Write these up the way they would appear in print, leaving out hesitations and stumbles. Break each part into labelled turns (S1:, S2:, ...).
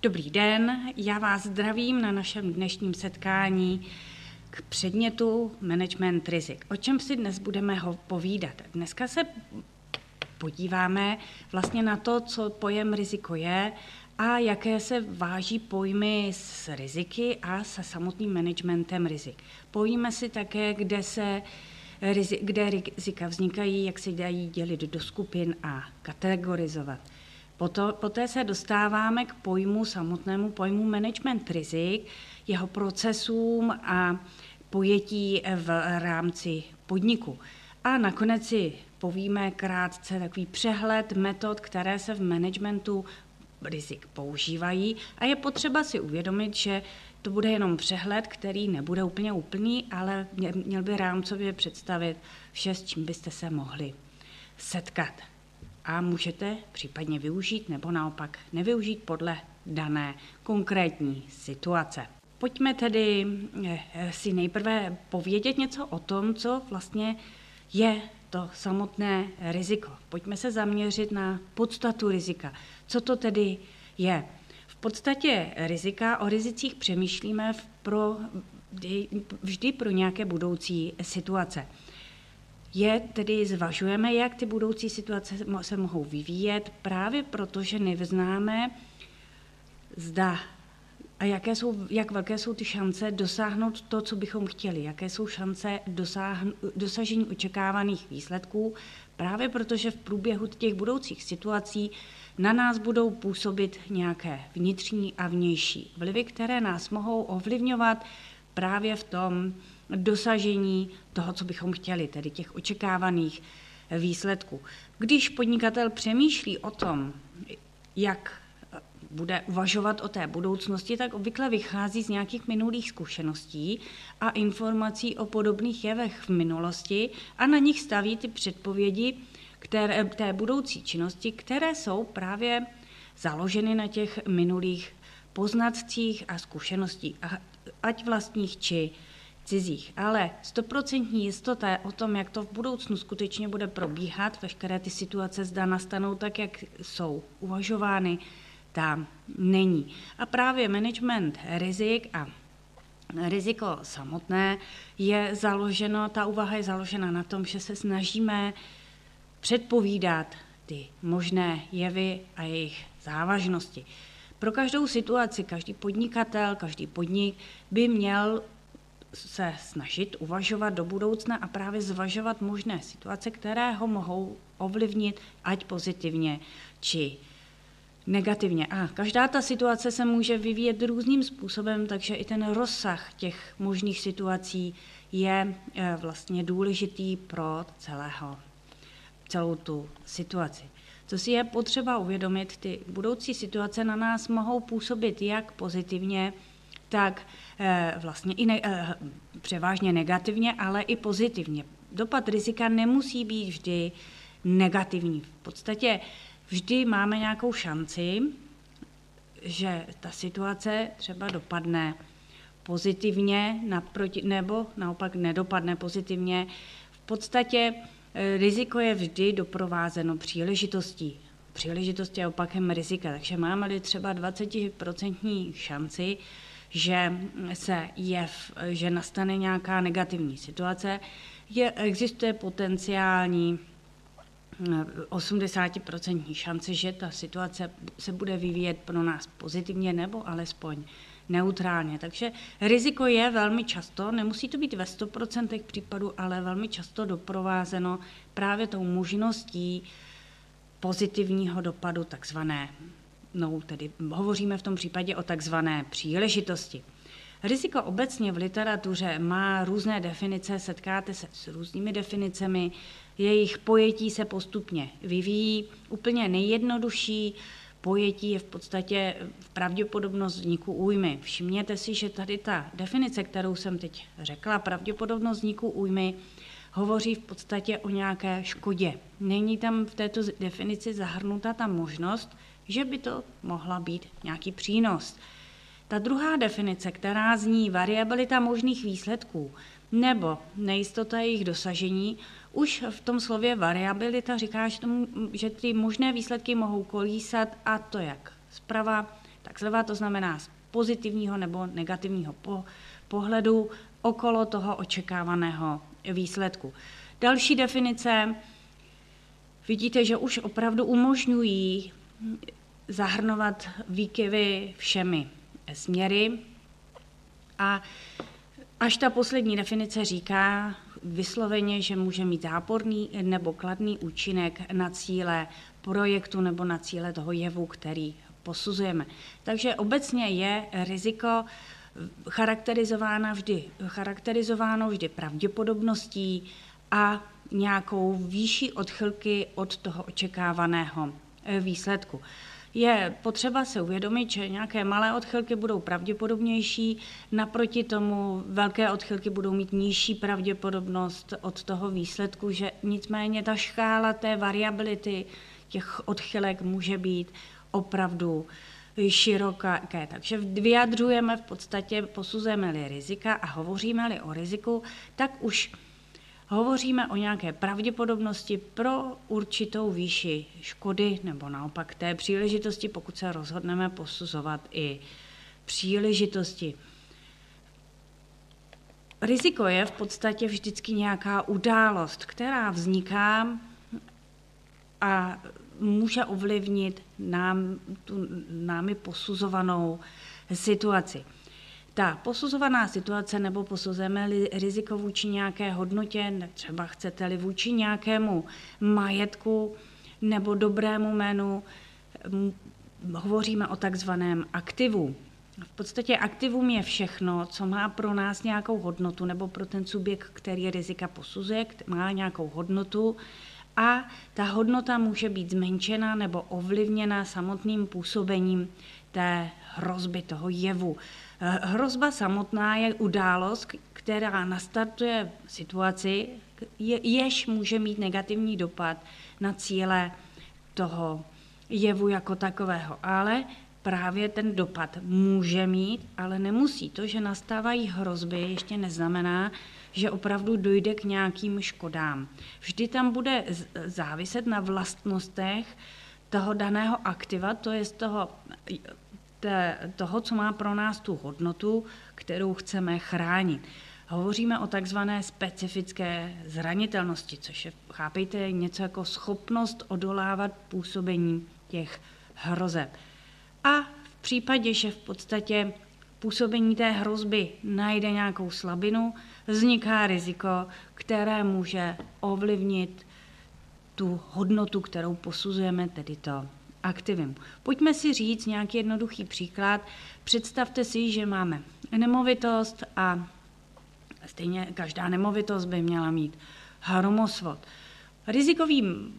S1: Dobrý den, já vás zdravím na našem dnešním setkání k předmětu management rizik. O čem si dnes budeme povídat? Dneska se podíváme vlastně na to, co pojem riziko je a jaké se váží pojmy s riziky a se samotným managementem rizik. Povíme si také, kde rizika vznikají, jak se dají dělit do skupin a kategorizovat. Poté se dostáváme k samotnému pojmu management rizik, jeho procesům a pojetí v rámci podniku. A nakonec si povíme krátce takový přehled metod, které se v managementu rizik používají a je potřeba si uvědomit, že to bude jenom přehled, který nebude úplně úplný, ale měl by rámcově představit vše, s čím byste se mohli setkat. A můžete případně využít nebo naopak nevyužít podle dané konkrétní situace. Pojďme tedy si nejprve povědět něco o tom, co vlastně je to samotné riziko. Pojďme se zaměřit na podstatu rizika. Co to tedy je? V podstatě o rizicích přemýšlíme vždy pro nějaké budoucí situace. Zvažujeme, jak ty budoucí situace se mohou vyvíjet, právě protože neznáme, jak velké jsou ty šance dosáhnout to, co bychom chtěli, jaké jsou šance dosažení očekávaných výsledků, právě protože v průběhu těch budoucích situací na nás budou působit nějaké vnitřní a vnější vlivy, které nás mohou ovlivňovat právě v tom dosažení toho, co bychom chtěli, tedy těch očekávaných výsledků. Když podnikatel přemýšlí o tom, jak bude uvažovat o té budoucnosti, tak obvykle vychází z nějakých minulých zkušeností a informací o podobných jevech v minulosti a na nich staví ty předpovědi té budoucí činnosti, které jsou právě založeny na těch minulých poznatcích a zkušeností, ať vlastních či cizích. Ale 100% jistota o tom, jak to v budoucnu skutečně bude probíhat, veškeré ty situace zda nastanou tak, jak jsou uvažovány, tam není. A právě management rizik a riziko samotné ta úvaha je založena na tom, že se snažíme předpovídat ty možné jevy a jejich závažnosti. Pro každou situaci, každý podnikatel, každý podnik by měl se snažit uvažovat do budoucna a právě zvažovat možné situace, které ho mohou ovlivnit, ať pozitivně, či negativně. A každá ta situace se může vyvíjet různým způsobem, takže i ten rozsah těch možných situací je vlastně důležitý pro celou tu situaci. Co si je potřeba uvědomit, ty budoucí situace na nás mohou působit jak pozitivně, tak vlastně převážně negativně, ale i pozitivně. Dopad rizika nemusí být vždy negativní. V podstatě vždy máme nějakou šanci, že ta situace třeba dopadne pozitivně nebo naopak nedopadne pozitivně. V podstatě riziko je vždy doprovázeno příležitostí. Příležitost je opakem rizika, takže máme-li třeba 20% šanci, že nastane nějaká negativní situace, existuje potenciální 80% šance, že ta situace se bude vyvíjet pro nás pozitivně nebo alespoň neutrálně. Takže riziko je velmi často, nemusí to být ve 100% případů, ale velmi často doprovázeno právě tou možností pozitivního dopadu tedy hovoříme v tom případě o takzvané příležitosti. Riziko obecně v literatuře má různé definice, setkáte se s různými definicemi, jejich pojetí se postupně vyvíjí. Úplně nejjednodušší pojetí je v podstatě pravděpodobnost vzniku újmy. Všimněte si, že tady ta definice, kterou jsem teď řekla, pravděpodobnost vzniku újmy, hovoří v podstatě o nějaké škodě. Není tam v této definici zahrnuta ta možnost, že by to mohla být nějaký přínos. Ta druhá definice, která zní variabilita možných výsledků nebo nejistota jejich dosažení, už v tom slově variabilita říká, že ty možné výsledky mohou kolísat, a to jak zprava, Tak sleva to znamená z pozitivního nebo negativního pohledu okolo toho očekávaného výsledku. Další definice, vidíte, že už opravdu umožňují zahrnovat výkyvy všemi směry a až ta poslední definice říká vysloveně, že může mít záporný nebo kladný účinek na cíle projektu nebo na cíle toho jevu, který posuzujeme. Takže obecně je riziko charakterizováno vždy pravděpodobností a nějakou výšší odchylky od toho očekávaného výsledku. Je potřeba se uvědomit, že nějaké malé odchylky budou pravděpodobnější, naproti tomu velké odchylky budou mít nižší pravděpodobnost od toho výsledku, že nicméně ta škála té variability těch odchylek může být opravdu široké. Takže vyjadřujeme v podstatě, posuzujeme-li rizika a hovoříme-li o riziku, tak už hovoříme o nějaké pravděpodobnosti pro určitou výši škody nebo naopak té příležitosti, pokud se rozhodneme posuzovat i příležitosti. Riziko je v podstatě vždycky nějaká událost, která vzniká a může ovlivnit námi posuzovanou situaci. Ta posuzovaná situace nebo posuzujeme-li riziko vůči nějaké hodnotě, třeba chcete-li vůči nějakému majetku nebo dobrému jménu, hovoříme o takzvaném aktivu. V podstatě aktivum je všechno, co má pro nás nějakou hodnotu nebo pro ten subjekt, který rizika posuzuje, má nějakou hodnotu a ta hodnota může být zmenšena nebo ovlivněna samotným působením té hrozby, toho jevu. Hrozba samotná je událost, která nastartuje situaci, jež může mít negativní dopad na cíle toho jevu jako takového. Ale právě ten dopad může mít, ale nemusí. To, že nastávají hrozby, ještě neznamená, že opravdu dojde k nějakým škodám. Vždy tam bude záviset na vlastnostech toho daného aktiva, to je z toho, co má pro nás tu hodnotu, kterou chceme chránit. Hovoříme o takzvané specifické zranitelnosti, což je, chápejte, něco jako schopnost odolávat působení těch hrozeb. A v případě, že v podstatě působení té hrozby najde nějakou slabinu, vzniká riziko, které může ovlivnit tu hodnotu, kterou posuzujeme, tedy to aktivum. Pojďme si říct nějaký jednoduchý příklad. Představte si, že máme nemovitost a stejně každá nemovitost by měla mít hromosvod. Rizikovým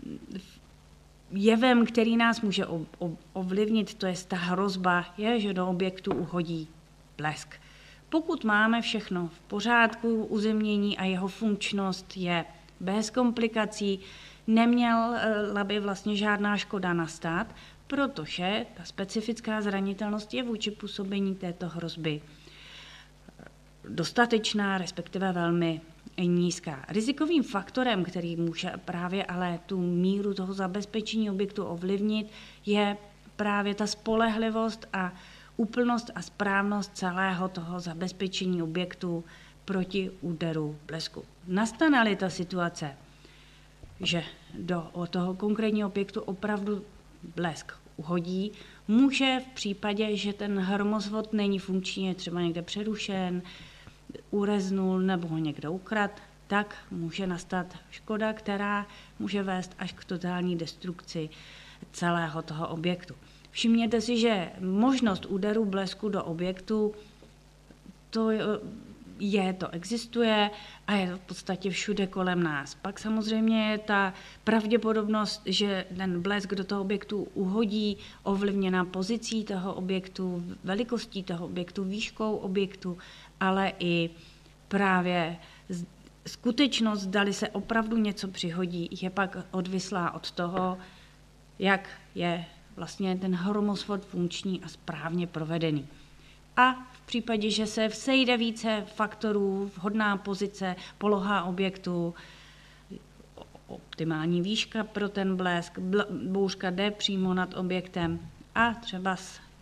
S1: jevem, který nás může ovlivnit, to je ta hrozba, je, že do objektu uhodí blesk. Pokud máme všechno v pořádku, uzemnění a jeho funkčnost je bez komplikací, neměla by vlastně žádná škoda nastat, protože ta specifická zranitelnost je vůči působení této hrozby dostatečná, respektive velmi nízká. Rizikovým faktorem, který může právě ale tu míru toho zabezpečení objektu ovlivnit, je právě ta spolehlivost a úplnost a správnost celého toho zabezpečení objektu proti úderu blesku. Nastane-li ta situace, že do toho konkrétního objektu opravdu blesk uhodí, může v případě, že ten hromosvod není funkční, je třeba někde přerušen, ureznul nebo ho někdo ukradl, tak může nastat škoda, která může vést až k totální destrukci celého toho objektu. Všimněte si, že možnost úderu blesku do objektu, to existuje a je to v podstatě všude kolem nás. Pak samozřejmě je ta pravděpodobnost, že ten blesk do toho objektu uhodí, ovlivněná pozicí toho objektu, velikostí toho objektu, výškou objektu, ale i právě skutečnost, zdali se opravdu něco přihodí, je pak odvislá od toho, jak je vlastně ten hromosvod funkční a správně provedený. A v případě, že se sejde více faktorů, vhodná pozice, poloha objektu, optimální výška pro ten blesk, bouřka jde přímo nad objektem a třeba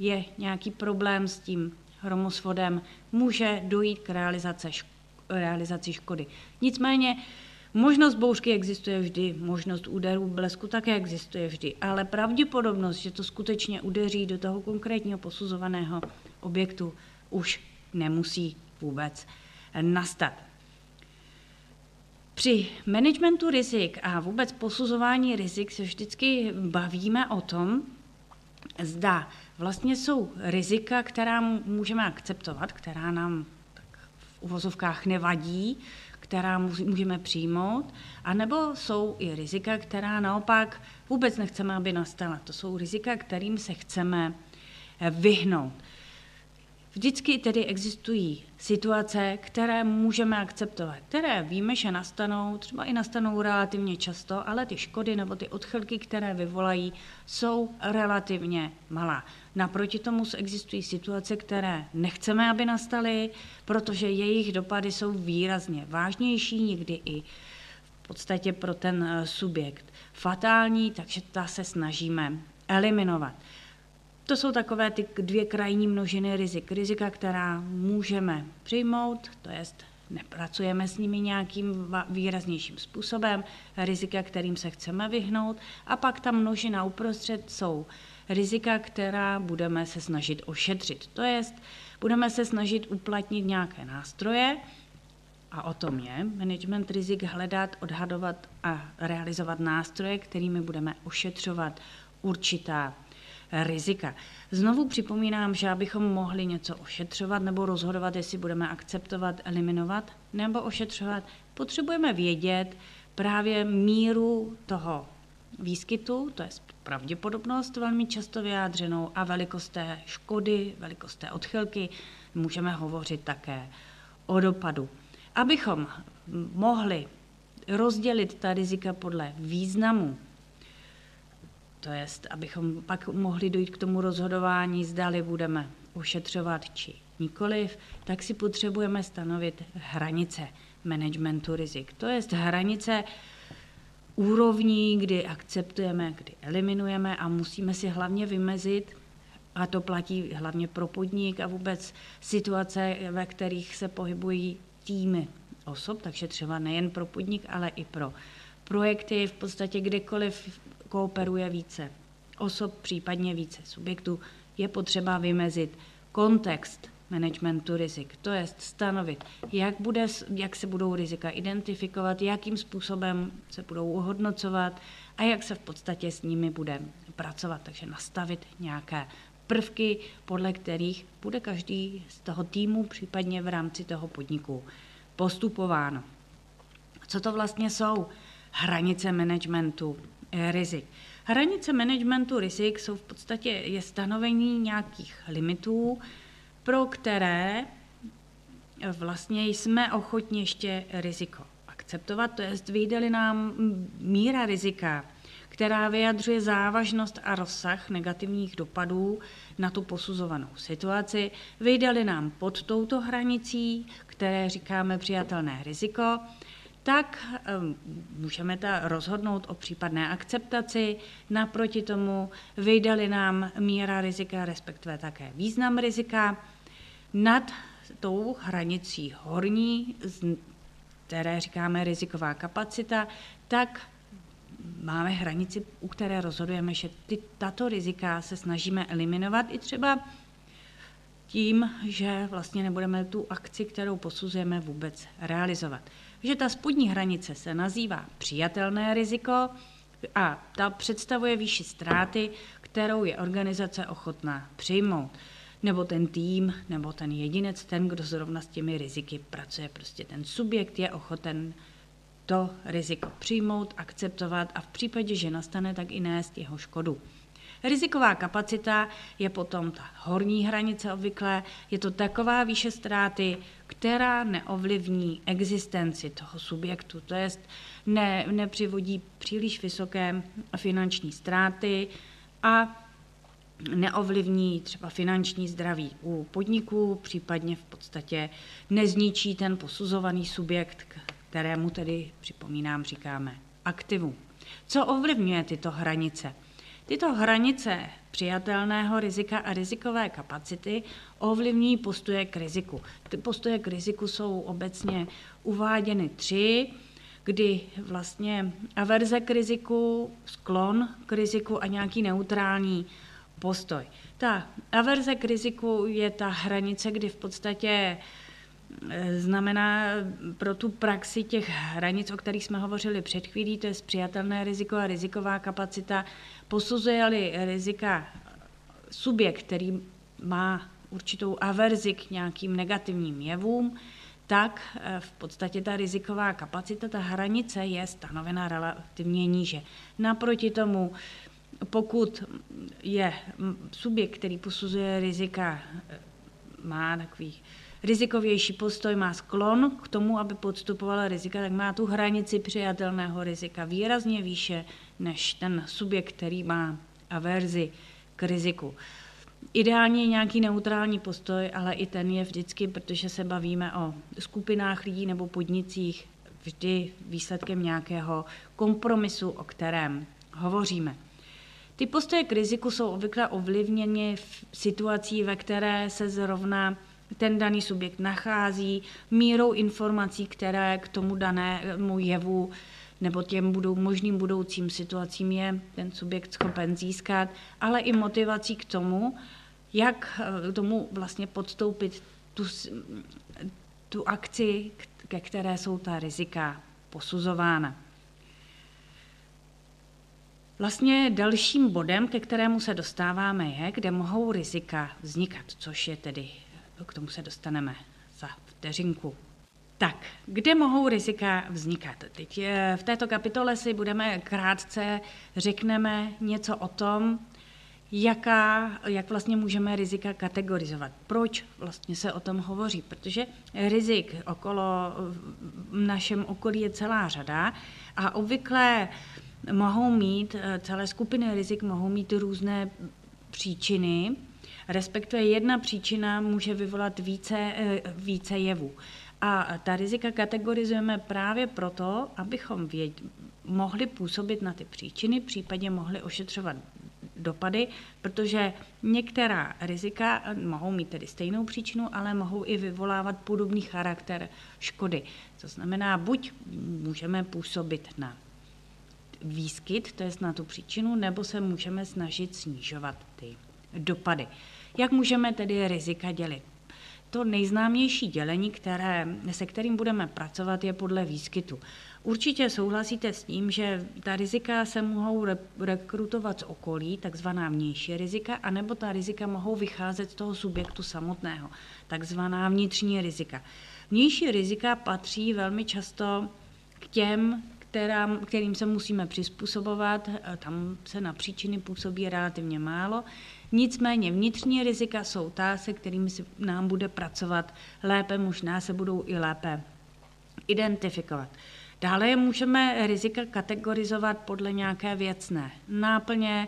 S1: je nějaký problém s tím hromosvodem, může dojít k realizaci škody. Nicméně možnost bouřky existuje vždy, možnost úderu blesku také existuje vždy, ale pravděpodobnost, že to skutečně udeří do toho konkrétního posuzovaného objektu, už nemusí vůbec nastat. Při managementu rizik a vůbec posuzování rizik se vždycky bavíme o tom, zda vlastně jsou rizika, která můžeme akceptovat, která nám v uvozovkách nevadí, která můžeme přijmout, anebo jsou i rizika, která naopak vůbec nechceme, aby nastala. To jsou rizika, kterým se chceme vyhnout. Vždycky tedy existují situace, které můžeme akceptovat, které víme, že nastanou, třeba i nastanou relativně často, ale ty škody nebo ty odchylky, které vyvolají, jsou relativně malá. Naproti tomu existují situace, které nechceme, aby nastaly, protože jejich dopady jsou výrazně vážnější, někdy i v podstatě pro ten subjekt fatální, takže ta se snažíme eliminovat. To jsou takové ty dvě krajní množiny rizik. Rizika, která můžeme přijmout, to jest nepracujeme s nimi nějakým výraznějším způsobem, rizika, kterým se chceme vyhnout, a pak ta množina uprostřed jsou rizika, která budeme se snažit ošetřit. To jest, budeme se snažit uplatnit nějaké nástroje, a o tom je management rizik, hledat, odhadovat a realizovat nástroje, kterými budeme ošetřovat určitá rizika. Znovu připomínám, že abychom mohli něco ošetřovat nebo rozhodovat, jestli budeme akceptovat, eliminovat nebo ošetřovat, potřebujeme vědět právě míru toho výskytu, to je pravděpodobnost velmi často vyjádřenou, a velikost té škody, velikost té odchylky. Můžeme hovořit také o dopadu. Abychom mohli rozdělit ta rizika podle významu, to jest, abychom pak mohli dojít k tomu rozhodování, zdali budeme ošetřovat či nikoliv, tak si potřebujeme stanovit hranice managementu rizik. To jest hranice úrovní, kdy akceptujeme, kdy eliminujeme, a musíme si hlavně vymezit, a to platí hlavně pro podnik a vůbec situace, ve kterých se pohybují týmy osob, takže třeba nejen pro podnik, ale i pro projekty, v podstatě kdekoliv kooperuje více osob, případně více subjektů, je potřeba vymezit kontext managementu rizik. To je stanovit, jak se budou rizika identifikovat, jakým způsobem se budou ohodnocovat a jak se v podstatě s nimi bude pracovat. Takže nastavit nějaké prvky, podle kterých bude každý z toho týmu, případně v rámci toho podniku postupováno. Co to vlastně jsou hranice managementu rizik? Hranice managementu rizik jsou v podstatě je stanovení nějakých limitů, pro které vlastně jsme ochotni ještě riziko akceptovat, to jest vyjde-li nám míra rizika, která vyjadřuje závažnost a rozsah negativních dopadů na tu posuzovanou situaci, vyjde-li nám pod touto hranicí, které říkáme přijatelné riziko, tak můžeme rozhodnout o případné akceptaci. Naproti tomu vyjde-li nám míra rizika, respektive také význam rizika, nad tou hranicí horní, které říkáme riziková kapacita, tak máme hranici, u které rozhodujeme, že tato rizika se snažíme eliminovat i třeba tím, že vlastně nebudeme tu akci, kterou posuzujeme, vůbec realizovat. Že ta spodní hranice se nazývá přijatelné riziko a ta představuje výši ztráty, kterou je organizace ochotná přijmout. Nebo ten tým, nebo ten jedinec, ten, kdo zrovna s těmi riziky pracuje. Prostě ten subjekt je ochoten to riziko přijmout, akceptovat a v případě, že nastane, tak i nést jeho škodu. Riziková kapacita je potom ta horní hranice obvykle, je to taková výše ztráty, která neovlivní existenci toho subjektu, to jest nepřivodí příliš vysoké finanční ztráty a neovlivní třeba finanční zdraví u podniků, případně v podstatě nezničí ten posuzovaný subjekt, kterému tedy, připomínám, říkáme aktivum. Co ovlivňuje tyto hranice? Tyto hranice přijatelného rizika a rizikové kapacity ovlivňují postoje k riziku. Ty postoje k riziku jsou obecně uváděny 3, kdy vlastně averze k riziku, sklon k riziku a nějaký neutrální postoj. Ta averze k riziku je ta hranice, kdy v podstatě znamená pro tu praxi těch hranic, o kterých jsme hovořili před chvílí, to je přijatelné riziko a riziková kapacita, posuzuje-li rizika subjekt, který má určitou averzi k nějakým negativním jevům, tak v podstatě ta riziková kapacita, ta hranice je stanovena relativně níže. Naproti tomu, pokud je subjekt, který posuzuje rizika, má takový rizikovější postoj, má sklon k tomu, aby podstupovala rizika, tak má tu hranici přijatelného rizika výrazně výše než ten subjekt, který má averzi k riziku. Ideálně je nějaký neutrální postoj, ale i ten je vždycky, protože se bavíme o skupinách lidí nebo podnicích, vždy výsledkem nějakého kompromisu, o kterém hovoříme. Ty postoje k riziku jsou obvykle ovlivněny v situací, ve které se zrovna ten daný subjekt nachází, mírou informací, které k tomu danému jevu nebo těm možným budoucím situacím je ten subjekt schopen získat, ale i motivací k tomu, jak tomu vlastně podstoupit tu akci, ke které jsou ta rizika posuzována. Vlastně dalším bodem, ke kterému se dostáváme, je, kde mohou rizika vznikat, což je tedy, k tomu se dostaneme za vteřinku. Tak, kde mohou rizika vznikat? Teď v této kapitole si řekneme něco o tom, jak vlastně můžeme rizika kategorizovat. Proč vlastně se o tom hovoří? Protože rizik v našem okolí je celá řada a obvykle celé skupiny rizik mohou mít různé příčiny, respektive jedna příčina může vyvolat více jevů. A ta rizika kategorizujeme právě proto, abychom mohli působit na ty příčiny, případně mohli ošetřovat dopady, protože některá rizika mohou mít tedy stejnou příčinu, ale mohou i vyvolávat podobný charakter škody. To znamená, buď můžeme působit na výskyt, to je na tu příčinu, nebo se můžeme snažit snižovat ty dopady. Jak můžeme tedy rizika dělit? To nejznámější dělení, se kterým budeme pracovat, je podle výskytu. Určitě souhlasíte s tím, že ta rizika se mohou rekrutovat z okolí, takzvaná vnější rizika, anebo ta rizika mohou vycházet z toho subjektu samotného, takzvaná vnitřní rizika. Vnější rizika patří velmi často k těm, kterým se musíme přizpůsobovat, tam se na příčiny působí relativně málo. Nicméně vnitřní rizika jsou ta, se kterými nám bude pracovat lépe, možná se budou i lépe identifikovat. Dále můžeme rizika kategorizovat podle nějaké věcné náplně.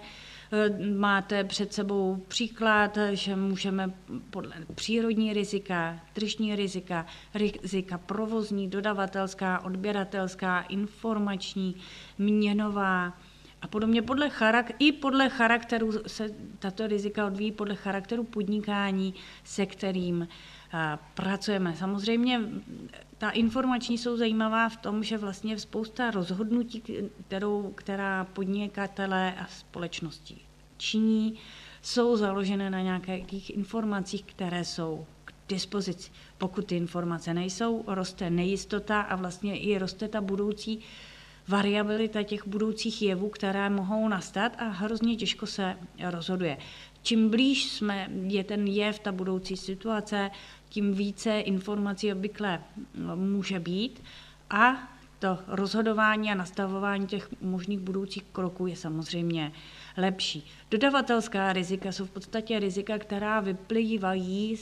S1: Máte před sebou příklad, že můžeme podle přírodní rizika, tržní rizika provozní, dodavatelská, odběratelská, informační, měnová a podobně. Podle charakteru se tato rizika odvíjí podle charakteru podnikání, se kterým pracujeme. Samozřejmě ta informační jsou zajímavá v tom, že vlastně spousta rozhodnutí, která podnikatelé a společnosti činí, jsou založené na nějakých informacích, které jsou k dispozici. Pokud ty informace nejsou, roste nejistota a vlastně i roste ta budoucí variabilita těch budoucích jevů, které mohou nastat a hrozně těžko se rozhoduje. Čím blíž je ten jev, ta budoucí situace, tím více informací obvykle může být a to rozhodování a nastavování těch možných budoucích kroků je samozřejmě lepší. Dodavatelská rizika jsou v podstatě rizika, která vyplývají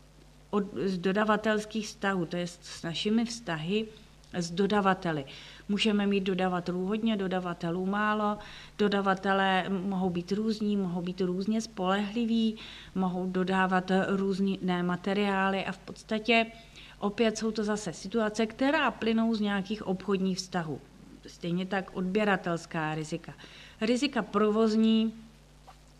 S1: z dodavatelských vztahů, to je s našimi vztahy s dodavateli. Můžeme mít dodavatelů hodně, dodavatelů málo, dodavatelé mohou být různí, mohou být různě spolehliví, mohou dodávat různé materiály a v podstatě opět jsou to zase situace, která plynou z nějakých obchodních vztahů. Stejně tak odběratelská rizika. Rizika provozní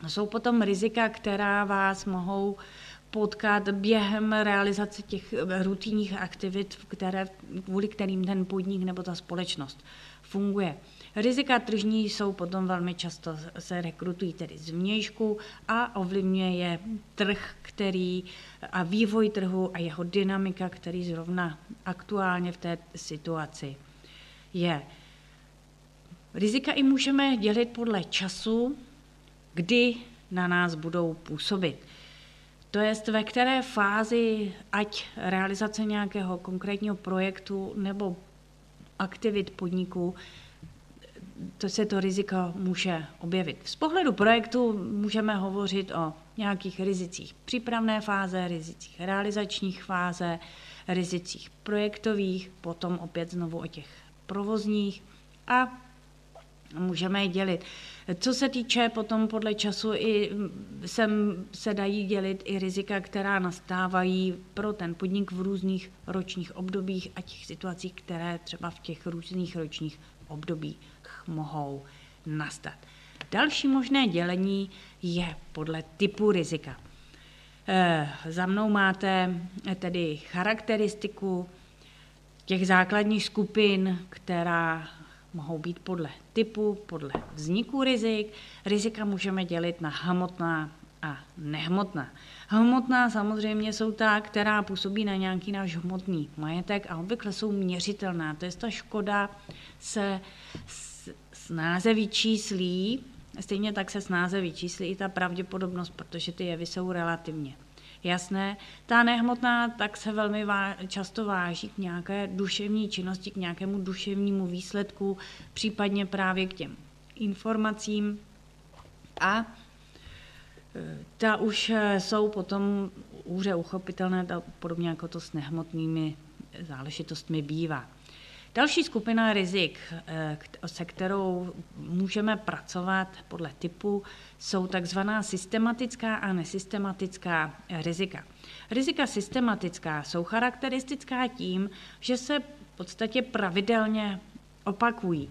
S1: Jsou potom rizika, která vás mohou potkat během realizace těch rutinních aktivit, kvůli kterým ten podnik nebo ta společnost funguje. Rizika tržní jsou potom velmi často se rekrutují tedy zvnějšku a ovlivňuje je trh, a vývoj trhu a jeho dynamika, který zrovna aktuálně v té situaci je. Rizika i můžeme dělit podle času, kdy na nás budou působit. To jest, ve které fázi, ať realizace nějakého konkrétního projektu nebo aktivit podniku, to riziko může objevit. Z pohledu projektu můžeme hovořit o nějakých rizicích přípravné fáze, rizicích realizačních fáze, rizicích projektových, potom opět znovu o těch provozních a můžeme je dělit. Co se týče potom podle času, se dají dělit i rizika, která nastávají pro ten podnik v různých ročních obdobích a těch situacích, které třeba v těch různých ročních obdobích mohou nastat. Další možné dělení je podle typu rizika. Za mnou máte tedy charakteristiku těch základních skupin, která mohou být podle typu, podle vzniku rizik. Rizika můžeme dělit na hmotná a nehmotná. Hmotná samozřejmě jsou ta, která působí na nějaký náš hmotný majetek a obvykle jsou měřitelná. To je ta škoda se snáze vyčíslí, stejně tak se snáze vyčíslí i ta pravděpodobnost, protože ty jevy jsou relativně jasné. Ta nehmotná tak se velmi často váží k nějaké duševní činnosti, k nějakému duševnímu výsledku, případně právě k těm informacím. A ta už jsou potom hůře uchopitelné, podobně jako to s nehmotnými záležitostmi bývá. Další skupina rizik, se kterou můžeme pracovat podle typu, jsou takzvaná systematická a nesystematická rizika. Rizika systematická jsou charakteristická tím, že se v podstatě pravidelně opakují.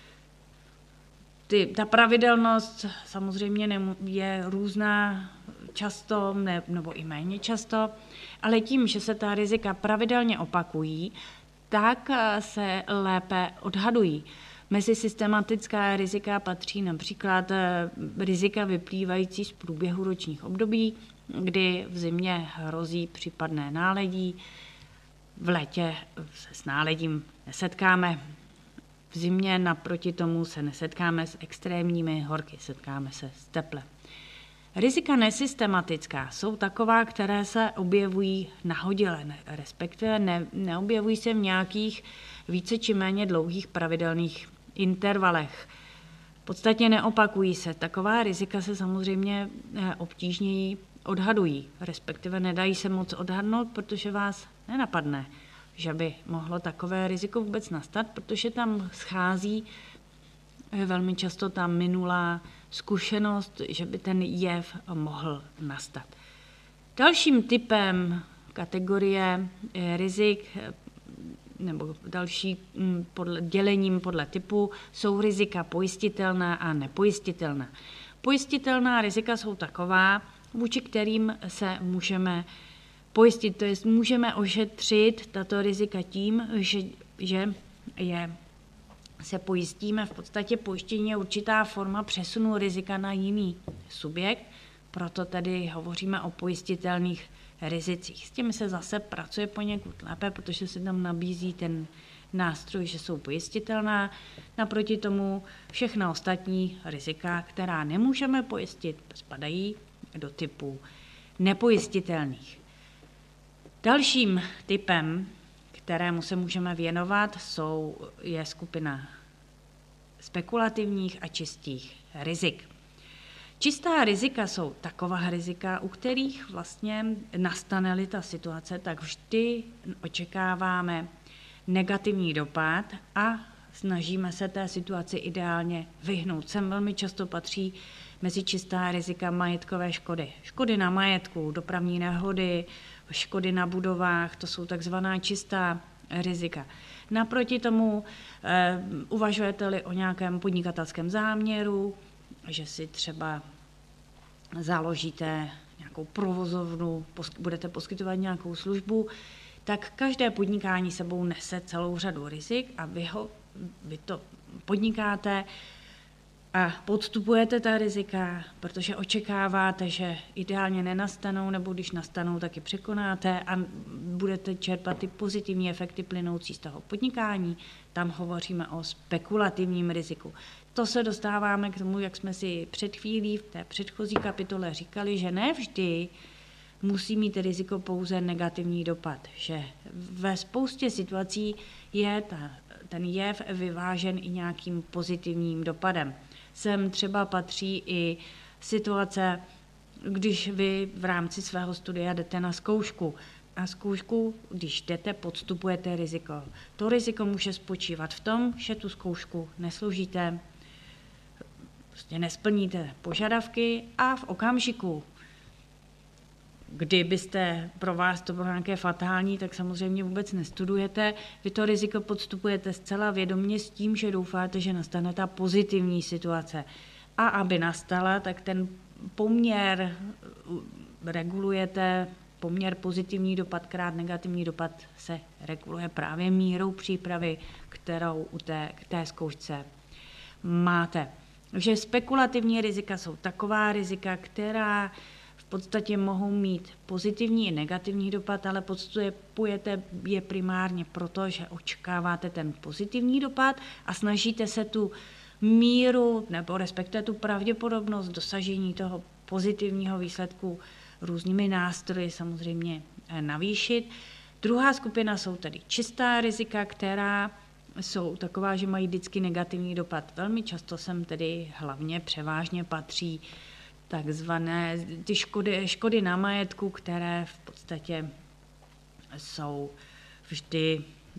S1: Ta pravidelnost samozřejmě je různá často nebo i méně často, ale tím, že se ta rizika pravidelně opakují, tak se lépe odhadují. Mezi systematická rizika patří například rizika vyplývající z průběhu ročních období, kdy v zimě hrozí případné náledí, v létě se s náledím nesetkáme, v zimě naproti tomu se nesetkáme s extrémními horky, setkáme se s teplem. Rizika nesystematická jsou taková, které se objevují nahodile, respektive neobjevují se v nějakých více či méně dlouhých pravidelných intervalech. V podstatě neopakují se. Taková rizika se samozřejmě obtížněji odhadují, respektive nedají se moc odhadnout, protože vás nenapadne, že by mohlo takové riziko vůbec nastat, protože tam schází velmi často ta minulá zkušenost, že by ten jev mohl nastat. Dalším typem kategorie rizik nebo další dělením podle typu jsou rizika pojistitelná a nepojistitelná. Pojistitelná rizika jsou taková, vůči kterým se můžeme pojistit, to jest můžeme ošetřit tato rizika tím, že se pojistíme. V podstatě pojištění je určitá forma přesunu rizika na jiný subjekt, proto tedy hovoříme o pojistitelných rizicích. S těmi se zase pracuje poněkud lépe, protože se tam nabízí ten nástroj, že jsou pojistitelná. Naproti tomu všechna ostatní rizika, která nemůžeme pojistit, spadají do typu nepojistitelných. Dalším typem, kterému se můžeme věnovat, je skupina spekulativních a čistých rizik. Čistá rizika jsou taková rizika, u kterých vlastně nastane-li ta situace, tak vždy očekáváme negativní dopad a snažíme se té situaci ideálně vyhnout. Sem velmi často patří mezi čistá rizika majetkové škody. Škody na majetku, dopravní nehody, škody na budovách, to jsou takzvaná čistá rizika. Naproti tomu uvažujete-li o nějakém podnikatelském záměru, že si třeba založíte nějakou provozovnu, budete poskytovat nějakou službu, tak každé podnikání sebou nese celou řadu rizik a vy to podnikáte a podstupujete ta rizika, protože očekáváte, že ideálně nenastanou, nebo když nastanou, tak je překonáte a budete čerpat ty pozitivní efekty plynoucí z toho podnikání. Tam hovoříme o spekulativním riziku. To se dostáváme k tomu, jak jsme si před chvílí v té předchozí kapitole říkali, že ne vždy musí mít riziko pouze negativní dopad, že ve spoustě situací je ten jev vyvážen i nějakým pozitivním dopadem. Sem třeba patří i situace, když vy v rámci svého studia jdete na zkoušku. Na zkoušku, když jdete, podstupujete riziko. To riziko může spočívat v tom, že tu zkoušku nesložíte, prostě nesplníte požadavky a v okamžiku, kdybyste pro vás to bylo nějaké fatální, tak samozřejmě vůbec nestudujete. Vy to riziko podstupujete zcela vědomě s tím, že doufáte, že nastane ta pozitivní situace. A aby nastala, tak ten poměr regulujete, poměr pozitivní dopad krát negativní dopad se reguluje právě mírou přípravy, kterou k té zkoušce máte. Takže spekulativní rizika jsou taková rizika, která v podstatě mohou mít pozitivní i negativní dopad, ale podstupujete je primárně proto, že očekáváte ten pozitivní dopad a snažíte se tu míru nebo respektive tu pravděpodobnost dosažení toho pozitivního výsledku různými nástroji samozřejmě navýšit. Druhá skupina jsou tedy čistá rizika, která jsou taková, že mají vždycky negativní dopad. Velmi často sem tedy hlavně převážně patří takzvané ty škody na majetku, které v podstatě jsou vždy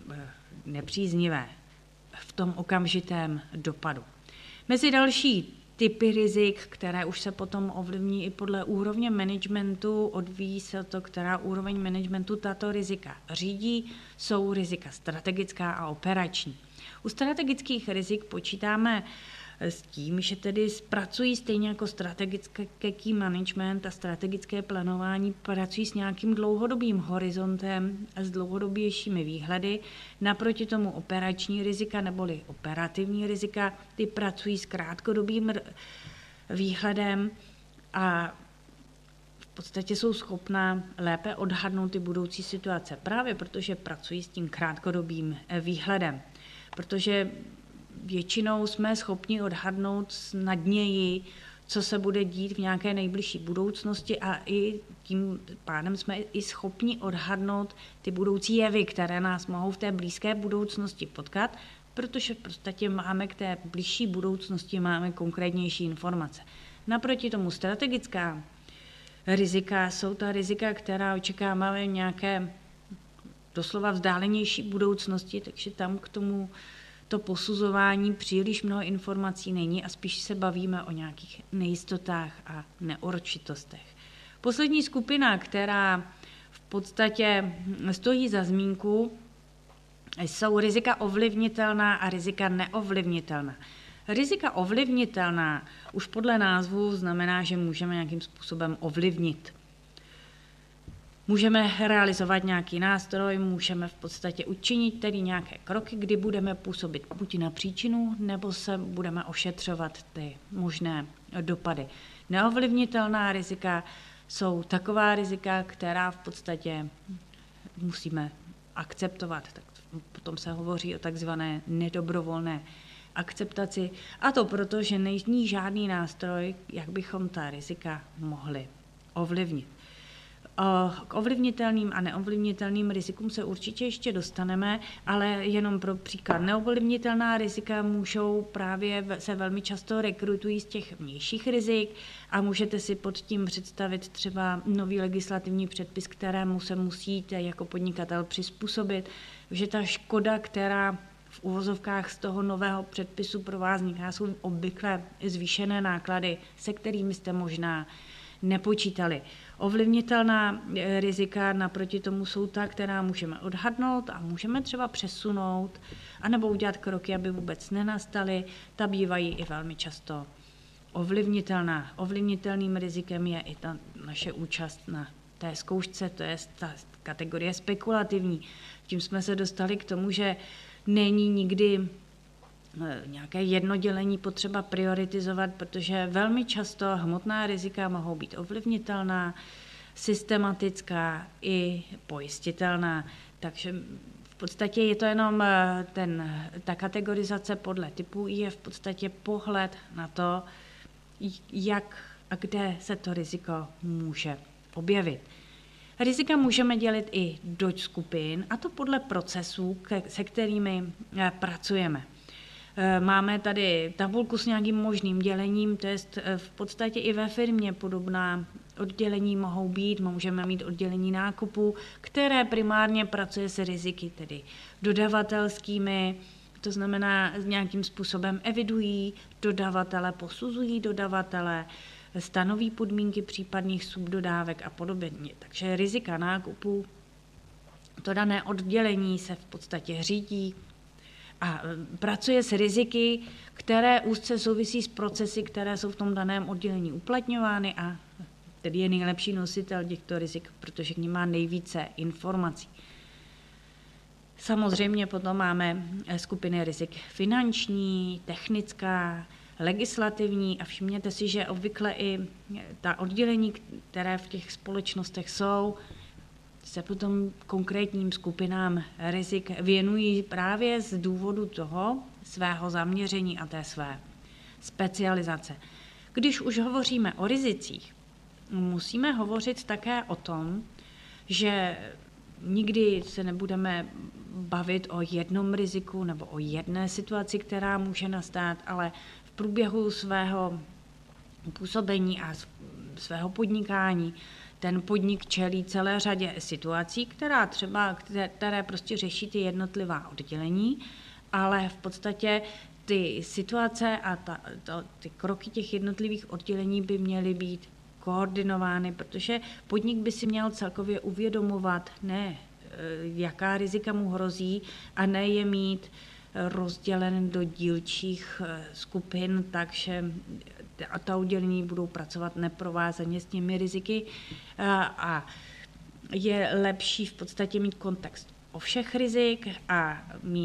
S1: nepříznivé v tom okamžitém dopadu. Mezi další typy rizik, které už se potom ovlivní i podle úrovně managementu, odvíjí se to, která úroveň managementu tato rizika řídí, jsou rizika strategická a operační. U strategických rizik počítáme s tím, že tedy pracují stejně jako strategický management a strategické plánování, pracují s nějakým dlouhodobým horizontem a s dlouhodobějšími výhledy. Naproti tomu operační rizika neboli operativní rizika, ty pracují s krátkodobým výhledem a v podstatě jsou schopná lépe odhadnout ty budoucí situace, právě protože pracují s tím krátkodobým výhledem. Protože většinou jsme schopni odhadnout snadněji, co se bude dít v nějaké nejbližší budoucnosti a i tím pádem jsme i schopni odhadnout ty budoucí jevy, které nás mohou v té blízké budoucnosti potkat, protože v podstatě máme k té blížší budoucnosti máme konkrétnější informace. Naproti tomu strategická rizika jsou ta rizika, která očekáváme nějaké doslova vzdálenější budoucnosti, takže tam k tomu to posuzování příliš mnoho informací není a spíš se bavíme o nějakých nejistotách a neurčitostech. Poslední skupina, která v podstatě stojí za zmínku, jsou rizika ovlivnitelná a rizika neovlivnitelná. Rizika ovlivnitelná už podle názvu znamená, že můžeme nějakým způsobem ovlivnit. Můžeme realizovat nějaký nástroj, můžeme v podstatě učinit tedy nějaké kroky, kdy budeme působit buď na příčinu, nebo se budeme ošetřovat ty možné dopady. Neovlivnitelná rizika jsou taková rizika, která v podstatě musíme akceptovat. Tak potom se hovoří o takzvané nedobrovolné akceptaci, a to proto, že není žádný nástroj, jak bychom ta rizika mohli ovlivnit. K ovlivnitelným a neovlivnitelným rizikům se určitě ještě dostaneme, ale jenom pro příklad. Neovlivnitelná rizika můžou právě se velmi často rekrutují z těch vnějších rizik a můžete si pod tím představit třeba nový legislativní předpis, kterému se musíte jako podnikatel přizpůsobit, že ta škoda, která v uvozovkách z toho nového předpisu pro vás vzniká, jsou obvykle zvýšené náklady, se kterými jste možná nepočítali. Ovlivnitelná rizika naproti tomu jsou ta, která můžeme odhadnout a můžeme třeba přesunout, anebo udělat kroky, aby vůbec nenastaly. Ta bývají i velmi často ovlivnitelná. Ovlivnitelným rizikem je i ta naše účast na té zkoušce, to je ta kategorie spekulativní. Tím jsme se dostali k tomu, že není nikdy nějaké jednodělení potřeba prioritizovat, protože velmi často hmotná rizika mohou být ovlivnitelná, systematická i pojistitelná. Takže v podstatě je to jenom ta kategorizace podle typů, je v podstatě pohled na to, jak a kde se to riziko může objevit. Rizika můžeme dělit i do skupin, a to podle procesů, se kterými pracujeme. Máme tady tabulku s nějakým možným dělením, to je v podstatě i ve firmě podobná oddělení mohou být, můžeme mít oddělení nákupu, které primárně pracuje s riziky, tedy dodavatelskými, to znamená nějakým způsobem evidují dodavatele, posuzují dodavatele, stanoví podmínky případných subdodávek a podobně. Takže rizika nákupu, to dané oddělení se v podstatě řídí a pracuje s riziky, které úzce souvisí s procesy, které jsou v tom daném oddělení uplatňovány a tedy je nejlepší nositel těchto rizik, protože k nim má nejvíce informací. Samozřejmě potom máme skupiny rizik finanční, technická, legislativní a všimněte si, že obvykle i ta oddělení, které v těch společnostech jsou, se potom konkrétním skupinám rizik věnují právě z důvodu toho svého zaměření a té své specializace. Když už hovoříme o rizicích, musíme hovořit také o tom, že nikdy se nebudeme bavit o jednom riziku nebo o jedné situaci, která může nastat, ale v průběhu svého působení a svého podnikání ten podnik čelí celé řadě situací, které prostě řeší ty jednotlivá oddělení, ale v podstatě ty situace a ty kroky těch jednotlivých oddělení by měly být koordinovány, protože podnik by si měl celkově uvědomovat, ne jaká rizika mu hrozí a ne je mít rozdělen do dílčích skupin, takže ta oddělení budou pracovat neprovázaně s těmi riziky a je lepší v podstatě mít kontext o všech rizik a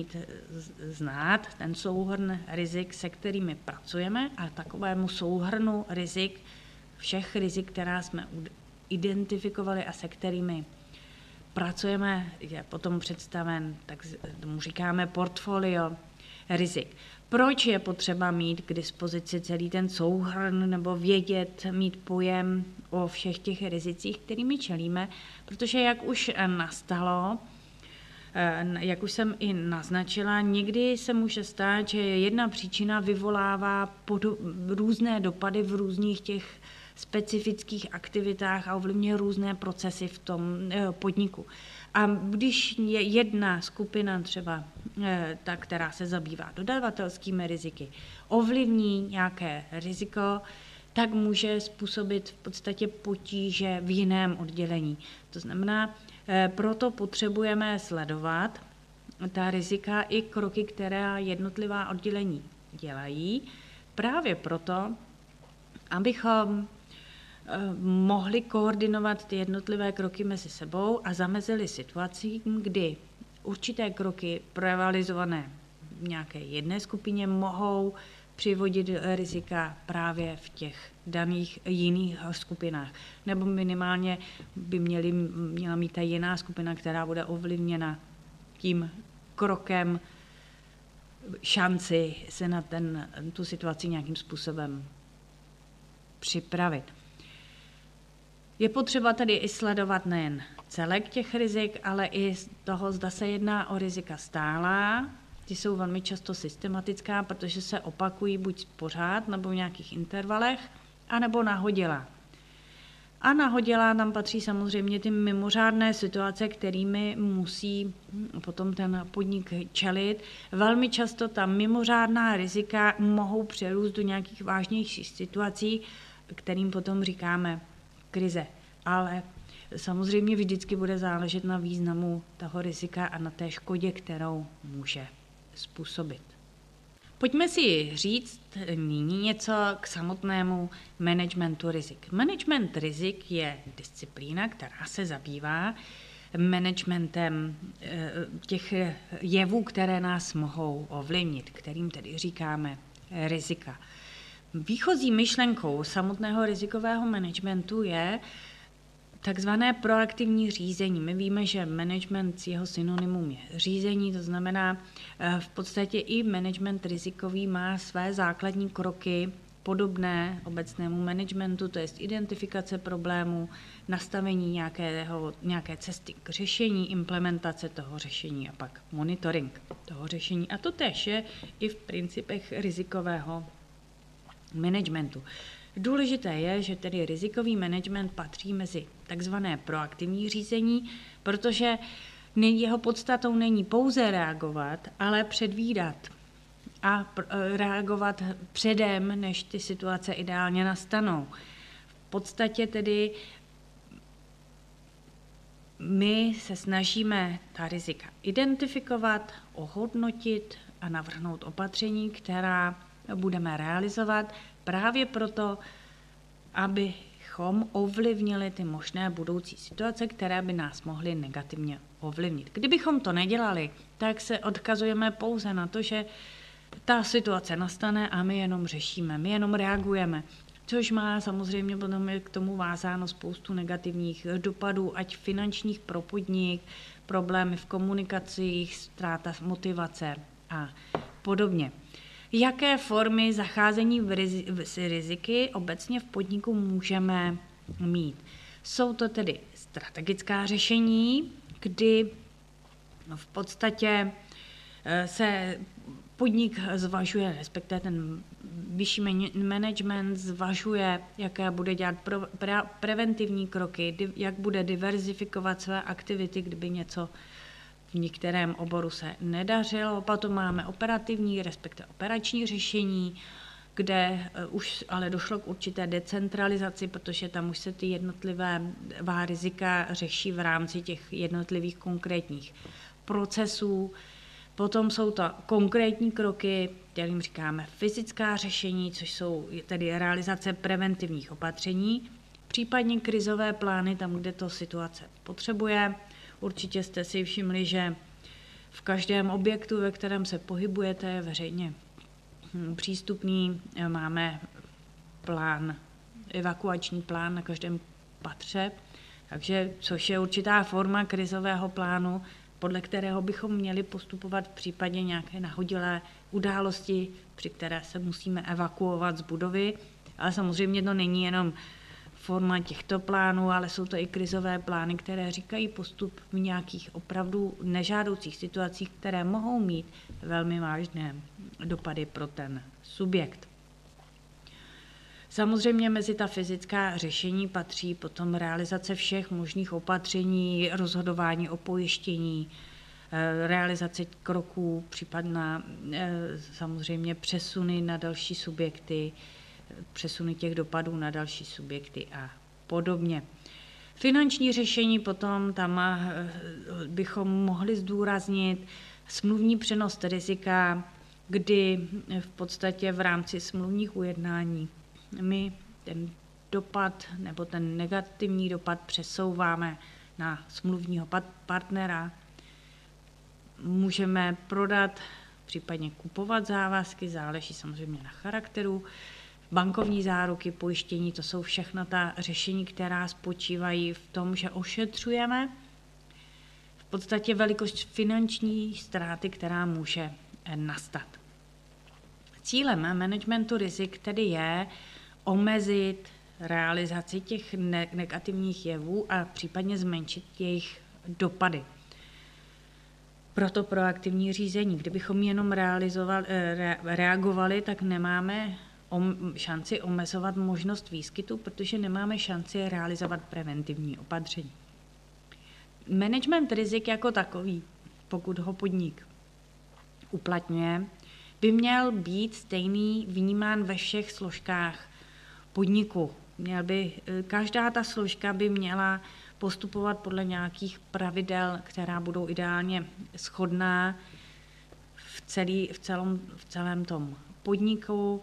S1: znát ten souhrn rizik, se kterými pracujeme a takovému souhrnu rizik, všech rizik, která jsme identifikovali a se kterými pracujeme, je potom představen, tak tomu říkáme portfolio rizik. Proč je potřeba mít k dispozici celý ten souhrn nebo vědět, mít pojem o všech těch rizicích, kterými čelíme? Protože jak už nastalo, jak už jsem i naznačila, někdy se může stát, že jedna příčina vyvolává různé dopady v různých těch specifických aktivitách a ovlivňuje různé procesy v tom podniku. A když je jedna skupina třeba ta, která se zabývá dodavatelskými riziky, ovlivní nějaké riziko, tak může způsobit v podstatě potíže v jiném oddělení. To znamená, proto potřebujeme sledovat ta rizika i kroky, které jednotlivá oddělení dělají, právě proto, abychom mohli koordinovat ty jednotlivé kroky mezi sebou a zamezili situacím, kdy určité kroky realizované v nějaké jedné skupině mohou přivodit rizika právě v těch daných jiných skupinách. Nebo minimálně by měla mít ta jiná skupina, která bude ovlivněna tím krokem, šanci se na tu situaci nějakým způsobem připravit. Je potřeba tedy i sledovat nejen celek těch rizik, ale i z toho, zda se jedná o rizika stálá. Ty jsou velmi často systematická, protože se opakují buď pořád nebo v nějakých intervalech, anebo nahodilá. A nahodilá tam patří samozřejmě ty mimořádné situace, kterými musí potom ten podnik čelit. Velmi často ta mimořádná rizika mohou přerůst do nějakých vážnějších situací, kterým potom říkáme krize. Ale samozřejmě vždycky bude záležet na významu toho rizika a na té škodě, kterou může způsobit. Pojďme si říct nyní něco k samotnému managementu rizik. Management rizik je disciplína, která se zabývá managementem těch jevů, které nás mohou ovlivnit, kterým tedy říkáme rizika. Výchozí myšlenkou samotného rizikového managementu je takzvané proaktivní řízení. My víme, že management, jeho synonymum je řízení, to znamená v podstatě i management rizikový má své základní kroky podobné obecnému managementu, to je identifikace problémů, nastavení nějaké cesty k řešení, implementace toho řešení a pak monitoring toho řešení. A to též je i v principech rizikového managementu. Důležité je, že tedy rizikový management patří mezi takzvané proaktivní řízení, protože jeho podstatou není pouze reagovat, ale předvídat a reagovat předem, než ty situace ideálně nastanou. V podstatě tedy my se snažíme ta rizika identifikovat, ohodnotit a navrhnout opatření, která budeme realizovat právě proto, abychom ovlivnili ty možné budoucí situace, které by nás mohly negativně ovlivnit. Kdybychom to nedělali, tak se odkazujeme pouze na to, že ta situace nastane a my jenom řešíme, my jenom reagujeme, což má samozřejmě potom k tomu vázáno spoustu negativních dopadů, ať finančních pro podnik, problémy v komunikacích, ztráta motivace a podobně. Jaké formy zacházení s riziky obecně v podniku můžeme mít? Jsou to tedy strategická řešení, kdy v podstatě se podnik zvažuje, respektive ten vyšší management zvažuje, jaké bude dělat preventivní kroky, jak bude diverzifikovat své aktivity, kdyby něco v některém oboru se nedařilo. Potom máme operativní, respektive operační řešení, kde už ale došlo k určité decentralizaci, protože tam už se ty jednotlivé rizika řeší v rámci těch jednotlivých konkrétních procesů. Potom jsou to konkrétní kroky, kterým říkáme fyzická řešení, což jsou tedy realizace preventivních opatření, případně krizové plány tam, kde to situace potřebuje. Určitě jste si všimli, že v každém objektu, ve kterém se pohybujete, je veřejně přístupný. Máme evakuační plán na každém patře, takže což je určitá forma krizového plánu, podle kterého bychom měli postupovat v případě nějaké nahodilé události, při které se musíme evakuovat z budovy. Ale samozřejmě to není jenom forma těchto plánů, ale jsou to i krizové plány, které říkají postup v nějakých opravdu nežádoucích situacích, které mohou mít velmi vážné dopady pro ten subjekt. Samozřejmě mezi ta fyzická řešení patří potom realizace všech možných opatření, rozhodování o pojištění, realizace kroků, případná samozřejmě přesuny na další subjekty, přesuny těch dopadů na další subjekty a podobně. Finanční řešení potom tam bychom mohli zdůraznit smluvní přenos rizika, kdy v podstatě v rámci smluvních ujednání my ten dopad nebo ten negativní dopad přesouváme na smluvního partnera. Můžeme prodat, případně kupovat závazky, záleží samozřejmě na charakteru. Bankovní záruky, pojištění, to jsou všechna ta řešení, která spočívají v tom, že ošetřujeme v podstatě velikost finanční ztráty, která může nastat. Cílem managementu rizik tedy je omezit realizaci těch negativních jevů a případně zmenšit jejich dopady. Proto proaktivní řízení. Kdybychom jenom reagovali, tak nemáme šanci omezovat možnost výskytu, protože nemáme šanci realizovat preventivní opatření. Management rizik jako takový, pokud ho podnik uplatňuje, by měl být stejný vnímán ve všech složkách podniku. Každá ta složka by měla postupovat podle nějakých pravidel, která budou ideálně shodná v v celém tom podniku.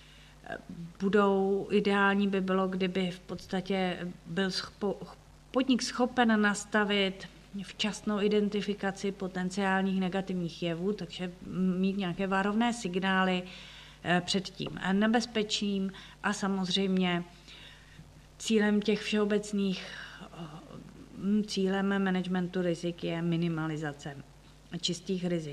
S1: Ideální by bylo, kdyby v podstatě byl podnik schopen nastavit včasnou identifikaci potenciálních negativních jevů, takže mít nějaké varovné signály před tím nebezpečím a samozřejmě cílem těch všeobecných cílem managementu rizik je minimalizace čistých rizik.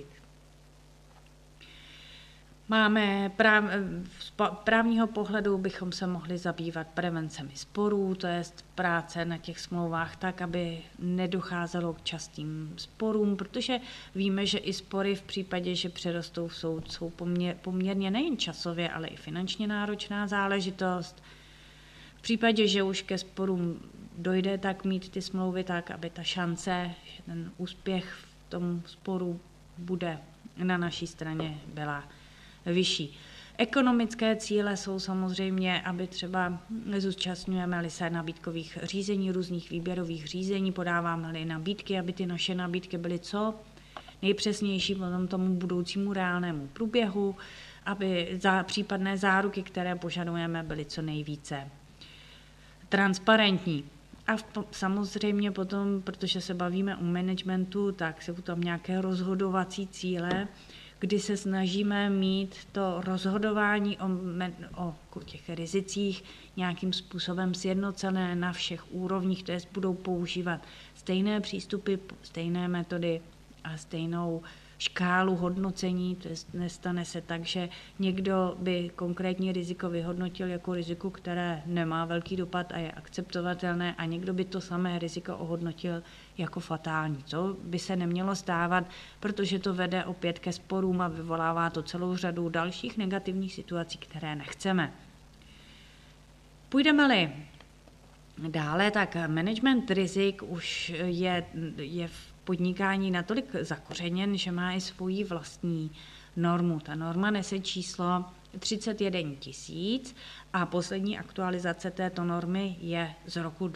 S1: Z právního pohledu bychom se mohli zabývat prevencemi sporů, to je práce na těch smlouvách tak, aby nedocházelo k častým sporům, protože víme, že i spory v případě, že přerostou v soud, jsou poměrně nejen časově, ale i finančně náročná záležitost. V případě, že už ke sporům dojde, tak mít ty smlouvy tak, aby ta šance, že ten úspěch v tom sporu bude na naší straně byla vyšší. Ekonomické cíle jsou samozřejmě, aby třeba zúčastňujeme-li se nabídkových řízení, různých výběrových řízení, podáváme-li nabídky, aby ty naše nabídky byly co nejpřesnější potom tomu budoucímu reálnému průběhu, aby případné záruky, které požadujeme, byly co nejvíce transparentní. A samozřejmě potom, protože se bavíme o managementu, tak jsou tam nějaké rozhodovací cíle, kdy se snažíme mít to rozhodování o těch rizicích nějakým způsobem sjednocené na všech úrovních, to jest budou používat stejné přístupy, stejné metody a stejnou škálu hodnocení, to jest nestane se tak, že někdo by konkrétní riziko vyhodnotil jako riziko, které nemá velký dopad a je akceptovatelné a někdo by to samé riziko ohodnotil jako fatální. To by se nemělo stávat, protože to vede opět ke sporům a vyvolává to celou řadu dalších negativních situací, které nechceme. Půjdeme-li dále, tak management rizik už je v podnikání natolik zakořeněn, že má i svoji vlastní normu. Ta norma nese číslo 31 000 a poslední aktualizace této normy je z roku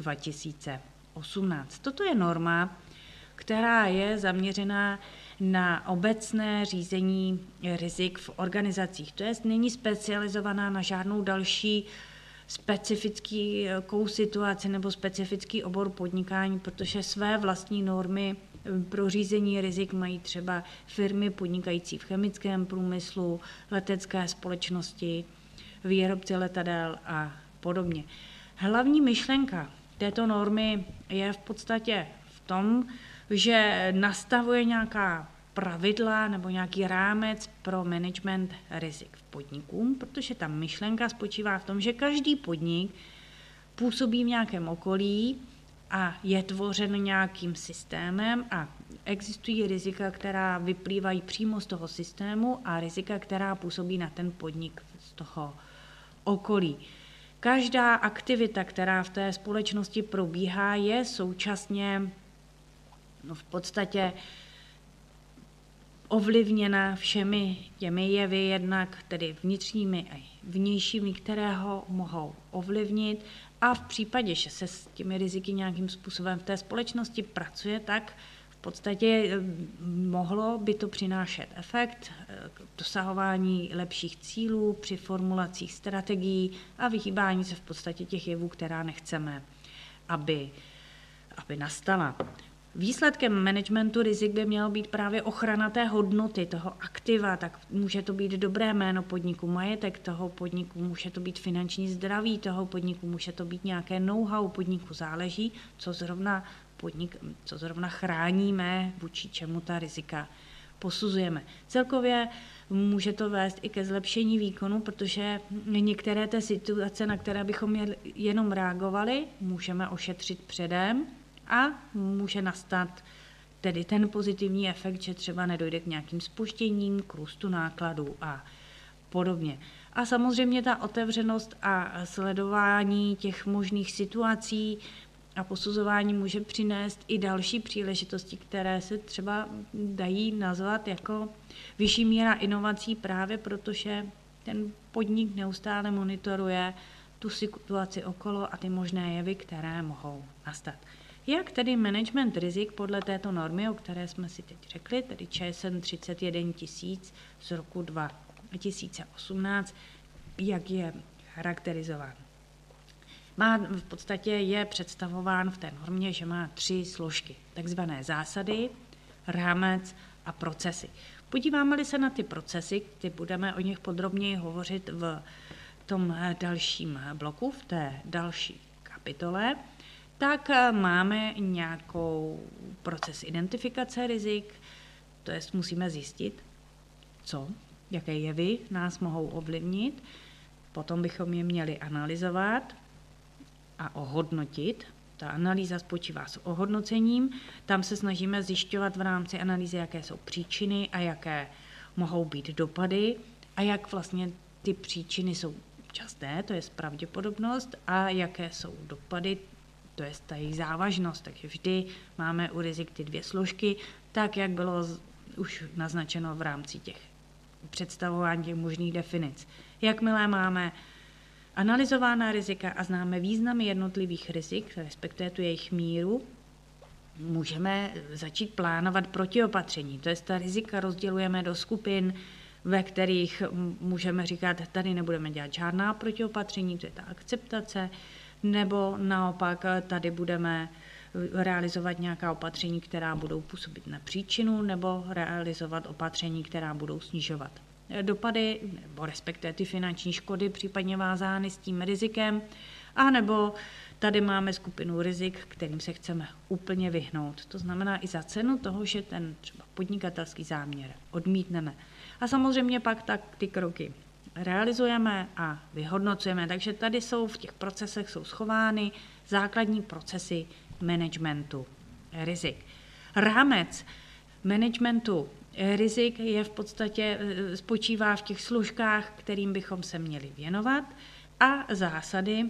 S1: 2018. Toto je norma, která je zaměřená na obecné řízení rizik v organizacích. To jest není specializovaná na žádnou další specifickou situaci nebo specifický obor podnikání, protože své vlastní normy pro řízení rizik mají třeba firmy podnikající v chemickém průmyslu, letecké společnosti, výrobci letadel a podobně. Hlavní myšlenka této normy je v podstatě v tom, že nastavuje nějaká pravidla nebo nějaký rámec pro management rizik v podnikům, protože ta myšlenka spočívá v tom, že každý podnik působí v nějakém okolí a je tvořen nějakým systémem a existují rizika, která vyplývají přímo z toho systému a rizika, která působí na ten podnik z toho okolí. Každá aktivita, která v té společnosti probíhá, je současně v podstatě ovlivněna všemi těmi jevy, jednak tedy vnitřními a vnějšími, které ho mohou ovlivnit. A v případě, že se s těmi riziky nějakým způsobem v té společnosti pracuje, tak v podstatě mohlo by to přinášet efekt k dosahování lepších cílů při formulacích strategií a vyhýbání se v podstatě těch jevů, která nechceme, aby nastala. Výsledkem managementu rizik by mělo být právě ochrana té hodnoty, toho aktiva, tak může to být dobré jméno podniku, majetek toho podniku, může to být finanční zdraví toho podniku, může to být nějaké know-how podniku, záleží, co zrovna chráníme, vůči čemu ta rizika posuzujeme. Celkově může to vést i ke zlepšení výkonu, protože některé té situace, na které bychom jenom reagovali, můžeme ošetřit předem, a může nastat tedy ten pozitivní efekt, že třeba nedojde k nějakým zpožděním, k růstu nákladů a podobně. A samozřejmě ta otevřenost a sledování těch možných situací a posuzování může přinést i další příležitosti, které se třeba dají nazvat jako vyšší míra inovací právě protože ten podnik neustále monitoruje tu situaci okolo a ty možné jevy, které mohou nastat. Jak tedy management rizik podle této normy, o které jsme si teď řekli, tedy ČSN 31 000 z roku 2018, jak je charakterizován? V podstatě je představován v té normě, že má 3 složky, takzvané zásady, rámec a procesy. Podíváme-li se na ty procesy, budeme o nich podrobněji hovořit v tom dalším bloku, v té další kapitole, tak máme nějakou proces identifikace rizik, to jest musíme zjistit, jaké jevy nás mohou ovlivnit, potom bychom je měli analyzovat a ohodnotit. Ta analýza spočívá s ohodnocením, tam se snažíme zjišťovat v rámci analýzy, jaké jsou příčiny a jaké mohou být dopady a jak vlastně ty příčiny jsou časté, to je pravděpodobnost, a jaké jsou dopady, to je ta jejich závažnost. Takže vždy máme u rizik ty 2 složky, tak jak bylo už naznačeno v rámci těch představování těch možných definic. Jakmile máme analyzovaná rizika a známe významy jednotlivých rizik, respektive tu jejich míru, můžeme začít plánovat protiopatření. To je ta rizika rozdělujeme do skupin, ve kterých můžeme říkat, tady nebudeme dělat žádná protiopatření, to je ta akceptace, nebo naopak tady budeme realizovat nějaká opatření, která budou působit na příčinu, nebo realizovat opatření, která budou snižovat dopady, nebo respektive ty finanční škody, případně vázány s tím rizikem, anebo tady máme skupinu rizik, kterým se chceme úplně vyhnout. To znamená i za cenu toho, že ten třeba podnikatelský záměr odmítneme. A samozřejmě pak tak ty kroky realizujeme a vyhodnocujeme. Takže tady jsou v těch procesech jsou schovány základní procesy managementu rizik. Rámec managementu rizik je v podstatě spočívá v těch složkách, kterým bychom se měli věnovat, a zásady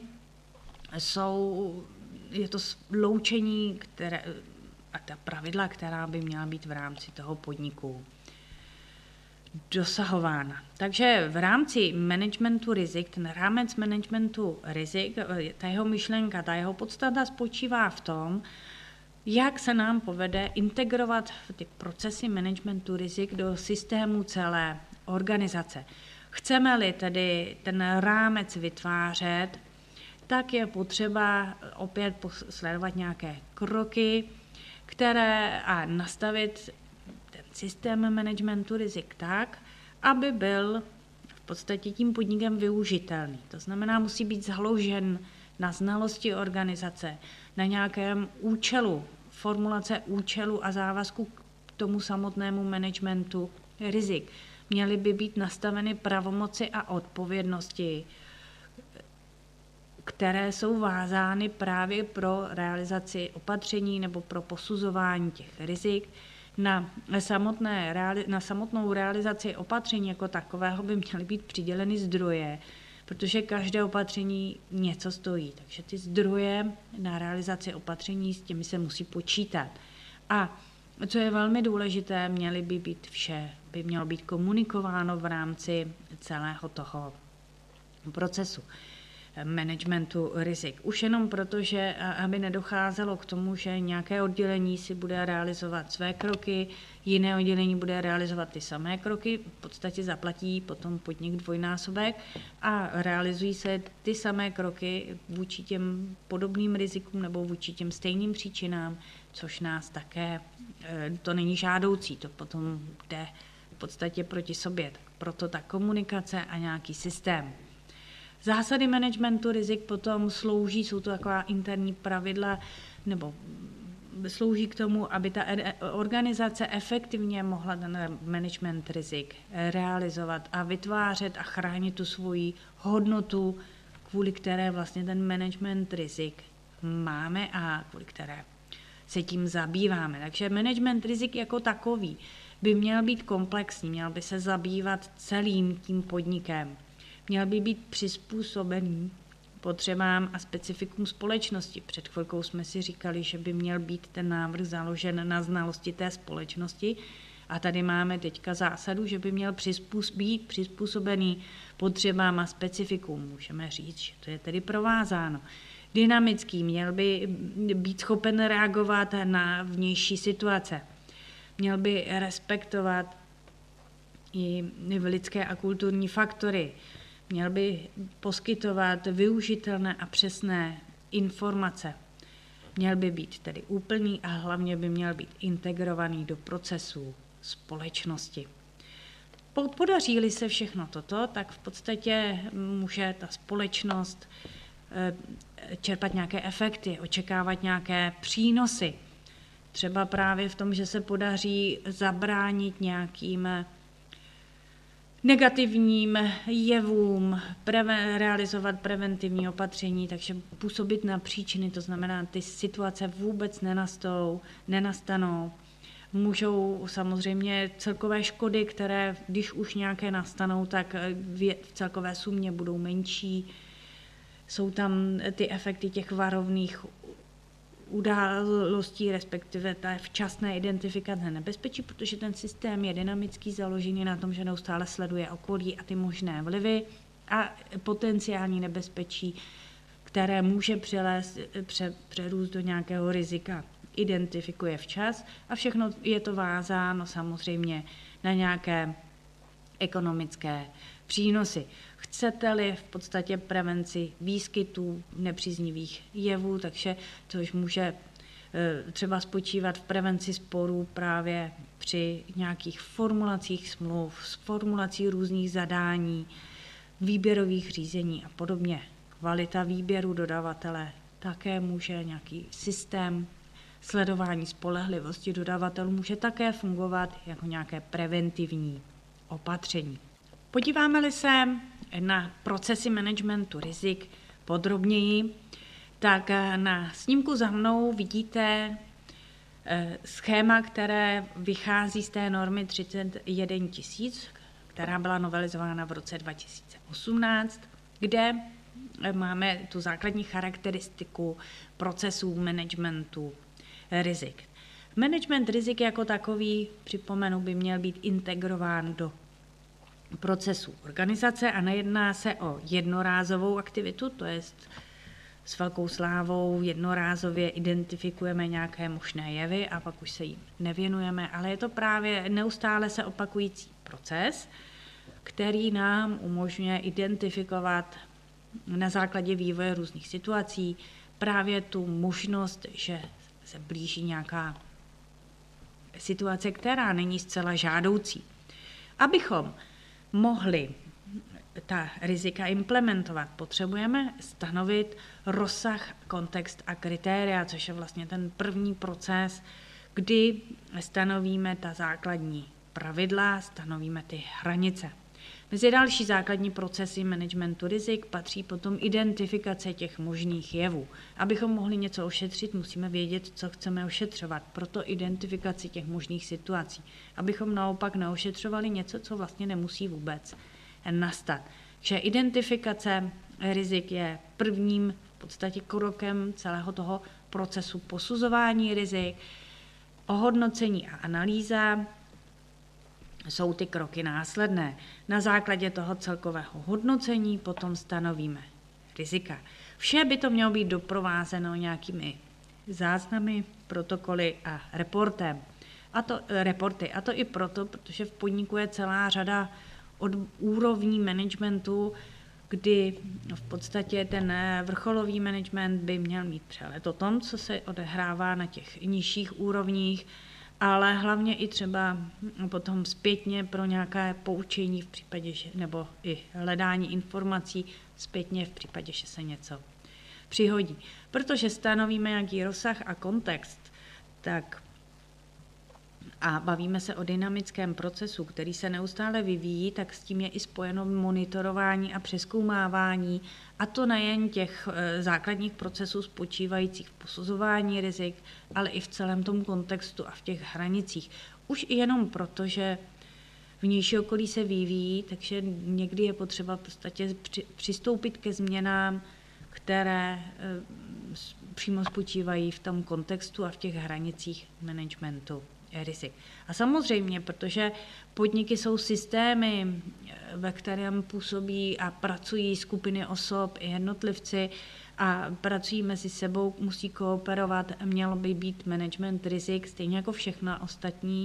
S1: je to loučení a ta pravidla, která by měla být v rámci toho podniku dosahována. Takže v rámci managementu rizik, ten rámec managementu rizik, ta jeho myšlenka, ta jeho podstata spočívá v tom, jak se nám povede integrovat ty procesy managementu rizik do systému celé organizace. Chceme-li tedy ten rámec vytvářet, tak je potřeba opět sledovat nějaké kroky, a nastavit ten systém managementu rizik tak, aby byl v podstatě tím podnikem využitelný. To znamená, musí být založen na znalosti organizace, na nějakém účelu, formulace účelu a závazku k tomu samotnému managementu rizik. Měly by být nastaveny pravomoci a odpovědnosti, které jsou vázány právě pro realizaci opatření nebo pro posuzování těch rizik. Na samotnou realizaci opatření jako takového by měly být přiděleny zdroje, protože každé opatření něco stojí. Takže ty zdroje na realizaci opatření, s těmi se musí počítat. A co je velmi důležité, by mělo být komunikováno v rámci celého toho procesu managementu rizik. Už jenom proto, že aby nedocházelo k tomu, že nějaké oddělení si bude realizovat své kroky, jiné oddělení bude realizovat ty samé kroky, v podstatě zaplatí potom podnik dvojnásobek a realizují se ty samé kroky vůči těm podobným rizikům nebo vůči těm stejným příčinám, což nás také, to není žádoucí, to potom jde v podstatě proti sobě. Proto ta komunikace a nějaký systém. Zásady managementu rizik potom jsou to taková interní pravidla, nebo slouží k tomu, aby ta organizace efektivně mohla ten management rizik realizovat a vytvářet a chránit tu svoji hodnotu, kvůli které vlastně ten management rizik máme a kvůli které se tím zabýváme. Takže management rizik jako takový by měl být komplexní, měl by se zabývat celým tím podnikem. Měl by být přizpůsobený potřebám a specifikům společnosti. Před chvilkou jsme si říkali, že by měl být ten návrh založen na znalosti té společnosti a tady máme teďka zásadu, že by měl být přizpůsobený potřebám a specifikům. Můžeme říct, že to je tedy provázáno. dynamický, měl by být schopen reagovat na vnější situace, měl by respektovat i lidské a kulturní faktory, měl by poskytovat využitelné a přesné informace, měl by být tedy úplný a hlavně by měl být integrovaný do procesů společnosti. Podaří-li se všechno toto, tak v podstatě může ta společnost čerpat nějaké efekty, očekávat nějaké přínosy. Třeba právě v tom, že se podaří zabránit nějakým negativním jevům, realizovat preventivní opatření, takže působit na příčiny, to znamená, ty situace vůbec nenastanou. Můžou samozřejmě celkové škody, které když už nějaké nastanou, tak v celkové sumě budou menší. Jsou tam ty efekty těch varovných událostí, respektive té včasné identifikace nebezpečí, protože ten systém je dynamický, založený na tom, že neustále sleduje okolí a ty možné vlivy a potenciální nebezpečí, které může přerůst do nějakého rizika, identifikuje včas a všechno je to vázáno samozřejmě na nějaké ekonomické přínosy. Chcete-li v podstatě prevenci výskytů nepříznivých jevů, takže což může třeba spočívat v prevenci sporů právě při nějakých formulacích smluv, formulací různých zadání, výběrových řízení a podobně. Kvalita výběru dodavatele také může nějaký systém sledování spolehlivosti dodavatelů může také fungovat jako nějaké preventivní opatření. Podíváme-li se na procesy managementu rizik podrobněji, tak na snímku za mnou vidíte schéma, které vychází z té normy 31 000, která byla novelizována v roce 2018, kde máme tu základní charakteristiku procesů managementu rizik. Management rizik jako takový, připomenu, by měl být integrován do procesu organizace a nejedná se o jednorázovou aktivitu, to jest s velkou slávou jednorázově identifikujeme nějaké možné jevy a pak už se jim nevěnujeme, ale je to právě neustále se opakující proces, který nám umožňuje identifikovat na základě vývoje různých situací právě tu možnost, že se blíží nějaká situace, která není zcela žádoucí. Abychom mohli ta rizika implementovat, potřebujeme stanovit rozsah, kontext a kritéria, což je vlastně ten první proces, kdy stanovíme ta základní pravidla, stanovíme ty hranice. Mezi další základní procesy managementu rizik patří potom identifikace těch možných jevů. Abychom mohli něco ošetřit, musíme vědět, co chceme ošetřovat, proto identifikaci těch možných situací. Abychom naopak neošetřovali něco, co vlastně nemusí vůbec nastat. Že identifikace rizik je prvním v podstatě krokem celého toho procesu posuzování rizik, ohodnocení a analýza jsou ty kroky následné. Na základě toho celkového hodnocení potom stanovíme rizika. Vše by to mělo být doprovázeno nějakými záznamy, protokoly a reporty. A to i proto, protože v podniku je celá řada od úrovní managementu, kdy v podstatě ten vrcholový management by měl mít přehled o tom, co se odehrává na těch nižších úrovních, ale hlavně i třeba potom zpětně pro nějaké poučení v případě, nebo i hledání informací zpětně v případě, že se něco přihodí. Protože stanovíme nějaký rozsah a kontext, tak a bavíme se o dynamickém procesu, který se neustále vyvíjí, tak s tím je i spojeno monitorování a přezkoumávání, a to nejen těch základních procesů spočívajících v posuzování rizik, ale i v celém tom kontextu a v těch hranicích. Už i jenom proto, že vnější okolí se vyvíjí, takže někdy je potřeba v podstatě přistoupit ke změnám, které přímo spočívají v tom kontextu a v těch hranicích managementu rizik. A samozřejmě, protože podniky jsou systémy, ve kterém působí a pracují skupiny osob i jednotlivci a pracují mezi sebou, musí kooperovat, mělo by být management rizik, stejně jako všechna ostatní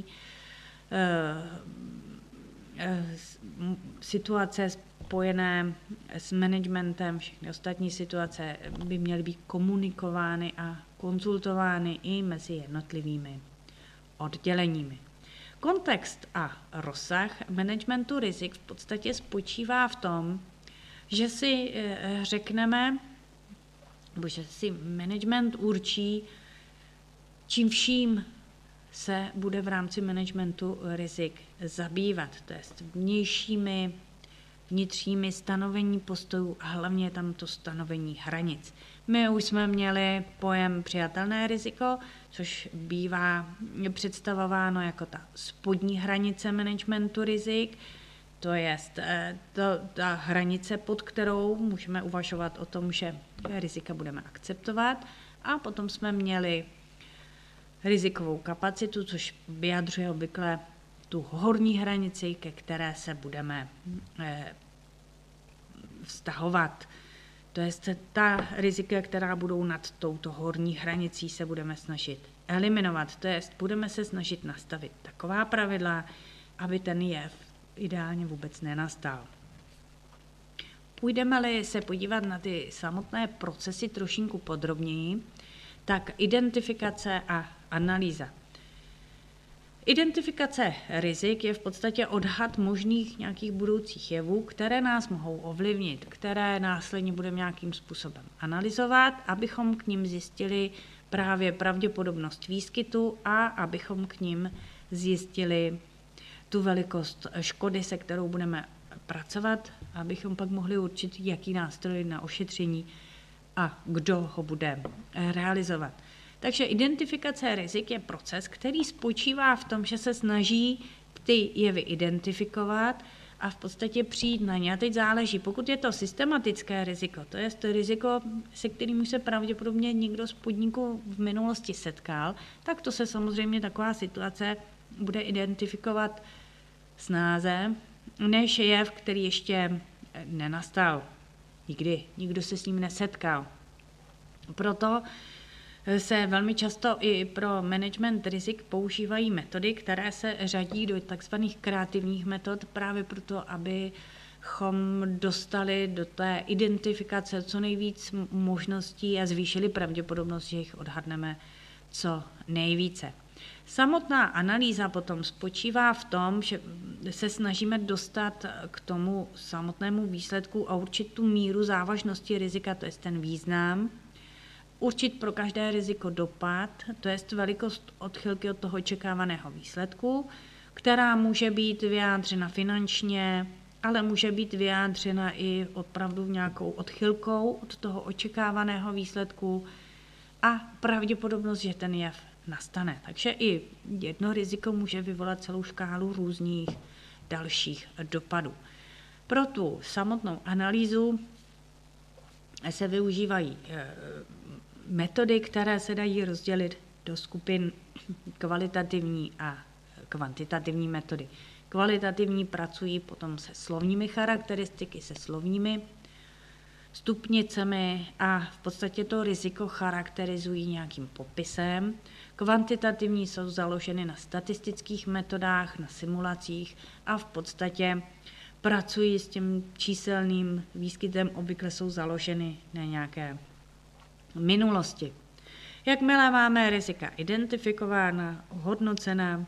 S1: situace spojené s managementem, všechny ostatní situace by měly být komunikovány a konzultovány i mezi jednotlivými odděleními. Kontext a rozsah managementu rizik v podstatě spočívá v tom, že si řekneme, nebo že si management určí, čím vším se bude v rámci managementu rizik zabývat. To je vnějšími, vnitřními stanovení postojů a hlavně tam to stanovení hranic. My už jsme měli pojem přijatelné riziko, což bývá představováno jako ta spodní hranice managementu rizik, to je ta hranice, pod kterou můžeme uvažovat o tom, že rizika budeme akceptovat. A potom jsme měli rizikovou kapacitu, což vyjadřuje obvykle tu horní hranici, ke které se budeme vztahovat. To je ta rizika, která budou nad touto horní hranicí, se budeme snažit eliminovat. To je, budeme se snažit nastavit taková pravidla, aby ten jev ideálně vůbec nenastal. Půjdeme-li se podívat na ty samotné procesy trošinku podrobněji, tak identifikace a analýza. Identifikace rizik je v podstatě odhad možných nějakých budoucích jevů, které nás mohou ovlivnit, které následně budeme nějakým způsobem analyzovat, abychom k nim zjistili právě pravděpodobnost výskytu a abychom k nim zjistili tu velikost škody, se kterou budeme pracovat, abychom pak mohli určit, jaký nástroj na ošetření a kdo ho bude realizovat. Takže identifikace rizik je proces, který spočívá v tom, že se snaží ty jevy identifikovat a v podstatě přijít na ně. A teď záleží, pokud je to systematické riziko, to je to riziko, se kterým se pravděpodobně někdo z podniku v minulosti setkal, tak to se samozřejmě taková situace bude identifikovat snáze, než jev, který ještě nenastal. Nikdo se s ním nesetkal. Proto se velmi často i pro management rizik používají metody, které se řadí do takzvaných kreativních metod právě proto, abychom dostali do té identifikace co nejvíc možností a zvýšili pravděpodobnost, že jich odhadneme co nejvíce. Samotná analýza potom spočívá v tom, že se snažíme dostat k tomu samotnému výsledku a určit tu míru závažnosti rizika, to je ten význam, určit pro každé riziko dopad, to je velikost odchylky od toho očekávaného výsledku, která může být vyjádřena finančně, ale může být vyjádřena i opravdu nějakou odchylkou od toho očekávaného výsledku a pravděpodobnost, že ten jev nastane. Takže i jedno riziko může vyvolat celou škálu různých dalších dopadů. Pro tu samotnou analýzu se využívají metody, které se dají rozdělit do skupin kvalitativní a kvantitativní metody. Kvalitativní pracují potom se slovními charakteristiky, se slovními stupnicemi a v podstatě to riziko charakterizují nějakým popisem. Kvantitativní jsou založeny na statistických metodách, na simulacích a v podstatě pracují s tím číselným výskytem, obvykle jsou založeny na nějaké minulosti. Jakmile máme rizika identifikována, hodnocena,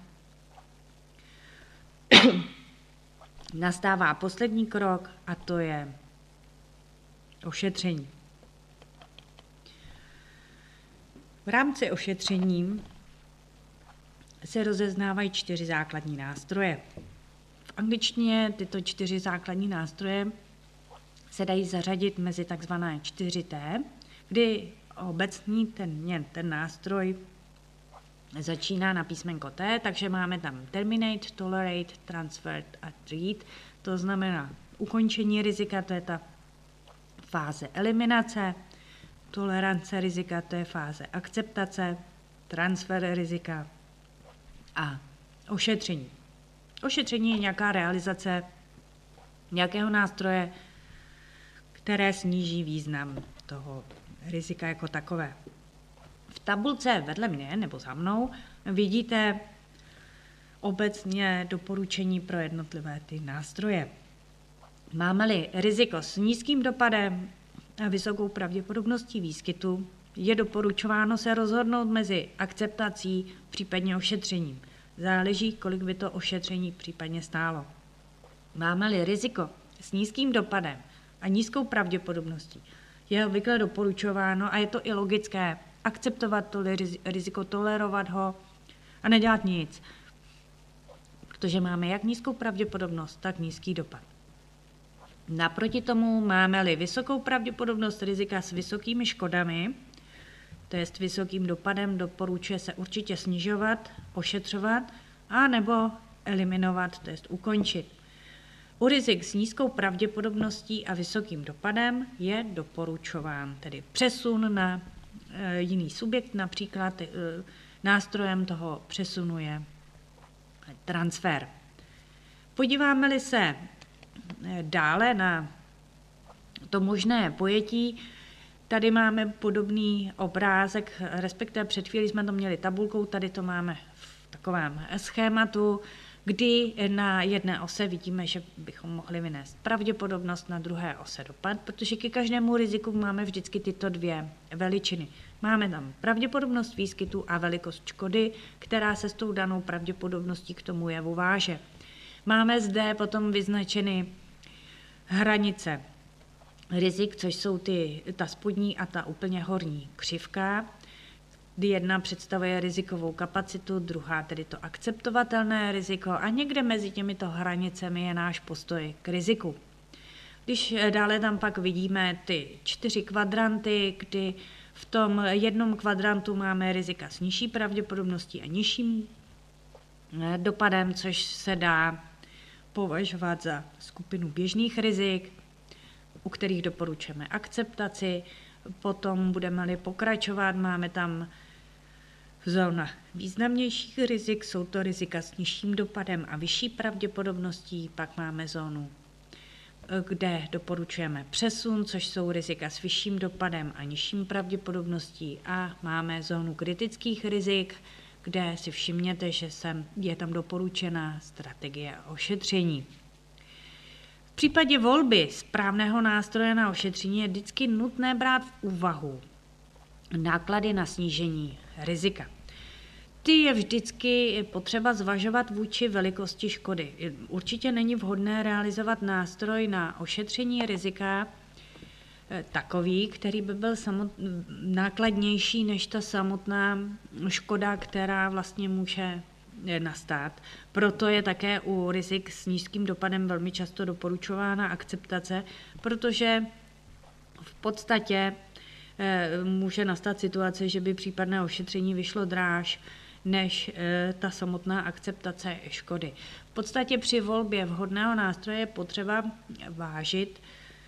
S1: nastává poslední krok a to je ošetření. V rámci ošetření se rozeznávají 4 základní nástroje. V angličtině tyto 4 základní nástroje se dají zařadit mezi takzvané 4T, kdy obecný ten nástroj začíná na písmenko T, takže máme tam terminate, tolerate, transfer a treat. To znamená ukončení rizika, to je ta fáze eliminace, tolerance rizika, to je fáze akceptace, transfer rizika a ošetření. Ošetření je nějaká realizace nějakého nástroje, které sníží význam toho rizika jako takové. V tabulce vedle mě nebo za mnou vidíte obecně doporučení pro jednotlivé ty nástroje. Máme-li riziko s nízkým dopadem a vysokou pravděpodobností výskytu, je doporučováno se rozhodnout mezi akceptací, případně ošetřením. Záleží, kolik by to ošetření případně stálo. Máme-li riziko s nízkým dopadem a nízkou pravděpodobností, je obvykle doporučováno, a je to i logické, akceptovat to riziko, tolerovat ho a nedělat nic, protože máme jak nízkou pravděpodobnost, tak nízký dopad. Naproti tomu máme-li vysokou pravděpodobnost rizika s vysokými škodami, to je s vysokým dopadem, doporučuje se určitě snižovat, ošetřovat a nebo eliminovat, to je ukončit. U rizik s nízkou pravděpodobností a vysokým dopadem je doporučován tedy přesun na jiný subjekt, například nástrojem toho přesunu je transfer. Podíváme-li se dále na to možné pojetí, tady máme podobný obrázek, respektive před chvílí jsme to měli tabulkou, tady to máme v takovém schématu, kdy na jedné ose vidíme, že bychom mohli vynést pravděpodobnost, na druhé ose dopad, protože ke každému riziku máme vždycky tyto dvě veličiny. Máme tam pravděpodobnost výskytu a velikost škody, která se s tou danou pravděpodobností k tomu jevu váže. Máme zde potom vyznačeny hranice rizik, což jsou ta spodní a ta úplně horní křivka. Jedna představuje rizikovou kapacitu, druhá tedy to akceptovatelné riziko a někde mezi těmito hranicemi je náš postoj k riziku. Když dále tam pak vidíme ty 4 kvadranty, kdy v tom jednom kvadrantu máme rizika s nižší pravděpodobností a nižším dopadem, což se dá považovat za skupinu běžných rizik, u kterých doporučujeme akceptaci. Potom budeme-li pokračovat, máme tam zóna významnějších rizik, jsou to rizika s nižším dopadem a vyšší pravděpodobností, pak máme zónu, kde doporučujeme přesun, což jsou rizika s vyšším dopadem a nižším pravděpodobností, a máme zónu kritických rizik, kde si všimněte, že je tam doporučená strategie ošetření. V případě volby správného nástroje na ošetření je vždycky nutné brát v úvahu náklady na snížení rizika. Ty je vždycky potřeba zvažovat vůči velikosti škody. Určitě není vhodné realizovat nástroj na ošetření rizika takový, který by byl nákladnější než ta samotná škoda, která vlastně může nastat. Proto je také u rizik s nízkým dopadem velmi často doporučována akceptace, protože v podstatě může nastat situace, že by případné ošetření vyšlo dráž než ta samotná akceptace škody. V podstatě při volbě vhodného nástroje je potřeba vážit,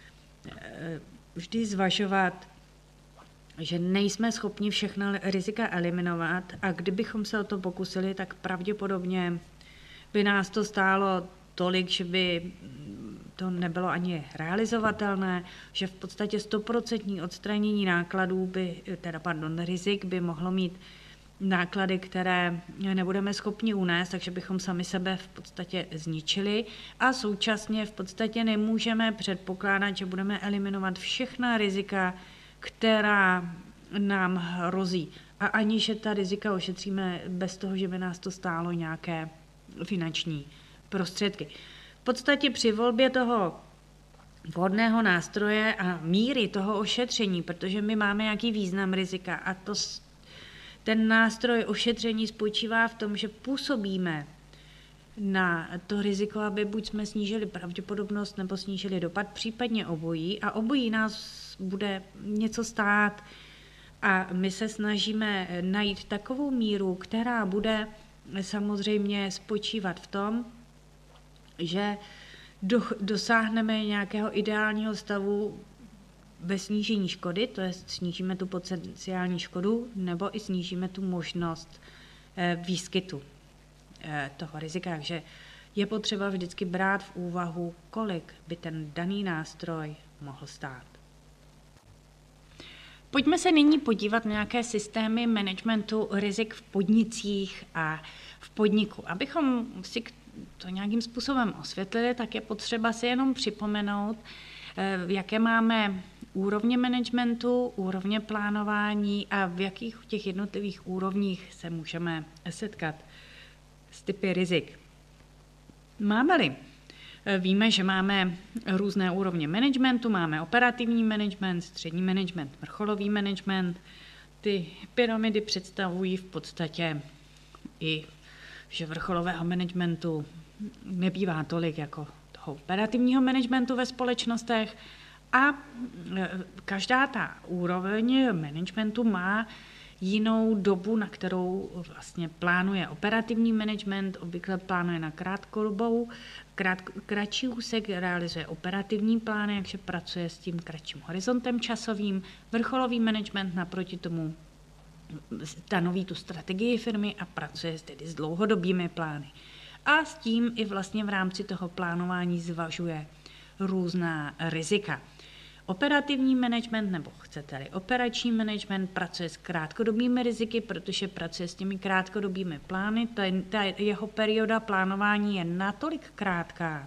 S1: vždy zvažovat, že nejsme schopni všechna rizika eliminovat, a kdybychom se o to pokusili, tak pravděpodobně by nás to stálo tolik, že by to nebylo ani realizovatelné, že v podstatě 100% odstranění nákladů rizik by mohlo mít náklady, které nebudeme schopni unést, takže bychom sami sebe v podstatě zničili, a současně v podstatě nemůžeme předpokládat, že budeme eliminovat všechna rizika, která nám hrozí, a ani že ta rizika ošetříme bez toho, že by nás to stálo nějaké finanční prostředky. V podstatě při volbě toho vhodného nástroje a míry toho ošetření, protože my máme nějaký význam rizika, a ten nástroj ošetření spočívá v tom, že působíme na to riziko, aby buď jsme snížili pravděpodobnost nebo snížili dopad, případně obojí, a obojí nás bude něco stát, a my se snažíme najít takovou míru, která bude samozřejmě spočívat v tom, že dosáhneme nějakého ideálního stavu ve snížení škody, to je snížíme tu potenciální škodu, nebo i snížíme tu možnost výskytu toho rizika. Takže je potřeba vždycky brát v úvahu, kolik by ten daný nástroj mohl stát. Pojďme se nyní podívat na nějaké systémy managementu rizik v podnicích a v podniku. Abychom si to nějakým způsobem osvětlili, tak je potřeba si jenom připomenout, jaké máme úrovně managementu, úrovně plánování a v jakých těch jednotlivých úrovních se můžeme setkat s typy rizik. Máme-li? Víme, že máme různé úrovně managementu, máme operativní management, střední management, vrcholový management. Ty pyramidy představují v podstatě i, že vrcholového managementu nebývá tolik jako toho operativního managementu ve společnostech a každá ta úroveň managementu má jinou dobu, na kterou vlastně plánuje operativní management, obvykle plánuje na krátkodobou, kratší úsek, realizuje operativní plány, takže pracuje s tím kratším horizontem časovým. Vrcholový management naproti tomu stanoví tu strategii firmy a pracuje tedy s dlouhodobými plány. A s tím i vlastně v rámci toho plánování zvažuje různá rizika. Operativní management, nebo chcete-li operační management, pracuje s krátkodobými riziky, protože pracuje s těmi krátkodobými plány. Ta jeho perioda plánování je natolik krátká,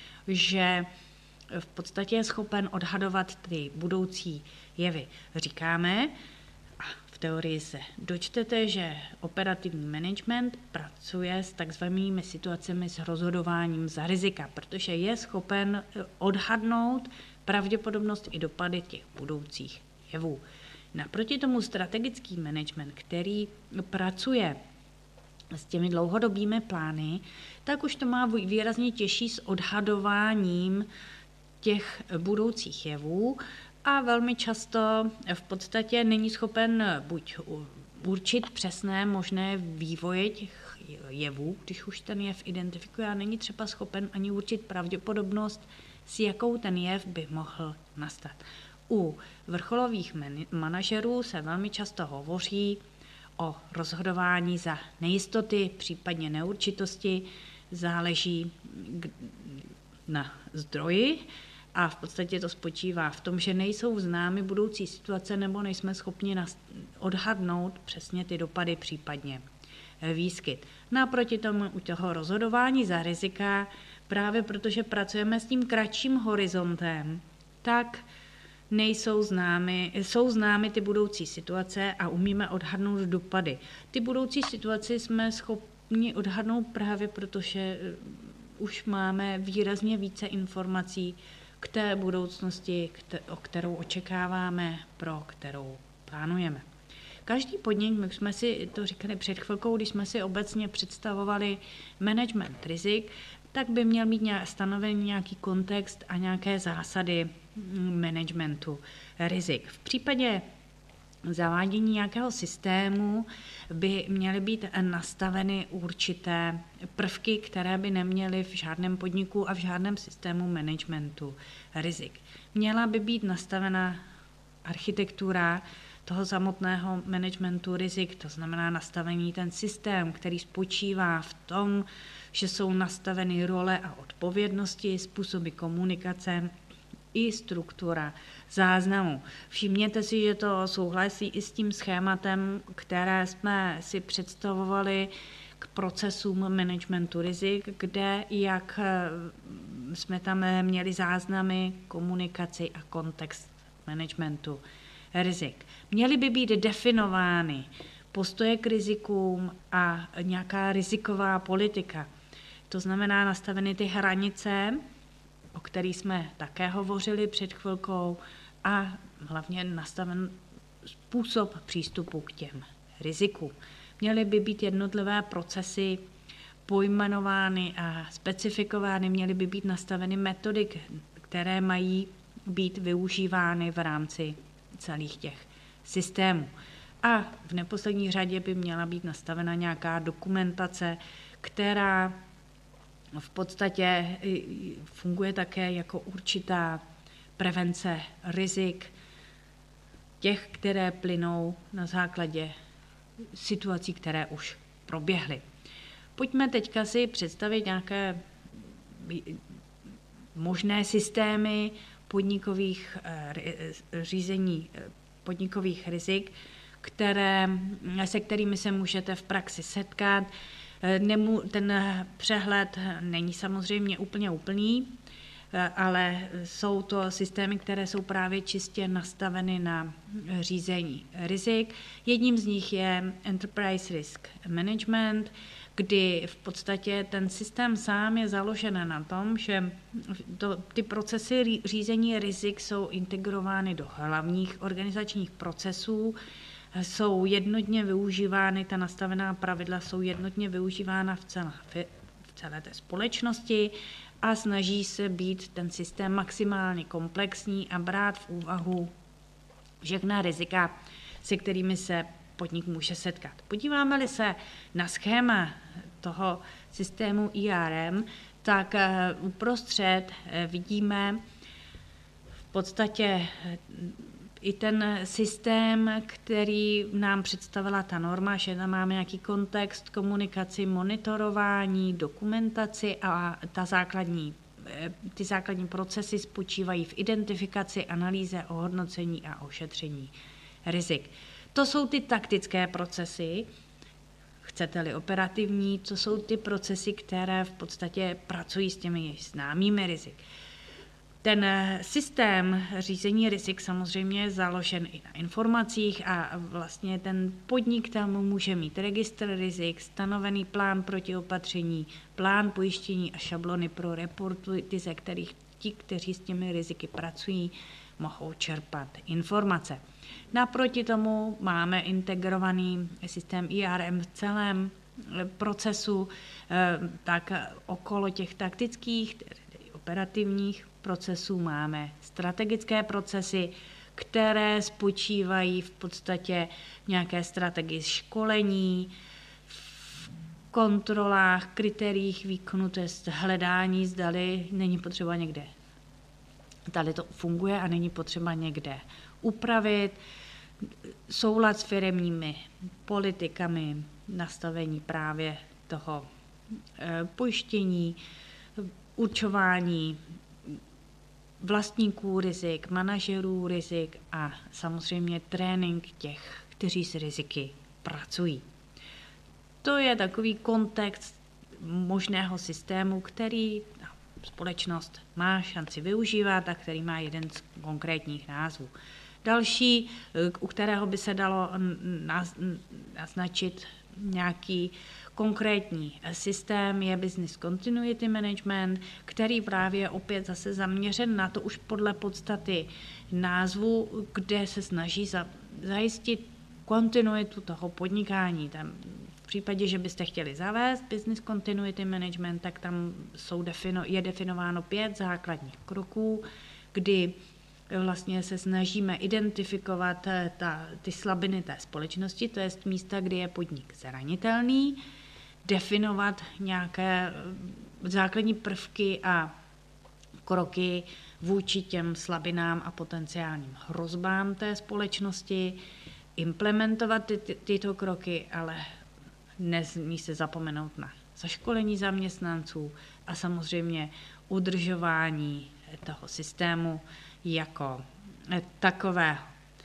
S1: že v podstatě je schopen odhadovat ty budoucí jevy. Říkáme, a v teorii se dočtete, že operativní management pracuje s takzvanými situacemi s rozhodováním za rizika, protože je schopen odhadnout pravděpodobnost i dopady těch budoucích jevů. Naproti tomu strategický management, který pracuje s těmi dlouhodobými plány, tak už to má výrazně těžší s odhadováním těch budoucích jevů a velmi často v podstatě není schopen buď určit přesné možné vývoje těch jevů, když už ten jev identifikuje, a není třeba schopen ani určit pravděpodobnost, s jakou ten jev by mohl nastat. U vrcholových manažerů se velmi často hovoří o rozhodování za nejistoty, případně neurčitosti, záleží na zdroji a v podstatě to spočívá v tom, že nejsou známy budoucí situace nebo nejsme schopni odhadnout přesně ty dopady, případně výskyt. Naproti tomu u toho rozhodování za rizika, právě protože pracujeme s tím kratším horizontem, tak jsou známy ty budoucí situace a umíme odhadnout dopady. Ty budoucí situace jsme schopni odhadnout právě protože už máme výrazně více informací k té budoucnosti, o kterou očekáváme, pro kterou plánujeme. Každý podnik, my jsme si to říkali před chvilkou, když jsme si obecně představovali management rizik, tak by měl mít stanovený nějaký kontext a nějaké zásady managementu rizik. V případě zavádění nějakého systému by měly být nastaveny určité prvky, které by neměly v žádném podniku a v žádném systému managementu rizik. Měla by být nastavena architektura toho samotného managementu rizik, to znamená nastavení ten systém, který spočívá v tom, že jsou nastaveny role a odpovědnosti, způsoby komunikace i struktura záznamu. Všimněte si, že to souhlasí i s tím schématem, které jsme si představovali k procesům managementu rizik, kde jak jsme tam měli záznamy, komunikaci a kontext managementu rizik. Měly by být definovány postoje k rizikům a nějaká riziková politika. To znamená nastaveny ty hranice, o kterých jsme také hovořili před chvilkou, a hlavně nastaven způsob přístupu k těm rizikům. Měly by být jednotlivé procesy pojmenovány a specifikovány, měly by být nastaveny metody, které mají být využívány v rámci celých těch systémů. A v neposlední řadě by měla být nastavena nějaká dokumentace, která v podstatě funguje také jako určitá prevence rizik, těch, které plynou na základě situací, které už proběhly. Pojďme teďka si představit nějaké možné systémy podnikových řízení podnikových rizik, se kterými se můžete v praxi setkat. Ten přehled není samozřejmě úplně úplný, ale jsou to systémy, které jsou právě čistě nastaveny na řízení rizik. Jedním z nich je Enterprise Risk Management, kdy v podstatě ten systém sám je založen na tom, že ty procesy řízení rizik jsou integrovány do hlavních organizačních procesů, jsou jednotně využívány, ta nastavená pravidla jsou jednotně využívána v celé té společnosti a snaží se být ten systém maximálně komplexní a brát v úvahu všechna rizika, se kterými se podnik může setkat. Podíváme-li se na schéma toho systému IRM, tak uprostřed vidíme v podstatě i ten systém, který nám představila ta norma, že tam máme nějaký kontext, komunikaci, monitorování, dokumentaci a ty základní procesy spočívají v identifikaci, analýze, ohodnocení a ošetření rizik. To jsou ty taktické procesy, chcete-li operativní, to jsou ty procesy, které v podstatě pracují s těmi známými rizik. Ten systém řízení rizik samozřejmě je založen i na informacích a vlastně ten podnik tam může mít registr rizik, stanovený plán protiopatření, plán pojištění a šablony pro reporty, ze kterých ti, kteří s těmi riziky pracují, mohou čerpat informace. Naproti tomu máme integrovaný systém IRM v celém procesu, tak okolo těch taktických, tedy operativních procesů máme strategické procesy, které spočívají v podstatě v nějaké strategii školení, v kontrolách, kritériích výkonu, to je hledání, zdali není potřeba někde, zdali to funguje a není potřeba někde upravit, soulad s firemními politikami, nastavení právě toho pojištění, určování vlastníků rizik, manažerů rizik a samozřejmě trénink těch, kteří s riziky pracují. To je takový kontext možného systému, který společnost má šanci využívat a který má jeden z konkrétních názvů. Další, u kterého by se dalo naznačit nějaký konkrétní systém, je Business Continuity Management, který právě je opět zase zaměřen na to už podle podstaty názvu, kde se snaží zajistit kontinuitu toho podnikání. Tam v případě, že byste chtěli zavést Business Continuity Management, tak tam je definováno 5 základních kroků, kdy vlastně se snažíme identifikovat ty slabiny té společnosti, to je místa, kdy je podnik zranitelný, definovat nějaké základní prvky a kroky vůči těm slabinám a potenciálním hrozbám té společnosti, implementovat tyto kroky, ale nesmí se zapomenout na zaškolení zaměstnanců a samozřejmě udržování toho systému jako takového.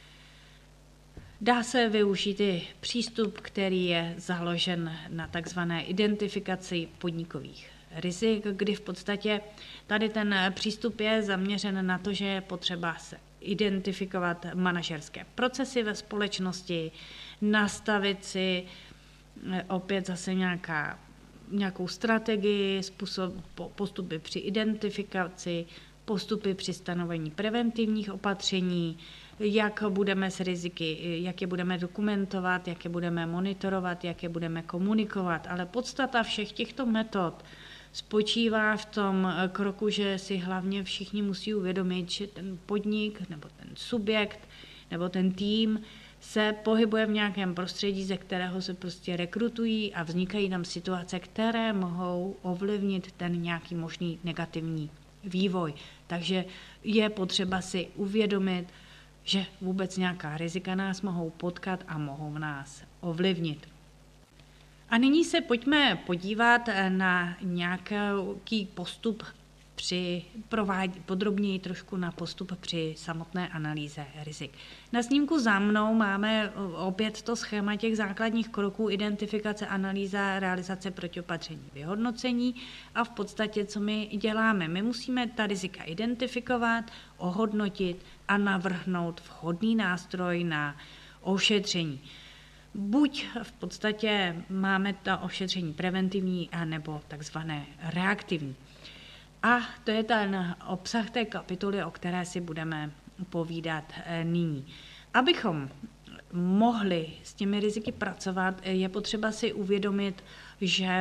S1: Dá se využít i přístup, který je založen na takzvané identifikaci podnikových rizik, kdy v podstatě tady ten přístup je zaměřen na to, že je potřeba se identifikovat manažerské procesy ve společnosti, nastavit si opět zase nějakou strategii, postupy při identifikaci, postupy při stanovení preventivních opatření, jak budeme s riziky, jak je budeme dokumentovat, jak je budeme monitorovat, jak je budeme komunikovat. Ale podstata všech těchto metod spočívá v tom kroku, že si hlavně všichni musí uvědomit, že ten podnik nebo ten subjekt nebo ten tým se pohybuje v nějakém prostředí, ze kterého se prostě rekrutují a vznikají tam situace, které mohou ovlivnit ten nějaký možný negativní vývoj. Takže je potřeba si uvědomit, že vůbec nějaká rizika nás mohou potkat a mohou nás ovlivnit. A nyní se pojďme podívat na nějaký postup podrobněji trošku na postup při samotné analýze rizik. Na snímku za mnou máme opět to schéma těch základních kroků: identifikace, analýza, realizace protiopatření, vyhodnocení. A v podstatě, co my děláme? My musíme ta rizika identifikovat, ohodnotit a navrhnout vhodný nástroj na ošetření. Buď v podstatě máme ta ošetření preventivní, anebo takzvané reaktivní. A to je ten obsah té kapitoly, o které si budeme povídat nyní. Abychom mohli s těmi riziky pracovat, je potřeba si uvědomit, že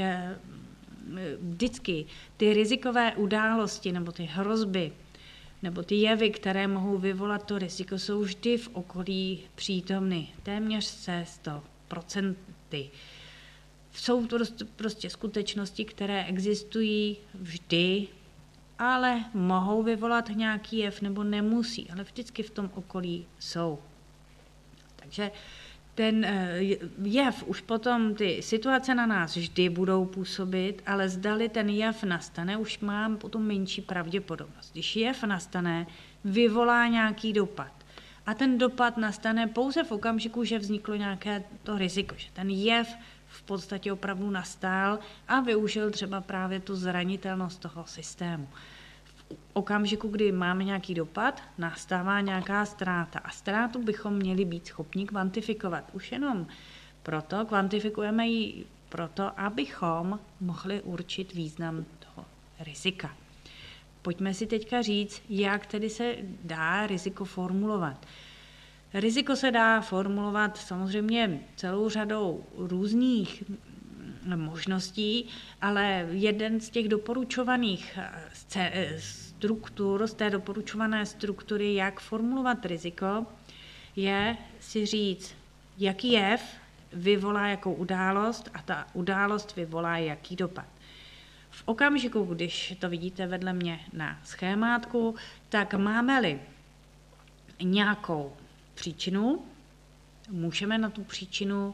S1: vždycky ty rizikové události nebo ty hrozby nebo ty jevy, které mohou vyvolat to riziko, jsou vždy v okolí přítomny, téměř se 100%. Jsou to prostě skutečnosti, které existují vždy, ale mohou vyvolat nějaký jev nebo nemusí, ale vždycky v tom okolí jsou. Takže ten jev, už potom ty situace na nás vždy budou působit, ale zdali ten jev nastane, už mám potom menší pravděpodobnost. Když jev nastane, vyvolá nějaký dopad. A ten dopad nastane pouze v okamžiku, že vzniklo nějaké to riziko, že ten jev v podstatě opravdu nastal a využil třeba právě tu zranitelnost toho systému. V okamžiku, kdy máme nějaký dopad, nastává nějaká ztráta a ztrátu bychom měli být schopni kvantifikovat. Už jenom proto kvantifikujeme ji proto, abychom mohli určit význam toho rizika. Pojďme si teďka říct, jak tedy se dá riziko formulovat. Riziko se dá formulovat samozřejmě celou řadou různých možností, ale jeden z těch doporučovaných struktur, z té doporučované struktury, jak formulovat riziko, je si říct, jaký jev vyvolá jakou událost a ta událost vyvolá jaký dopad. V okamžiku, když to vidíte vedle mě na schémátku, tak máme-li nějakou příčinu, můžeme na tu příčinu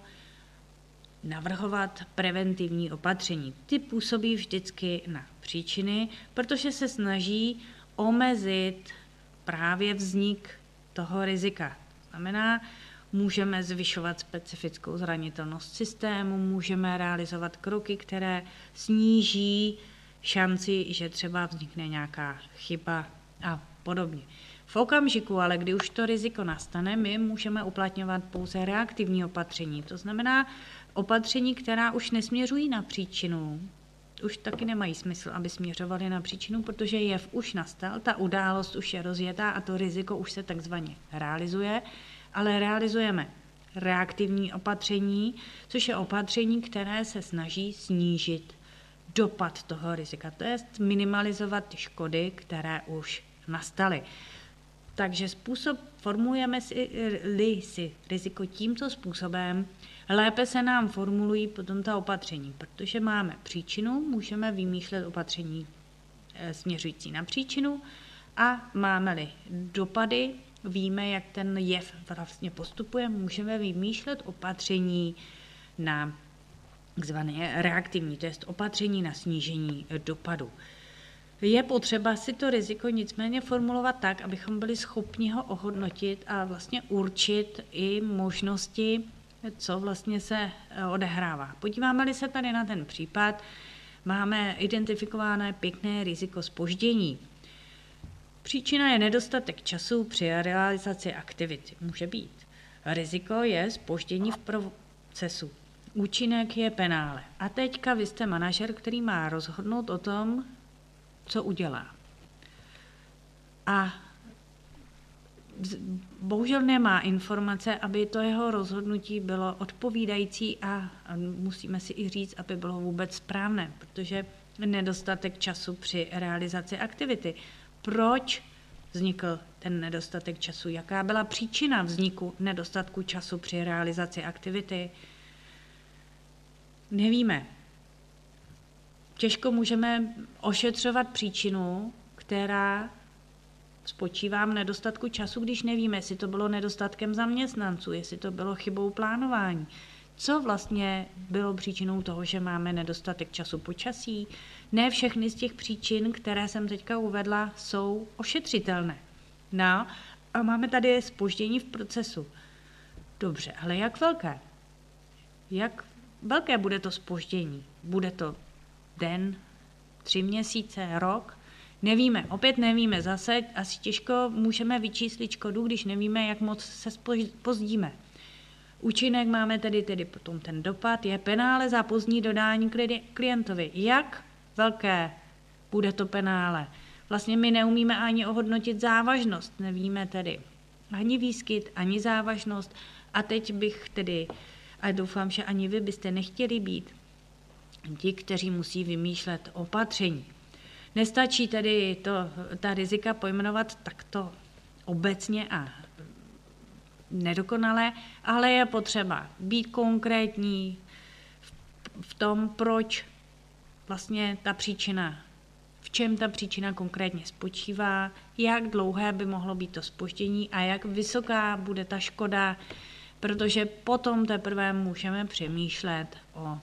S1: navrhovat preventivní opatření. Ty působí vždycky na příčiny, protože se snaží omezit právě vznik toho rizika. To znamená, můžeme zvyšovat specifickou zranitelnost systému, můžeme realizovat kroky, které sníží šanci, že třeba vznikne nějaká chyba a podobně. V okamžiku, ale kdy už to riziko nastane, my můžeme uplatňovat pouze reaktivní opatření. To znamená opatření, která už nesměřují na příčinu. Už taky nemají smysl, aby směřovaly na příčinu, protože jev už nastal, ta událost už je rozjetá a to riziko už se takzvaně realizuje, ale realizujeme reaktivní opatření, což je opatření, které se snaží snížit dopad toho rizika, to je minimalizovat ty škody, které už nastaly. Takže formulujeme si riziko tímto způsobem, lépe se nám formulují potom ta opatření, protože máme příčinu, můžeme vymýšlet opatření směřující na příčinu a máme-li dopady, víme, jak ten jev vlastně postupuje, můžeme vymýšlet opatření na takzvané reaktivní, to je opatření na snížení dopadu. Je potřeba si to riziko nicméně formulovat tak, abychom byli schopni ho ohodnotit a vlastně určit i možnosti, co vlastně se odehrává. Podíváme-li se tady na ten případ, máme identifikované pěkné riziko zpoždění. Příčina je nedostatek času při realizaci aktivity. Může být. Riziko je zpoždění v procesu. Účinek je penále. A teďka vy jste manažer, který má rozhodnout o tom, co udělá. A bohužel nemá informace, aby to jeho rozhodnutí bylo odpovídající a musíme si i říct, aby bylo vůbec správné, protože nedostatek času při realizaci aktivity. Proč vznikl ten nedostatek času? Jaká byla příčina vzniku nedostatku času při realizaci aktivity? Nevíme. Těžko můžeme ošetřovat příčinu, která spočívá v nedostatku času, když nevíme, jestli to bylo nedostatkem zaměstnanců, jestli to bylo chybou plánování. co vlastně bylo příčinou toho, že máme nedostatek času počasí. Ne všechny z těch příčin, které jsem teďka uvedla, jsou ošetřitelné. No, a máme tady zpoždění v procesu. Dobře, ale jak velké? Jak velké bude to zpoždění? Bude to den, 3 měsíce, rok? Nevíme, opět nevíme, zase asi těžko můžeme vyčíslit škodu, když nevíme, jak moc se pozdíme. Účinek máme tedy potom ten dopad, je penále za pozdní dodání klientovi. Jak velké bude to penále? Vlastně my neumíme ani ohodnotit závažnost, nevíme tedy ani výskyt, ani závažnost. A teď bych tedy, a doufám, že ani vy byste nechtěli být ti, kteří musí vymýšlet opatření. Nestačí tedy ta rizika pojmenovat takto obecně a nedokonale, ale je potřeba být konkrétní v tom, proč vlastně ta příčina, v čem ta příčina konkrétně spočívá, jak dlouhé by mohlo být to zpoždění a jak vysoká bude ta škoda, protože potom teprve můžeme přemýšlet o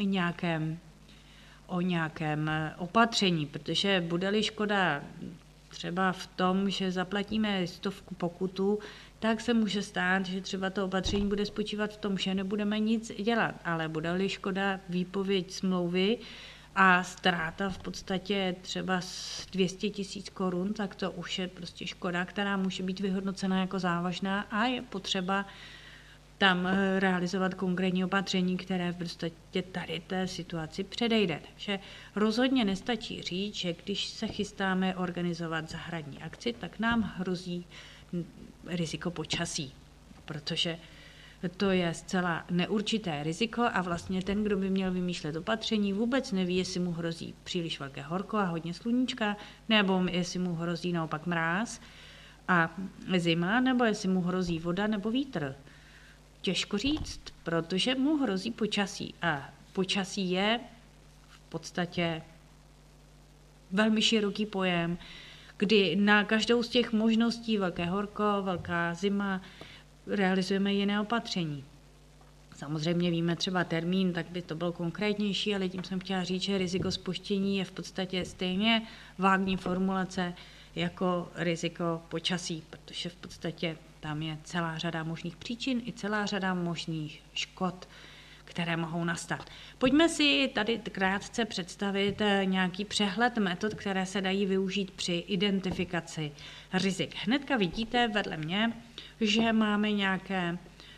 S1: nějakém opatření, protože bude-li škoda třeba v tom, že zaplatíme 100 pokutu, tak se může stát, že třeba to opatření bude spočívat v tom, že nebudeme nic dělat, ale bude-li škoda výpověď smlouvy a ztráta v podstatě třeba z 200 000 korun, tak to už je prostě škoda, která může být vyhodnocena jako závažná a je potřeba tam realizovat konkrétní opatření, které v podstatě tady té situaci předejde. Takže rozhodně nestačí říct, že když se chystáme organizovat zahradní akci, tak nám hrozí riziko počasí, protože to je zcela neurčité riziko a vlastně ten, kdo by měl vymýšlet opatření, vůbec neví, jestli mu hrozí příliš velké horko a hodně sluníčka, nebo jestli mu hrozí naopak mráz a zima, nebo jestli mu hrozí voda nebo vítr. Těžko říct, protože mu hrozí počasí a počasí je v podstatě velmi široký pojem, kdy na každou z těch možností, velké horko, velká zima, realizujeme jiné opatření. Samozřejmě víme třeba termín, tak by to bylo konkrétnější, ale tím jsem chtěla říct, že riziko zpoždění je v podstatě stejně vágní formulace jako riziko počasí, protože v podstatě tam je celá řada možných příčin i celá řada možných škod, které mohou nastat. Pojďme si tady krátce představit nějaký přehled metod, které se dají využít při identifikaci rizik. Hnedka vidíte vedle mě, že máme nějaké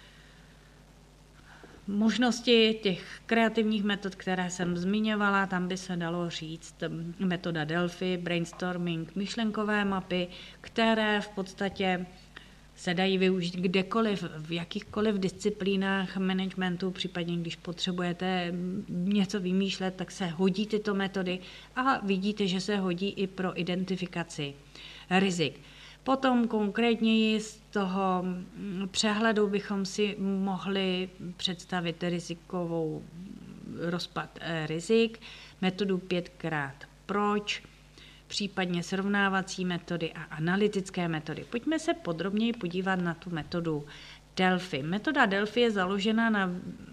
S1: možnosti těch kreativních metod, které jsem zmiňovala. Tam by se dalo říct metoda Delphi, brainstorming, myšlenkové mapy, které v podstatě se dají využít kdekoliv, v jakýchkoliv disciplínách managementu, případně když potřebujete něco vymýšlet, tak se hodí tyto metody a vidíte, že se hodí i pro identifikaci rizik. Potom konkrétněji z toho přehledu bychom si mohli představit rizikovou rozpad rizik, metodu 5x proč, případně srovnávací metody a analytické metody. Pojďme se podrobněji podívat na tu metodu Delphi. Metoda Delphi je založena na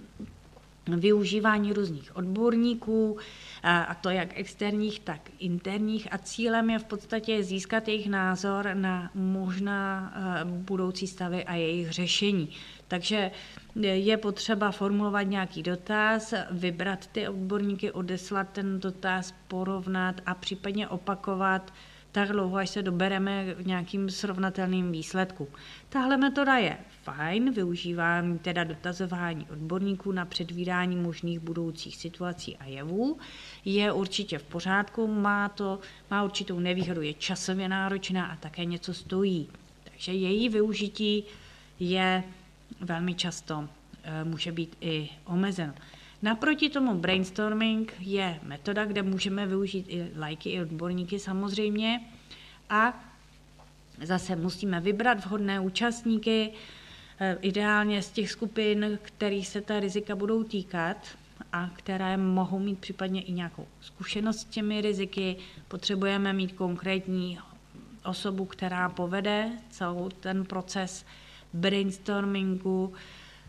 S1: využívání různých odborníků, a to jak externích, tak interních, a cílem je v podstatě získat jejich názor na možná budoucí stavy a jejich řešení. Takže je potřeba formulovat nějaký dotaz, vybrat ty odborníky, odeslat ten dotaz, porovnat a případně opakovat tak dlouho, až se dobereme k nějakým srovnatelným výsledkům. Tahle metoda je fajn, využívání teda dotazování odborníků na předvídání možných budoucích situací a jevů. Je určitě v pořádku, má určitou nevýhodu, je časově náročná a také něco stojí. Takže její využití je velmi často, může být i omezeno. Naproti tomu brainstorming je metoda, kde můžeme využít i lajky, i odborníky samozřejmě a zase musíme vybrat vhodné účastníky, ideálně z těch skupin, kterých se ta rizika budou týkat a které mohou mít případně i nějakou zkušenost s těmi riziky. Potřebujeme mít konkrétní osobu, která povede celý ten proces brainstormingu,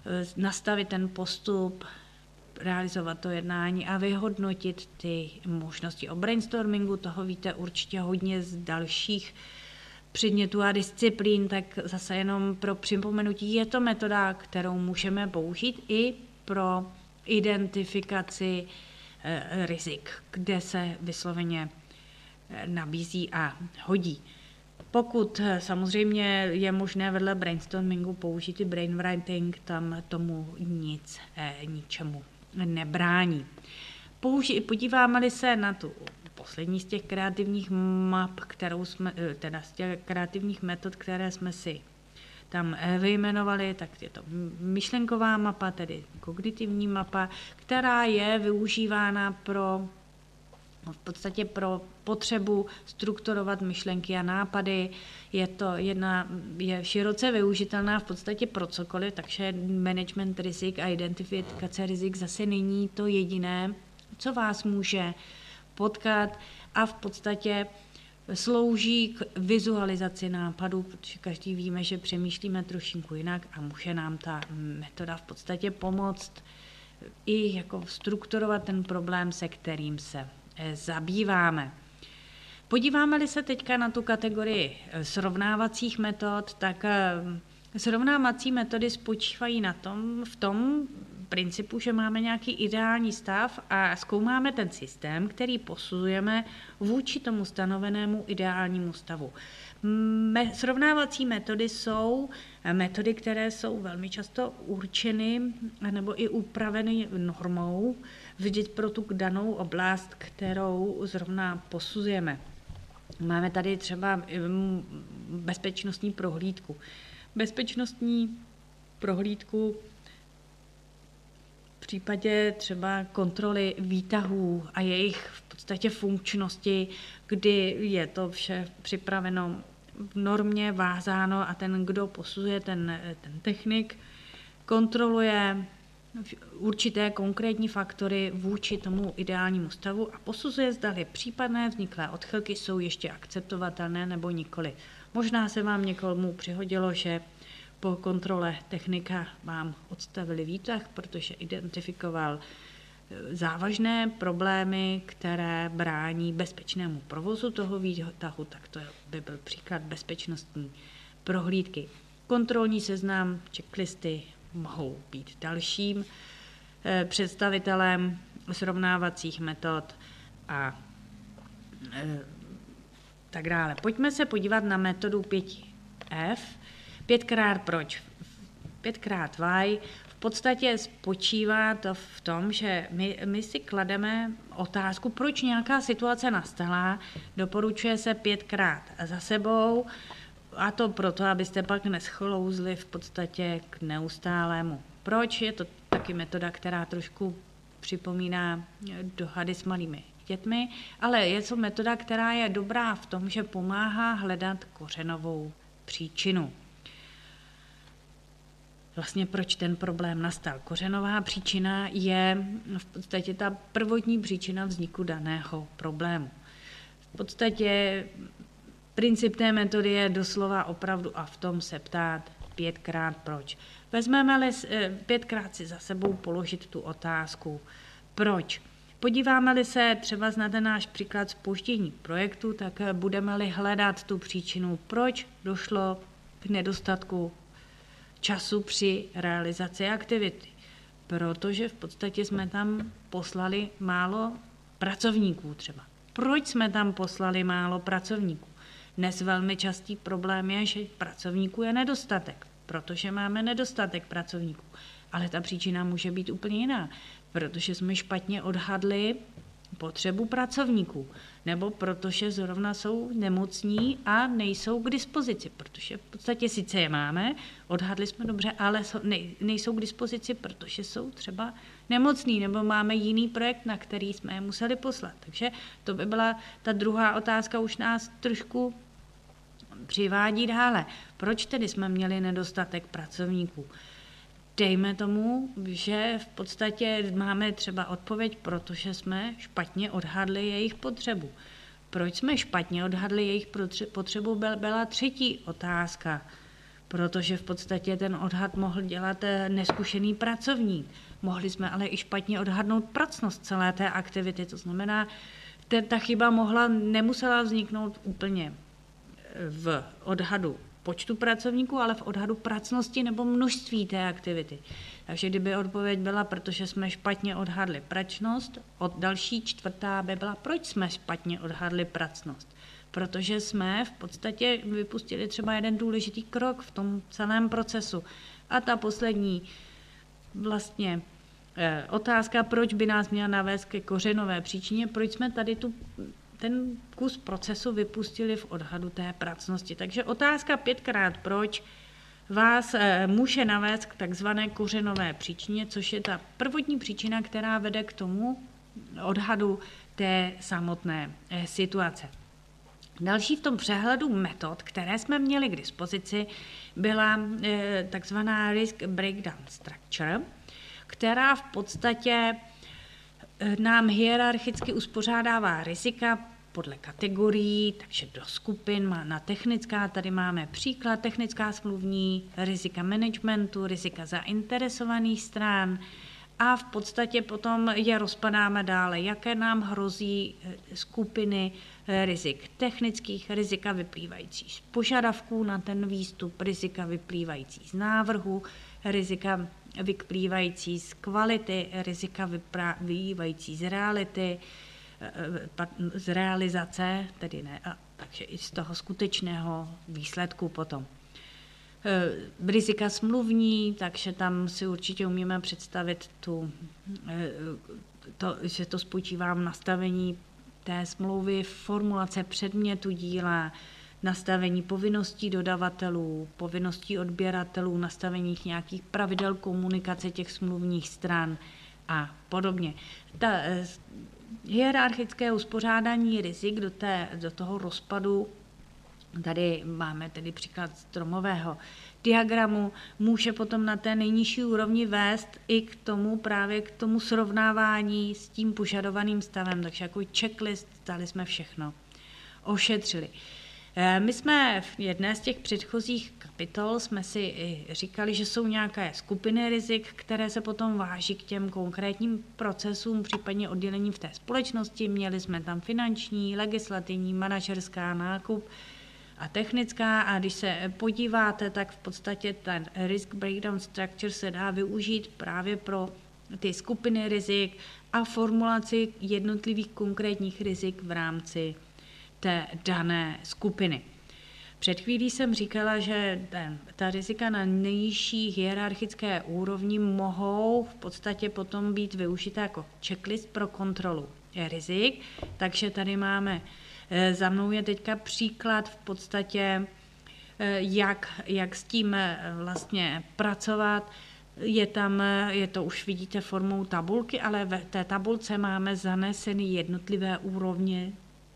S1: nastavit ten postup, realizovat to jednání a vyhodnotit ty možnosti. O brainstormingu toho víte určitě hodně z dalších předmětů a disciplín, tak zase jenom pro připomenutí, je to metoda, kterou můžeme použít i pro identifikaci rizik, kde se vysloveně nabízí a hodí. Pokud samozřejmě je možné vedle brainstormingu použít i brainwriting, tam tomu ničemu nebrání. Podíváme-li se na tu poslední z těch kreativních map, z těch kreativních metod, které jsme si tam vyjmenovali, tak je to myšlenková mapa, tedy kognitivní mapa, která je využívána v podstatě pro potřebu strukturovat myšlenky a nápady. Je široce využitelná v podstatě pro cokoliv, takže management rizik a identifikace rizik zase není to jediné, co vás může potkat a v podstatě slouží k vizualizaci nápadů, protože každý víme, že přemýšlíme trošinku jinak a může nám ta metoda v podstatě pomoct i jako strukturovat ten problém, se kterým se zabýváme. Podíváme-li se teďka na tu kategorii srovnávacích metod, tak srovnávací metody spočívají v tom principu, že máme nějaký ideální stav a zkoumáme ten systém, který posuzujeme vůči tomu stanovenému ideálnímu stavu. Srovnávací metody jsou metody, které jsou velmi často určeny nebo i upraveny normou vždy pro tu danou oblast, kterou zrovna posuzujeme. Máme tady třeba bezpečnostní prohlídku. Bezpečnostní prohlídku v případě třeba kontroly výtahů a jejich v podstatě funkčnosti, kdy je to vše připraveno v normě, vázáno a ten, kdo posuzuje, ten technik, kontroluje určité konkrétní faktory vůči tomu ideálnímu stavu a posuzuje, zdali případné vzniklé odchylky jsou ještě akceptovatelné nebo nikoli. Možná se vám někomu přihodilo, že po kontrole technika vám odstavili výtah, protože identifikoval závažné problémy, které brání bezpečnému provozu toho výtahu, tak to by byl příklad bezpečnostní prohlídky. Kontrolní seznam, checklisty mohou být dalším představitelem srovnávacích metod a tak dále. Pojďme se podívat na metodu 5F. 5x proč? 5x why v podstatě spočívá to v tom, že my si klademe otázku, proč nějaká situace nastala, doporučuje se 5x za sebou, a to proto, abyste pak neschlouzli v podstatě k neustálému. Proč? Je to taky metoda, která trošku připomíná dohady s malými dětmi, ale je to metoda, která je dobrá v tom, že pomáhá hledat kořenovou příčinu. Vlastně proč ten problém nastal? Kořenová příčina je v podstatě ta prvotní příčina vzniku daného problému. V podstatě princip té metody je doslova opravdu a v tom se ptát 5x proč. Vezmeme-li 5x si za sebou položit tu otázku proč. Podíváme-li se třeba na ten náš příklad zpoždění projektu, tak budeme-li hledat tu příčinu, proč došlo k nedostatku času při realizaci aktivity. Protože v podstatě jsme tam poslali málo pracovníků třeba. Proč jsme tam poslali málo pracovníků? Dnes velmi častý problém je, že pracovníků je nedostatek, protože máme nedostatek pracovníků. Ale ta příčina může být úplně jiná, protože jsme špatně odhadli potřebu pracovníků, nebo protože zrovna jsou nemocní a nejsou k dispozici, protože v podstatě sice je máme, odhadli jsme dobře, ale nejsou k dispozici, protože jsou třeba nemocní, nebo máme jiný projekt, na který jsme je museli poslat. Takže to by byla ta druhá otázka, už nás trošku přivádí dále. Proč tedy jsme měli nedostatek pracovníků? Dejme tomu, že v podstatě máme třeba odpověď, protože jsme špatně odhadli jejich potřebu. Proč jsme špatně odhadli jejich potřebu, byla třetí otázka. protože v podstatě ten odhad mohl dělat neskušený pracovník. Mohli jsme ale i špatně odhadnout pracnost celé té aktivity, to znamená, ta chyba nemusela vzniknout úplně v odhadu počtu pracovníků, ale v odhadu pracnosti nebo množství té aktivity. Takže kdyby odpověď byla, protože jsme špatně odhadli pracnost, další čtvrtá by byla, proč jsme špatně odhadli pracnost. Protože jsme v podstatě vypustili třeba jeden důležitý krok v tom celém procesu. A ta poslední vlastně otázka, proč by nás měla navést ke kořenové příčině, proč jsme tady ten kus procesu vypustili v odhadu té pracnosti. Takže otázka 5x proč vás může navést k takzvané kořenové příčině, což je ta prvotní příčina, která vede k tomu odhadu té samotné situace. Další v tom přehledu metod, které jsme měli k dispozici, byla takzvaná Risk Breakdown Structure, která v podstatě nám hierarchicky uspořádává rizika podle kategorií, takže do skupin na technická, tady máme příklad technická smluvní, rizika managementu, rizika zainteresovaných stran a v podstatě potom je rozpadáme dále, jaké nám hrozí skupiny rizik technických, rizika vyplývající z požadavků na ten výstup, rizika vyplývající z návrhu, rizika vyplývající z kvality, rizika vyplývající z reality, z realizace, tedy ne, takže i z toho skutečného výsledku potom. Rizika smluvní, takže tam si určitě umíme představit že to spočívá v nastavení té smlouvy, formulace předmětu díla, nastavení povinností dodavatelů, povinností odběratelů, nastavení nějakých pravidel komunikace těch smluvních stran a podobně. Hierarchické uspořádání rizik do toho rozpadu, tady máme tedy příklad stromového diagramu, může potom na té nejnižší úrovni vést i k tomu srovnávání s tím požadovaným stavem, takže jako checklist dali jsme všechno, ošetřili. My jsme v jedné z těch předchozích kapitol jsme si říkali, že jsou nějaké skupiny rizik, které se potom váží k těm konkrétním procesům, případně oddělení v té společnosti. Měli jsme tam finanční, legislativní, manažerská, nákup a technická. A když se podíváte, tak v podstatě ten Risk Breakdown Structure se dá využít právě pro ty skupiny rizik a formulaci jednotlivých konkrétních rizik v rámci té dané skupiny. Před chvílí jsem říkala, že ta rizika na nejnižší hierarchické úrovni mohou v podstatě potom být využita jako checklist pro kontrolu rizik, takže tady máme, za mnou je teďka příklad v podstatě, jak s tím vlastně pracovat. Je to už vidíte formou tabulky, ale v té tabulce máme zaneseny jednotlivé úrovně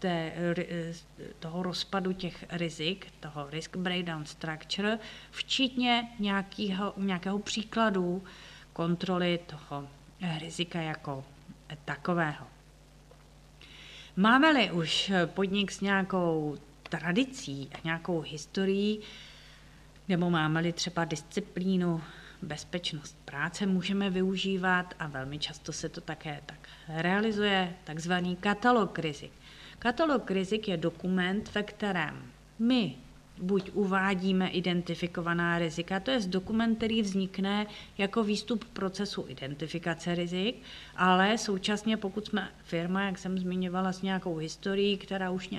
S1: toho rozpadu těch rizik, toho Risk Breakdown Structure, včetně nějakého příkladu kontroly toho rizika jako takového. Máme-li už podnik s nějakou tradicí a nějakou historií, nebo máme-li třeba disciplínu bezpečnost práce, můžeme využívat, a velmi často se to také tak realizuje, takzvaný katalog rizik. Katalog rizik je dokument, ve kterém my buď uvádíme identifikovaná rizika, to je dokument, který vznikne jako výstup procesu identifikace rizik, ale současně pokud jsme firma, jak jsem zmiňovala, s nějakou historií, která už s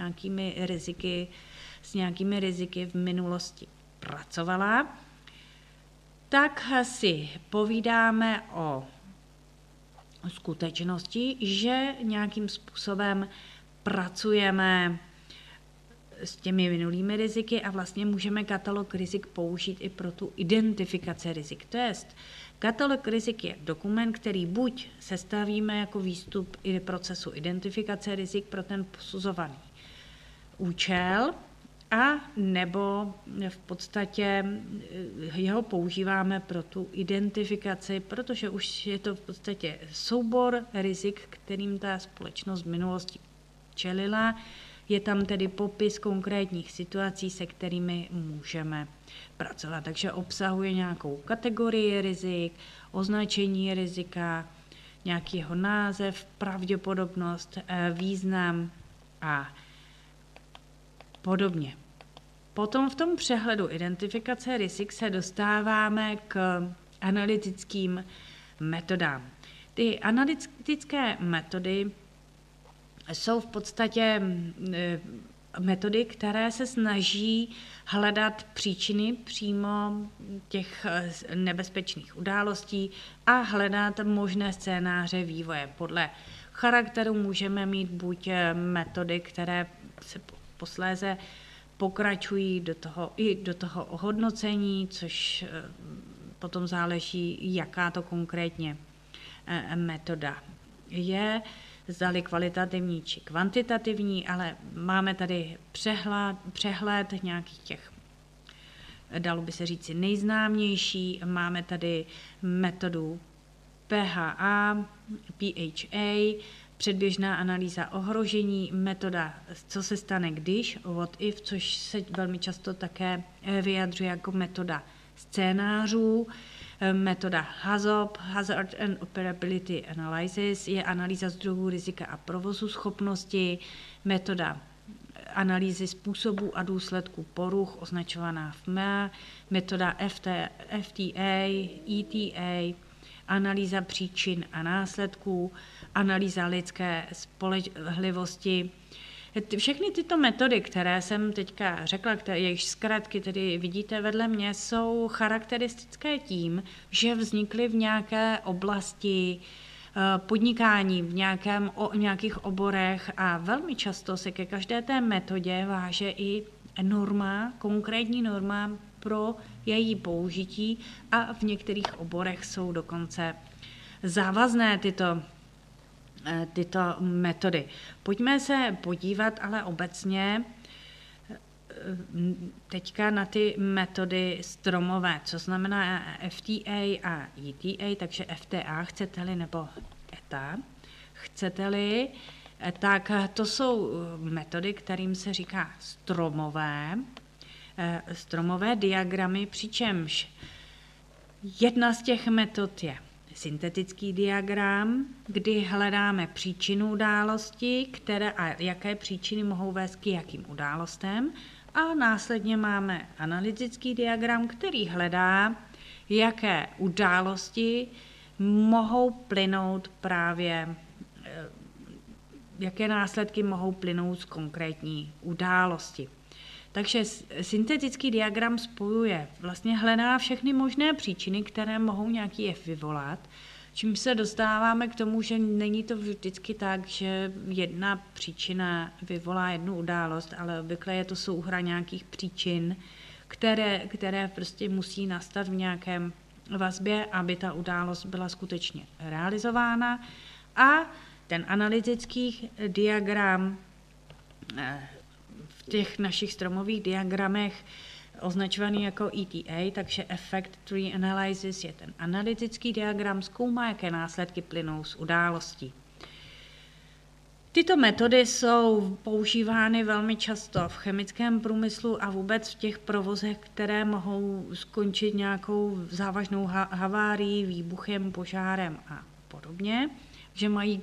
S1: nějakými riziky v minulosti pracovala, tak si povídáme o skutečnosti, že nějakým způsobem pracujeme s těmi minulými riziky a vlastně můžeme katalog rizik použít i pro tu identifikaci rizik. To jest, katalog rizik je dokument, který buď sestavíme jako výstup i procesu identifikace rizik pro ten posuzovaný účel, a nebo v podstatě jeho používáme pro tu identifikaci, protože už je to v podstatě soubor rizik, kterým ta společnost v minulosti čelila, Je tam tedy popis konkrétních situací, se kterými můžeme pracovat. Takže obsahuje nějakou kategorii rizik, označení rizika, nějaký jeho název, pravděpodobnost, význam a podobně. Potom v tom přehledu identifikace rizik se dostáváme k analytickým metodám. Ty analytické metody jsou v podstatě metody, které se snaží hledat příčiny přímo těch nebezpečných událostí a hledat možné scénáře vývoje. Podle charakteru můžeme mít buď metody, které se posléze pokračují do toho ohodnocení, což potom záleží, jaká to konkrétně metoda je, zdali kvalitativní či kvantitativní, ale máme tady přehled nějakých těch, dalo by se říci, nejznámější. Máme tady metodu PHA, PHA, předběžná analýza ohrožení, metoda co se stane když, what if, což se velmi často také vyjadřuje jako metoda scénářů. Metoda HAZOP, Hazard and Operability Analysis, je analýza zdrojů rizika a provozu schopnosti. Metoda analýzy způsobů a důsledků poruch, označovaná v MA. Metoda FTA, ETA, analýza příčin a následků, analýza lidské spolehlivosti. Všechny tyto metody, které jsem teďka řekla, jejichž zkratky tedy vidíte vedle mě, jsou charakteristické tím, že vznikly v nějaké oblasti podnikání, v nějakých oborech a velmi často se ke každé té metodě váže i norma, konkrétní norma pro její použití a v některých oborech jsou dokonce závazné tyto metody. Pojďme se podívat ale obecně teďka na ty metody stromové, co znamená FTA a ETA, takže FTA chcete-li, nebo ETA chcete-li, tak to jsou metody, kterým se říká stromové diagramy, přičemž jedna z těch metod je syntetický diagram, kdy hledáme příčinu události, a jaké příčiny mohou vést k jakým událostem. A následně máme analytický diagram, který hledá, jaké události mohou plynout jaké následky mohou plynout z konkrétní události. Takže syntetický diagram spojuje, vlastně hledá všechny možné příčiny, které mohou nějaký jev vyvolat, čím se dostáváme k tomu, že není to vždycky tak, že jedna příčina vyvolá jednu událost, ale obvykle je to souhra nějakých příčin, které prostě musí nastat v nějakém vazbě, aby ta událost byla skutečně realizována. A ten analytický diagram v těch našich stromových diagramech označovaný jako ETA, takže Effect Tree Analysis je ten analytický diagram, zkoumá, jaké následky plynou z událostí. Tyto metody jsou používány velmi často v chemickém průmyslu a vůbec v těch provozech, které mohou skončit nějakou závažnou havárií, výbuchem, požárem a podobně, že mají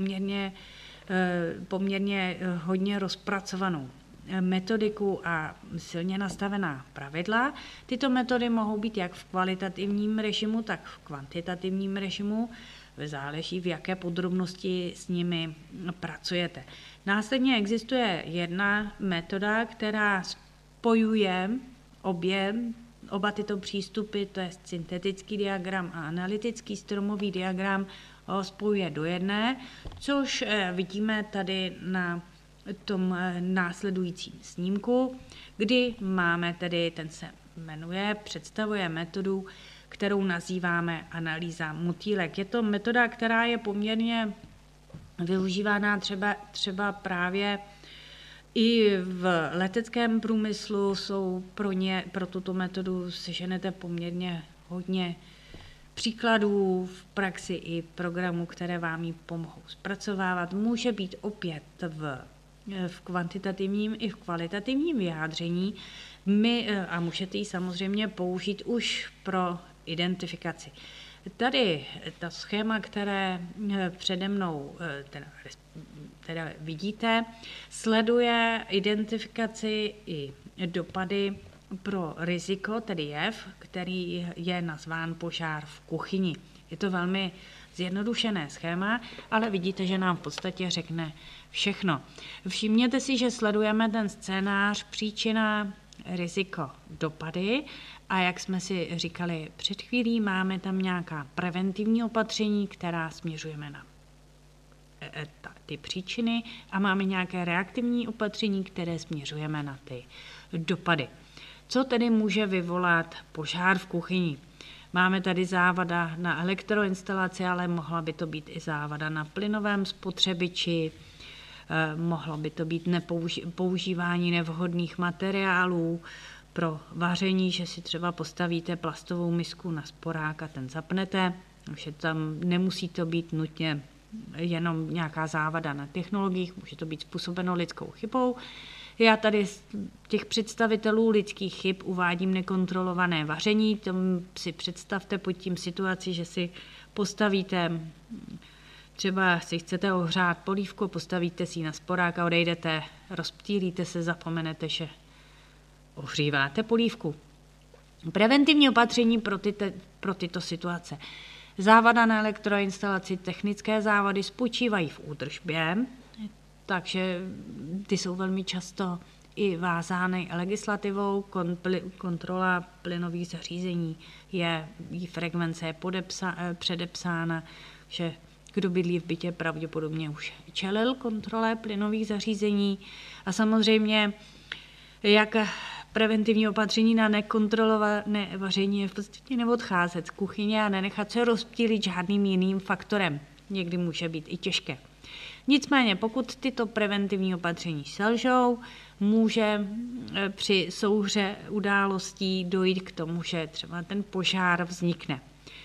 S1: poměrně hodně rozpracovanou metodiku a silně nastavená pravidla. Tyto metody mohou být jak v kvalitativním režimu, tak v kvantitativním režimu. Záleží, v jaké podrobnosti s nimi pracujete. Následně existuje jedna metoda, která spojuje oba tyto přístupy, to je syntetický diagram a analytický stromový diagram, spojuje do jedné, což vidíme tady na tom následujícím snímku, kdy máme tedy, ten se představuje metodu, kterou nazýváme analýza motýlek. Je to metoda, která je poměrně využívaná třeba právě i v leteckém průmyslu. Pro tuto metodu seženete poměrně hodně příkladů v praxi i programů, které vám ji pomohou zpracovávat. Může být opět v v kvantitativním i v kvalitativním vyjádření, a můžete ji samozřejmě použít už pro identifikaci. Tady ta schéma, které přede mnou teda vidíte, sleduje identifikaci i dopady pro riziko, tedy jev, který je nazván požár v kuchyni. Je to velmi zjednodušené schéma, ale vidíte, že nám v podstatě řekne všechno. Všimněte si, že sledujeme ten scénář příčina, riziko, dopady a jak jsme si říkali před chvílí, máme tam nějaká preventivní opatření, která směřujeme na ty příčiny a máme nějaké reaktivní opatření, které směřujeme na ty dopady. Co tedy může vyvolat požár v kuchyni? Máme tady závada na elektroinstalaci, ale mohla by to být i závada na plynovém spotřebiči, mohlo by to být používání nevhodných materiálů pro vaření, že si třeba postavíte plastovou misku na sporák a ten zapnete, že tam nemusí to být nutně jenom nějaká závada na technologiích, může to být způsobeno lidskou chybou. Já tady z těch představitelů lidských chyb uvádím nekontrolované vaření. To si představte pod tím situaci, že si postavíte, třeba si chcete ohřát polívku, postavíte si ji na sporák a odejdete, rozptýlíte se, zapomenete, že ohříváte polívku. Preventivní opatření pro tyto situace. Závada na elektroinstalaci, technické závady spočívají v údržbě, takže ty jsou velmi často i vázány legislativou. Kontrola plynových zařízení její frekvence je předepsána, že kdo bydlí v bytě, pravděpodobně už čelil kontrole plynových zařízení. A samozřejmě, jak preventivní opatření na nekontrolované vaření je v podstatě neodcházet z kuchyně a nenechat se rozptýlit žádným jiným faktorem. Někdy může být i těžké. Nicméně, pokud tyto preventivní opatření selžou, může při souhře událostí dojít k tomu, že třeba ten požár vznikne.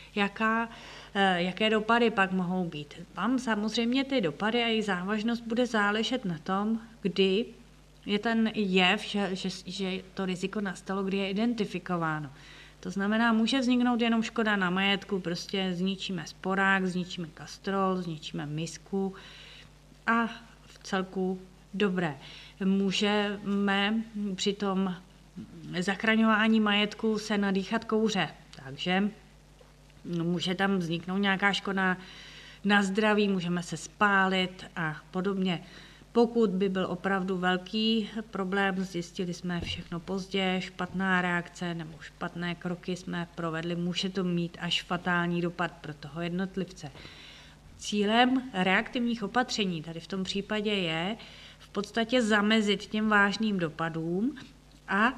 S1: Jaké dopady pak mohou být? Tam samozřejmě ty dopady a jejich závažnost bude záležet na tom, kdy je ten jev, že to riziko nastalo, kdy je identifikováno. To znamená, může vzniknout jenom škoda na majetku, prostě zničíme sporák, zničíme kastrol, zničíme misku a v celku dobré. Můžeme při tom zachraňování majetku se nadýchat kouře, takže může tam vzniknout nějaká škoda na zdraví, můžeme se spálit a podobně. Pokud by byl opravdu velký problém, zjistili jsme všechno pozdě, špatná reakce nebo špatné kroky jsme provedli, může to mít až fatální dopad pro toho jednotlivce. Cílem reaktivních opatření tady v tom případě je v podstatě zamezit těm vážným dopadům a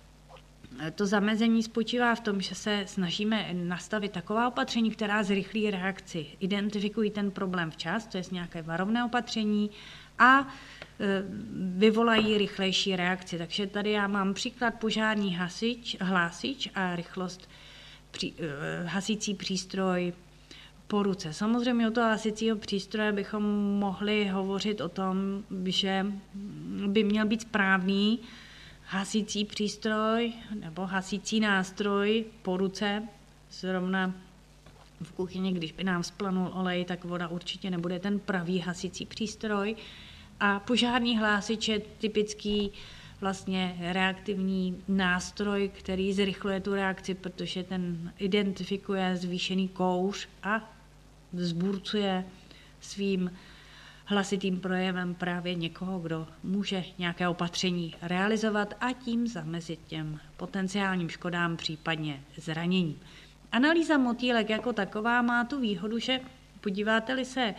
S1: to zamezení spočívá v tom, že se snažíme nastavit taková opatření, která zrychlí reakci, identifikují ten problém včas, to je nějaké varovné opatření a vyvolají rychlejší reakci. Takže tady já mám příklad požární hlásič a rychlost hasící přístroj po ruce. Samozřejmě u toho hasícího přístroje bychom mohli hovořit o tom, že by měl být správný hasící přístroj nebo hasící nástroj po ruce. Zrovna v kuchyni, když by nám splanul olej, tak voda určitě nebude ten pravý hasící přístroj. A požární hlásič je typický vlastně reaktivní nástroj, který zrychluje tu reakci, protože ten identifikuje zvýšený kouř a vzburcuje svým hlasitým projevem právě někoho, kdo může nějaké opatření realizovat a tím zamezit těm potenciálním škodám, případně zraněním. Analýza motýlek jako taková má tu výhodu, že podíváte-li se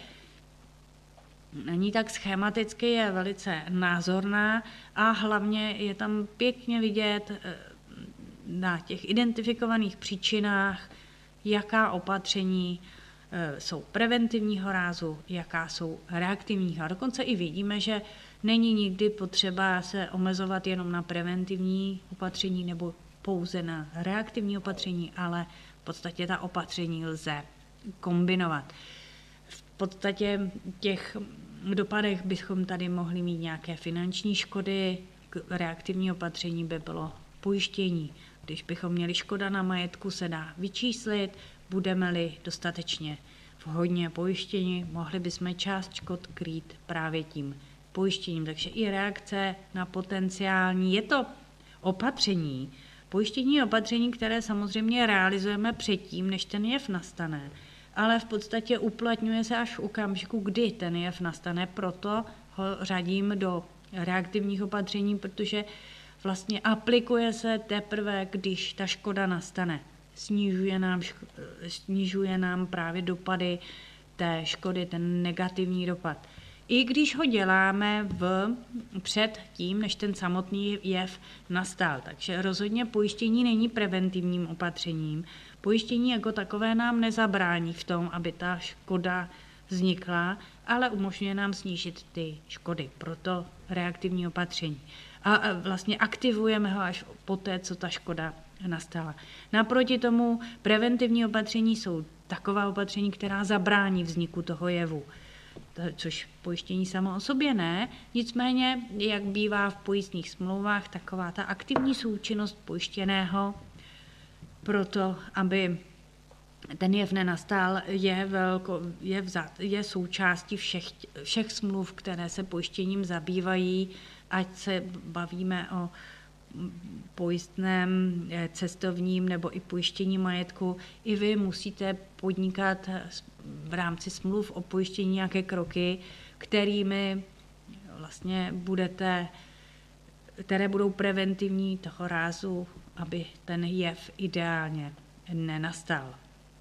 S1: na ní tak schematicky, je velice názorná a hlavně je tam pěkně vidět na těch identifikovaných příčinách, jaká opatření jsou preventivního rázu, jaká jsou reaktivního. A dokonce i vidíme, že není nikdy potřeba se omezovat jenom na preventivní opatření nebo pouze na reaktivní opatření, ale v podstatě ta opatření lze kombinovat. V podstatě těch dopadech bychom tady mohli mít nějaké finanční škody, reaktivní opatření by bylo pojištění. Když bychom měli škoda na majetku, se dá vyčíslit, budeme-li dostatečně vhodně pojištěni, mohli bychom část škod krýt právě tím pojištěním. Takže i reakce na potenciální, je to opatření, pojištění je opatření, které samozřejmě realizujeme předtím, než ten jev nastane, ale v podstatě uplatňuje se až v okamžiku, kdy ten jev nastane, proto ho řadím do reaktivních opatření, protože vlastně aplikuje se teprve, když ta škoda nastane. Snižuje nám právě dopady té škody, ten negativní dopad. I když ho děláme před tím, než ten samotný jev nastal. Takže rozhodně pojištění není preventivním opatřením. Pojištění jako takové nám nezabrání v tom, aby ta škoda vznikla, ale umožňuje nám snížit ty škody. Proto reaktivní opatření. A vlastně aktivujeme ho až poté, co ta škoda nastala. Naproti tomu preventivní opatření jsou taková opatření, která zabrání vzniku toho jevu, což pojištění samo o sobě ne, nicméně, jak bývá v pojistných smlouvách, taková ta aktivní součinnost pojištěného proto, aby ten jev nenastal, je součástí všech smluv, které se pojištěním zabývají, ať se bavíme o pojistném cestovním nebo i pojištění majetku. I vy musíte podnikat v rámci smluv o pojištění nějaké kroky, kterými vlastně které budou preventivní toho rázu, aby ten jev ideálně nenastal.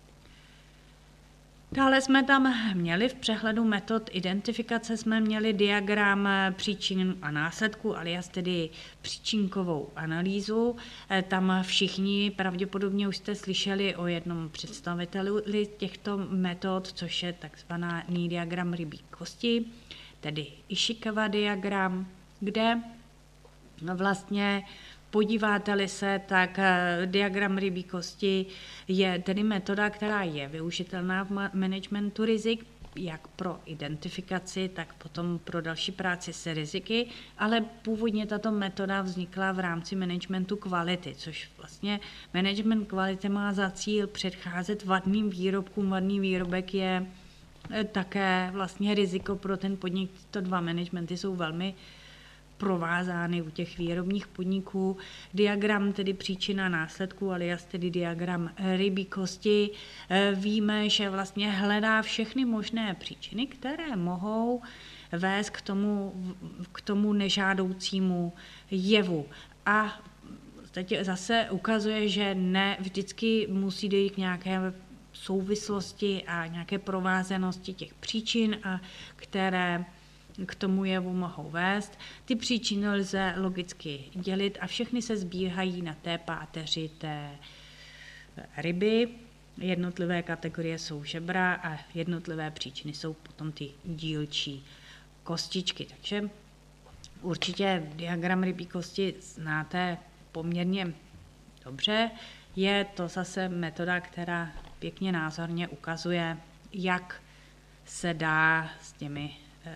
S1: Dále jsme tam měli v přehledu metod identifikace, jsme měli diagram příčin a následků, alias tedy příčinkovou analýzu. Tam všichni pravděpodobně už jste slyšeli o jednom představiteli těchto metod, což je takzvaný diagram rybí kosti, tedy Ishikawa diagram, kde vlastně podíváte-li se, tak diagram rybí kosti je tedy metoda, která je využitelná v managementu rizik, jak pro identifikaci, tak potom pro další práci se riziky, ale původně tato metoda vznikla v rámci managementu kvality, což vlastně management kvality má za cíl předcházet vadným výrobkům. Vadný výrobek je také vlastně riziko pro ten podnik. Tyto dva managementy jsou velmi provázány u těch výrobních podniků. Diagram tedy příčina následků, alias tedy diagram rybí kosti, víme, že vlastně hledá všechny možné příčiny, které mohou vést k tomu nežádoucímu jevu. A teď zase ukazuje, že ne vždycky musí dojít k nějaké souvislosti a nějaké provázanosti těch příčin, a které k tomu jevu mohou vést. Ty příčiny lze logicky dělit a všechny se sbíhají na té páteři té ryby. Jednotlivé kategorie jsou žebra a jednotlivé příčiny jsou potom ty dílčí kostičky. Takže určitě diagram rybí kosti znáte poměrně dobře. Je to zase metoda, která pěkně názorně ukazuje, jak se dá s těmi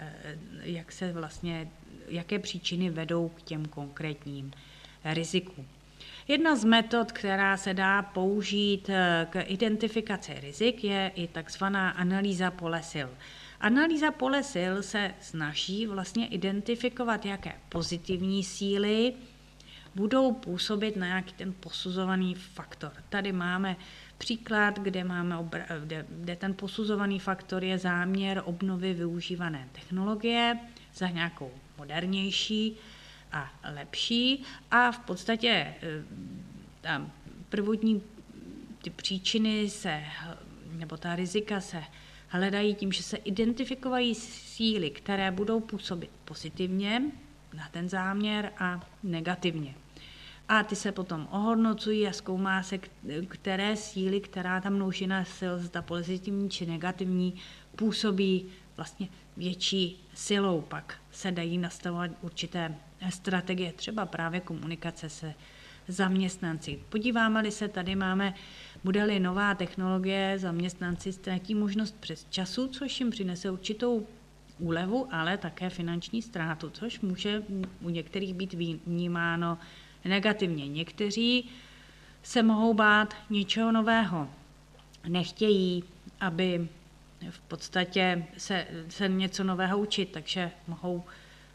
S1: jaké příčiny vedou k těm konkrétním rizikům. Jedna z metod, která se dá použít k identifikaci rizik, je i takzvaná analýza pole sil. Analýza pole sil se snaží vlastně identifikovat, jaké pozitivní síly budou působit na nějaký ten posuzovaný faktor. Tady máme příklad, kde ten posuzovaný faktor je záměr obnovy využívané technologie za nějakou modernější a lepší, a v podstatě tam prvotní ty příčiny nebo ta rizika se hledají tím, že se identifikují síly, které budou působit pozitivně na ten záměr a negativně. A ty se potom ohodnocují a zkoumá se, které síly, která ta množina sil, zda pozitivní či negativní, působí vlastně větší silou. Pak se dají nastavovat určité strategie, třeba právě komunikace se zaměstnanci. Podíváme-li se, tady máme bude-li nová technologie, zaměstnanci ztratí možnost přes času, což jim přinese určitou úlevu, ale také finanční ztrátu, což může u některých být vnímáno negativně. Někteří se mohou bát něčeho nového. Nechtějí, aby v podstatě se něco nového učit, takže mohou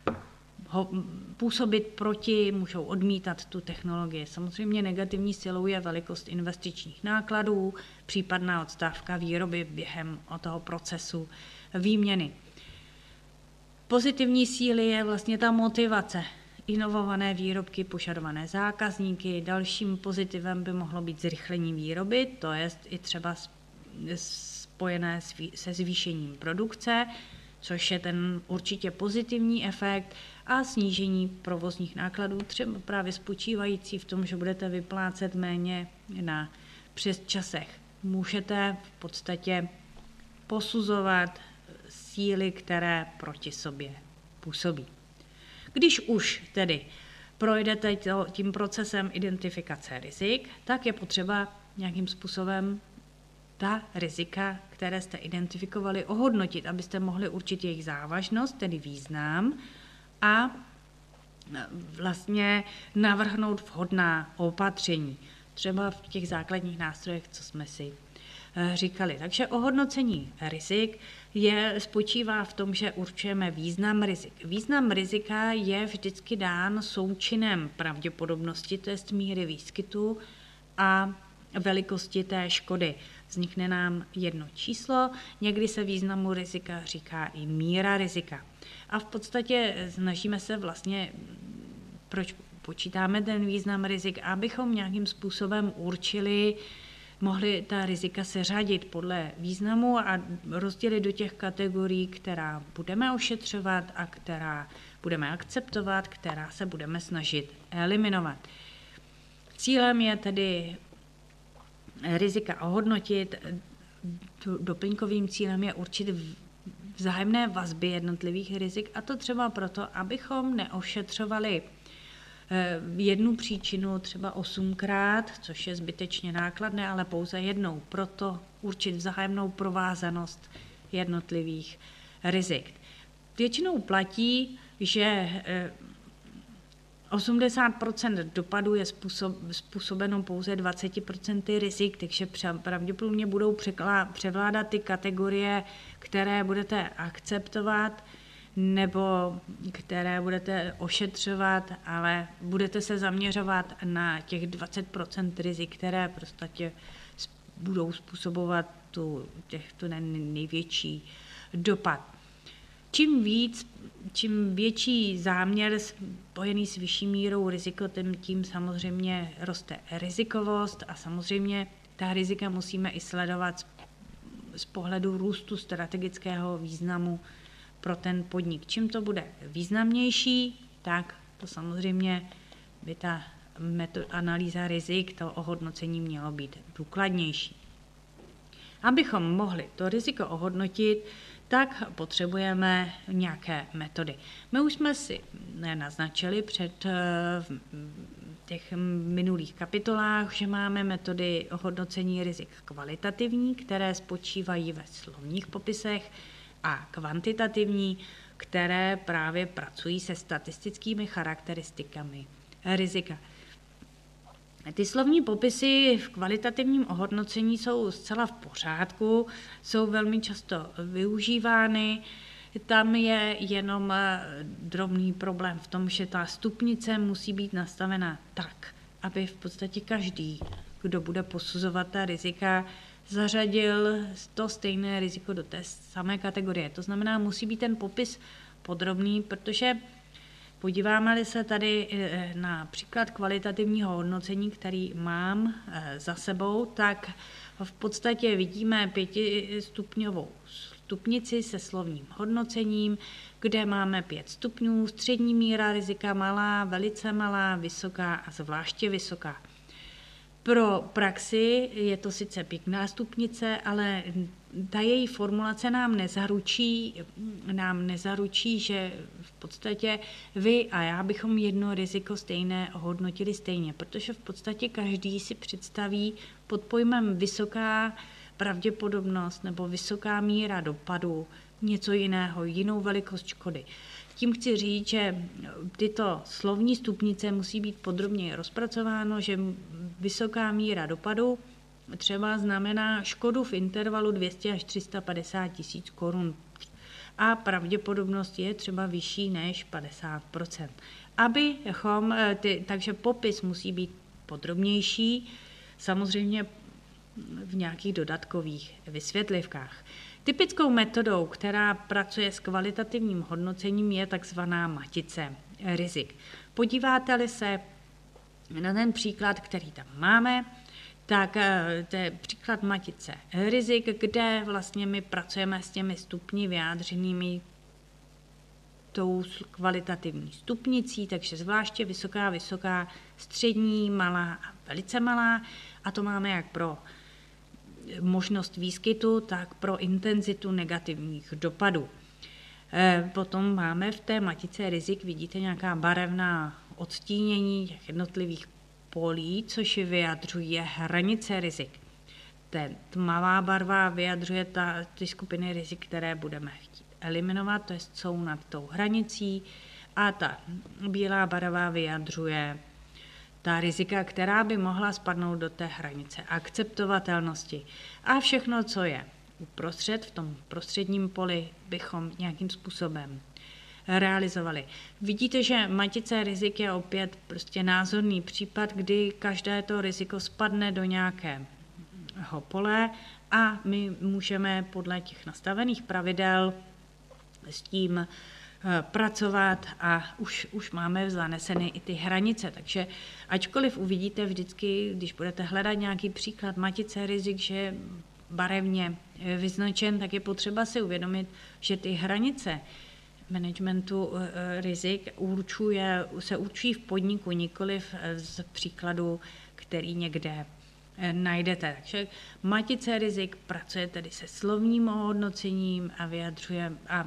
S1: působit proti, můžou odmítat tu technologii. Samozřejmě negativní silou je velikost investičních nákladů, případná odstávka výroby během toho procesu výměny. Pozitivní síly je vlastně ta motivace, inovované výrobky, požadované zákazníky. Dalším pozitivem by mohlo být zrychlení výroby, to je i třeba spojené se zvýšením produkce, což je ten určitě pozitivní efekt, a snížení provozních nákladů, třeba právě spočívající v tom, že budete vyplácet méně na přesčasech. Můžete v podstatě posuzovat síly, které proti sobě působí. Když už tedy projdete tím procesem identifikace rizik, tak je potřeba nějakým způsobem ta rizika, které jste identifikovali, ohodnotit, abyste mohli určit jejich závažnost, tedy význam, a vlastně navrhnout vhodná opatření, třeba v těch základních nástrojech, co jsme si říkali. Takže ohodnocení rizik spočívá v tom, že určujeme význam rizik. Význam rizika je vždycky dán součinem pravděpodobnosti, to je míry výskytu, a velikosti té škody. Vznikne nám jedno číslo, někdy se významu rizika říká i míra rizika. A v podstatě snažíme se vlastně, proč počítáme ten význam rizik, abychom nějakým způsobem mohli ta rizika seřadit podle významu a rozdělit do těch kategorií, která budeme ošetřovat a která budeme akceptovat, která se budeme snažit eliminovat. Cílem je tedy rizika ohodnotit, doplňkovým cílem je určit vzájemné vazby jednotlivých rizik, a to třeba proto, abychom neošetřovali jednu příčinu třeba 8krát, což je zbytečně nákladné, ale pouze jednou. Proto určit vzájemnou provázanost jednotlivých rizik. Většinou platí, že 80% dopadů je způsobeno pouze 20% rizik, takže pravděpodobně budou převládat ty kategorie, které budete akceptovat nebo které budete ošetřovat, ale budete se zaměřovat na těch 20% rizik, které prostě budou způsobovat ten největší dopad. Čím větší záměr spojený s vyšší mírou riziko, tím samozřejmě roste rizikovost, a samozřejmě ta rizika musíme i sledovat z pohledu růstu strategického významu pro ten podnik. Čím to bude významnější, tak to samozřejmě by ta analýza rizik, to ohodnocení mělo být důkladnější. Abychom mohli to riziko ohodnotit, tak potřebujeme nějaké metody. My už jsme si naznačili před těch minulých kapitolách, že máme metody ohodnocení rizik kvalitativní, které spočívají ve slovních popisech, a kvantitativní, které právě pracují se statistickými charakteristikami rizika. Ty slovní popisy v kvalitativním ohodnocení jsou zcela v pořádku, jsou velmi často využívány. Tam je jenom drobný problém v tom, že ta stupnice musí být nastavena tak, aby v podstatě každý, kdo bude posuzovat ta rizika, zařadil to stejné riziko do té samé kategorie. To znamená, musí být ten popis podrobný, protože podíváme-li se tady na příklad kvalitativního hodnocení, který mám za sebou, tak v podstatě vidíme 5stupňovou stupnici se slovním hodnocením, kde máme 5 stupňů, střední míra rizika malá, velice malá, vysoká a zvláště vysoká. Pro praxi je to sice pěkná stupnice, ale ta její formulace nám nezaručí, že v podstatě vy a já bychom jedno riziko stejné hodnotili stejně, protože v podstatě každý si představí pod pojmem vysoká pravděpodobnost nebo vysoká míra dopadu něco jiného, jinou velikost škody. Tím chci říct, že tyto slovní stupnice musí být podrobně rozpracováno, že vysoká míra dopadu třeba znamená škodu v intervalu 200 až 350 tisíc korun a pravděpodobnost je třeba vyšší než 50%. Takže popis musí být podrobnější, samozřejmě v nějakých dodatkových vysvětlivkách. Typickou metodou, která pracuje s kvalitativním hodnocením, je takzvaná matice rizik. Podíváte-li se na ten příklad, který tam máme, tak to je příklad matice rizik, kde vlastně my pracujeme s těmi stupni vyjádřenými tou kvalitativní stupnicí, takže zvláště vysoká, střední, malá a velice malá. A to máme jak pro možnost výskytu, tak pro intenzitu negativních dopadů. Potom máme v té matice rizik, vidíte nějaká barevná odstínění těch jednotlivých polí, což vyjadřuje hranice rizik. Ten tmavá barva vyjadřuje ty skupiny rizik, které budeme chtít eliminovat, to jsou nad tou hranicí, a ta bílá barva vyjadřuje ta rizika, která by mohla spadnout do té hranice akceptovatelnosti. A všechno, co je uprostřed, v tom prostředním poli, bychom nějakým způsobem realizovali. Vidíte, že matice rizik je opět prostě názorný případ, kdy každé to riziko spadne do nějakého pole a my můžeme podle těch nastavených pravidel s tím pracovat a už máme zaneseny i ty hranice. Takže ačkoliv uvidíte vždycky, když budete hledat nějaký příklad matice rizik, že je barevně vyznačen, tak je potřeba si uvědomit, že ty hranice managementu rizik se určují v podniku, nikoliv z příkladu, který někde najdete. Takže matice rizik pracuje tedy se slovním ohodnocením a vyjadřuje a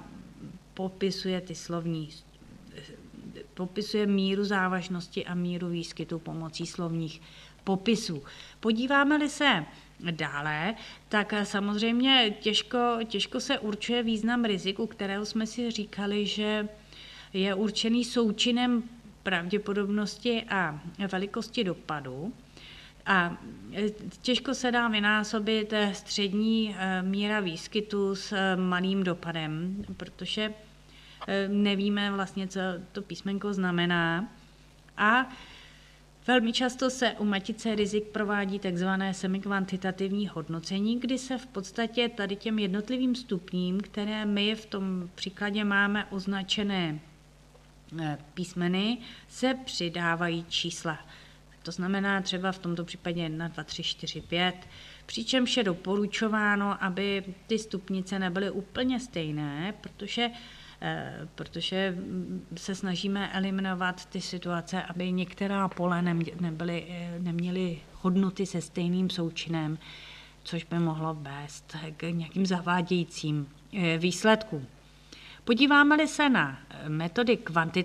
S1: popisuje míru závažnosti a míru výskytu pomocí slovních popisů. Podíváme-li se dále, tak samozřejmě těžko se určuje význam riziku, kterého jsme si říkali, že je určený součinem pravděpodobnosti a velikosti dopadu. A těžko se dá vynásobit střední míra výskytu s malým dopadem, protože nevíme vlastně, co to písmenko znamená. A velmi často se u matice rizik provádí takzvané semikvantitativní hodnocení, kdy se v podstatě tady těm jednotlivým stupním, které my v tom příkladě máme označené písmeny, se přidávají čísla. To znamená třeba v tomto případě 1, 2, 3, 4, 5, přičemž je doporučováno, aby ty stupnice nebyly úplně stejné, protože se snažíme eliminovat ty situace, aby některá pole neměly hodnoty se stejným součinem, což by mohlo vést k nějakým zavádějícím výsledkům. Podíváme-li se na metody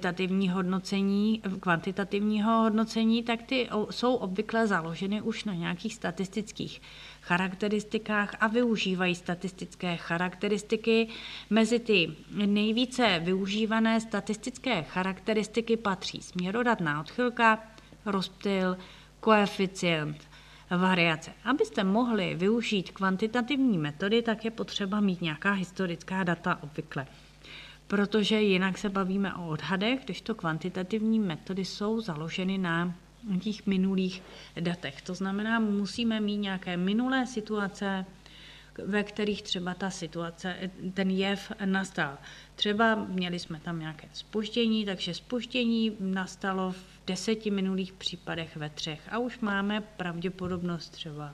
S1: kvantitativního hodnocení, tak ty jsou obvykle založeny už na nějakých statistických charakteristikách a využívají statistické charakteristiky. Mezi ty nejvíce využívané statistické charakteristiky patří směrodatná odchylka, rozptyl, koeficient, variace. Abyste mohli využít kvantitativní metody, tak je potřeba mít nějaká historická data obvykle. Protože jinak se bavíme o odhadech, když to kvantitativní metody jsou založeny na těch minulých datech. To znamená, musíme mít nějaké minulé situace, ve kterých třeba ten jev nastal. Třeba měli jsme tam nějaké zpoždění, takže zpoždění nastalo v 10 minulých případech ve 3 a už máme pravděpodobnost třeba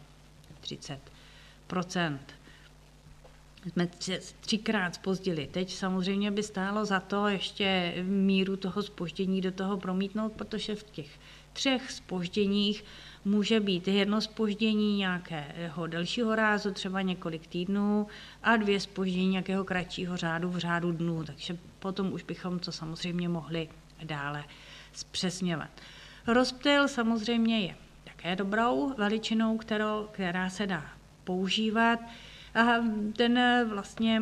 S1: 30%. Jsme 3krát zpozdili. Teď samozřejmě by stálo za to ještě míru toho zpoždění do toho promítnout, protože v těch 3 zpožděních může být 1 zpoždění nějakého delšího rázu, třeba několik týdnů, a 2 zpoždění nějakého kratšího řádu v řádu dnů, takže potom už bychom to samozřejmě mohli dále zpřesňovat. Rozptyl samozřejmě je také dobrou veličinou, která se dá používat, a ten vlastně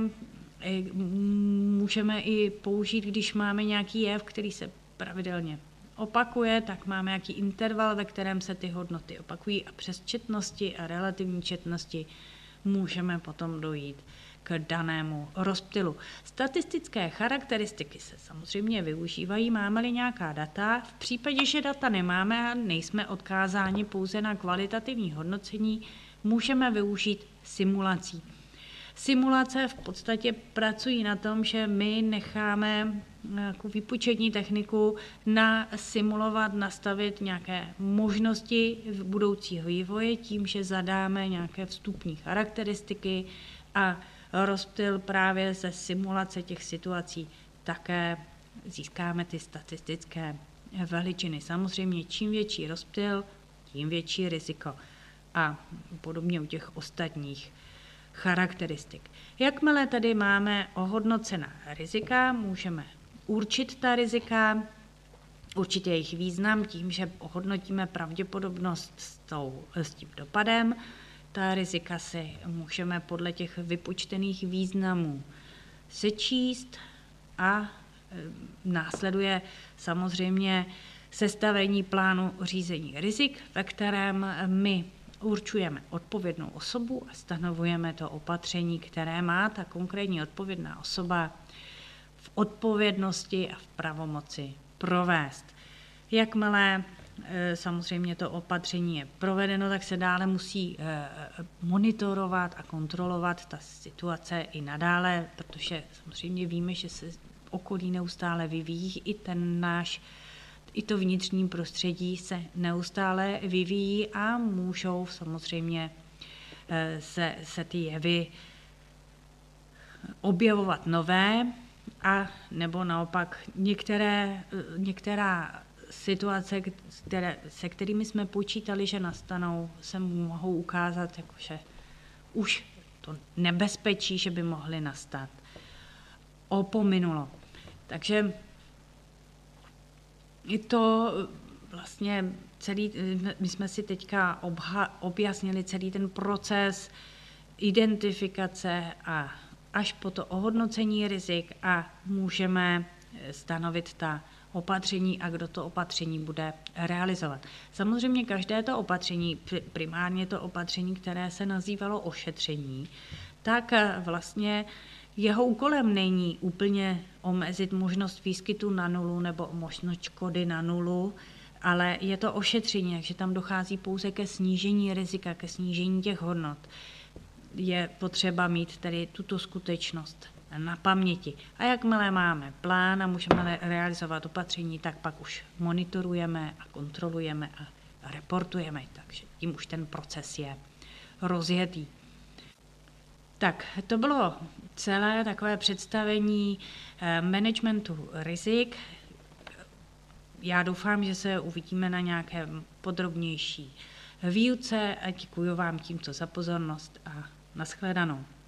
S1: můžeme i použít, když máme nějaký jev, který se pravidelně opakuje, tak máme nějaký interval, ve kterém se ty hodnoty opakují, a přes četnosti a relativní četnosti můžeme potom dojít k danému rozptylu. Statistické charakteristiky se samozřejmě využívají, máme-li nějaká data. V případě, že data nemáme a nejsme odkázáni pouze na kvalitativní hodnocení, můžeme využít simulací. Simulace v podstatě pracují na tom, že my necháme jako výpočetní techniku nasimulovat, nastavit nějaké možnosti budoucího vývoje tím, že zadáme nějaké vstupní charakteristiky, a rozptyl právě ze simulace těch situací také získáme ty statistické veličiny. Samozřejmě čím větší rozptyl, tím větší riziko, a podobně u těch ostatních charakteristik. Jakmile tady máme ohodnocená rizika, můžeme určit ta rizika, určit jejich význam tím, že ohodnotíme pravděpodobnost s tím dopadem. Ta rizika si můžeme podle těch vypočtených významů sečíst, a následuje samozřejmě sestavení plánu řízení rizik, ve kterém my určujeme odpovědnou osobu a stanovujeme to opatření, které má ta konkrétní odpovědná osoba v odpovědnosti a v pravomoci provést. Jakmile samozřejmě to opatření je provedeno, tak se dále musí monitorovat a kontrolovat ta situace i nadále, protože samozřejmě víme, že se okolí neustále vyvíjí, i to vnitřní prostředí se neustále vyvíjí, a můžou samozřejmě se ty jevy objevovat nové, a nebo naopak některá situace, se kterými jsme počítali, že nastanou, se mohou ukázat, jakože už to nebezpečí, že by mohly nastat, opominulo. Takže je to vlastně my jsme si teďka objasnili celý ten proces identifikace a až po to ohodnocení rizik, a můžeme stanovit ta opatření a kdo to opatření bude realizovat. Samozřejmě každé to opatření, primárně to opatření, které se nazývalo ošetření, tak vlastně jeho úkolem není úplně omezit možnost výskytu na nulu nebo možnost škody na nulu, ale je to ošetření, takže tam dochází pouze ke snížení rizika, ke snížení těch hodnot. Je potřeba mít tedy tuto skutečnost na paměti. A jakmile máme plán a můžeme realizovat opatření, tak pak už monitorujeme a kontrolujeme a reportujeme. Takže tím už ten proces je rozjetý. Tak, to bylo celé takové představení managementu rizik. Já doufám, že se uvidíme na nějaké podrobnější výuce, a děkuji vám tímto za pozornost a nashledanou.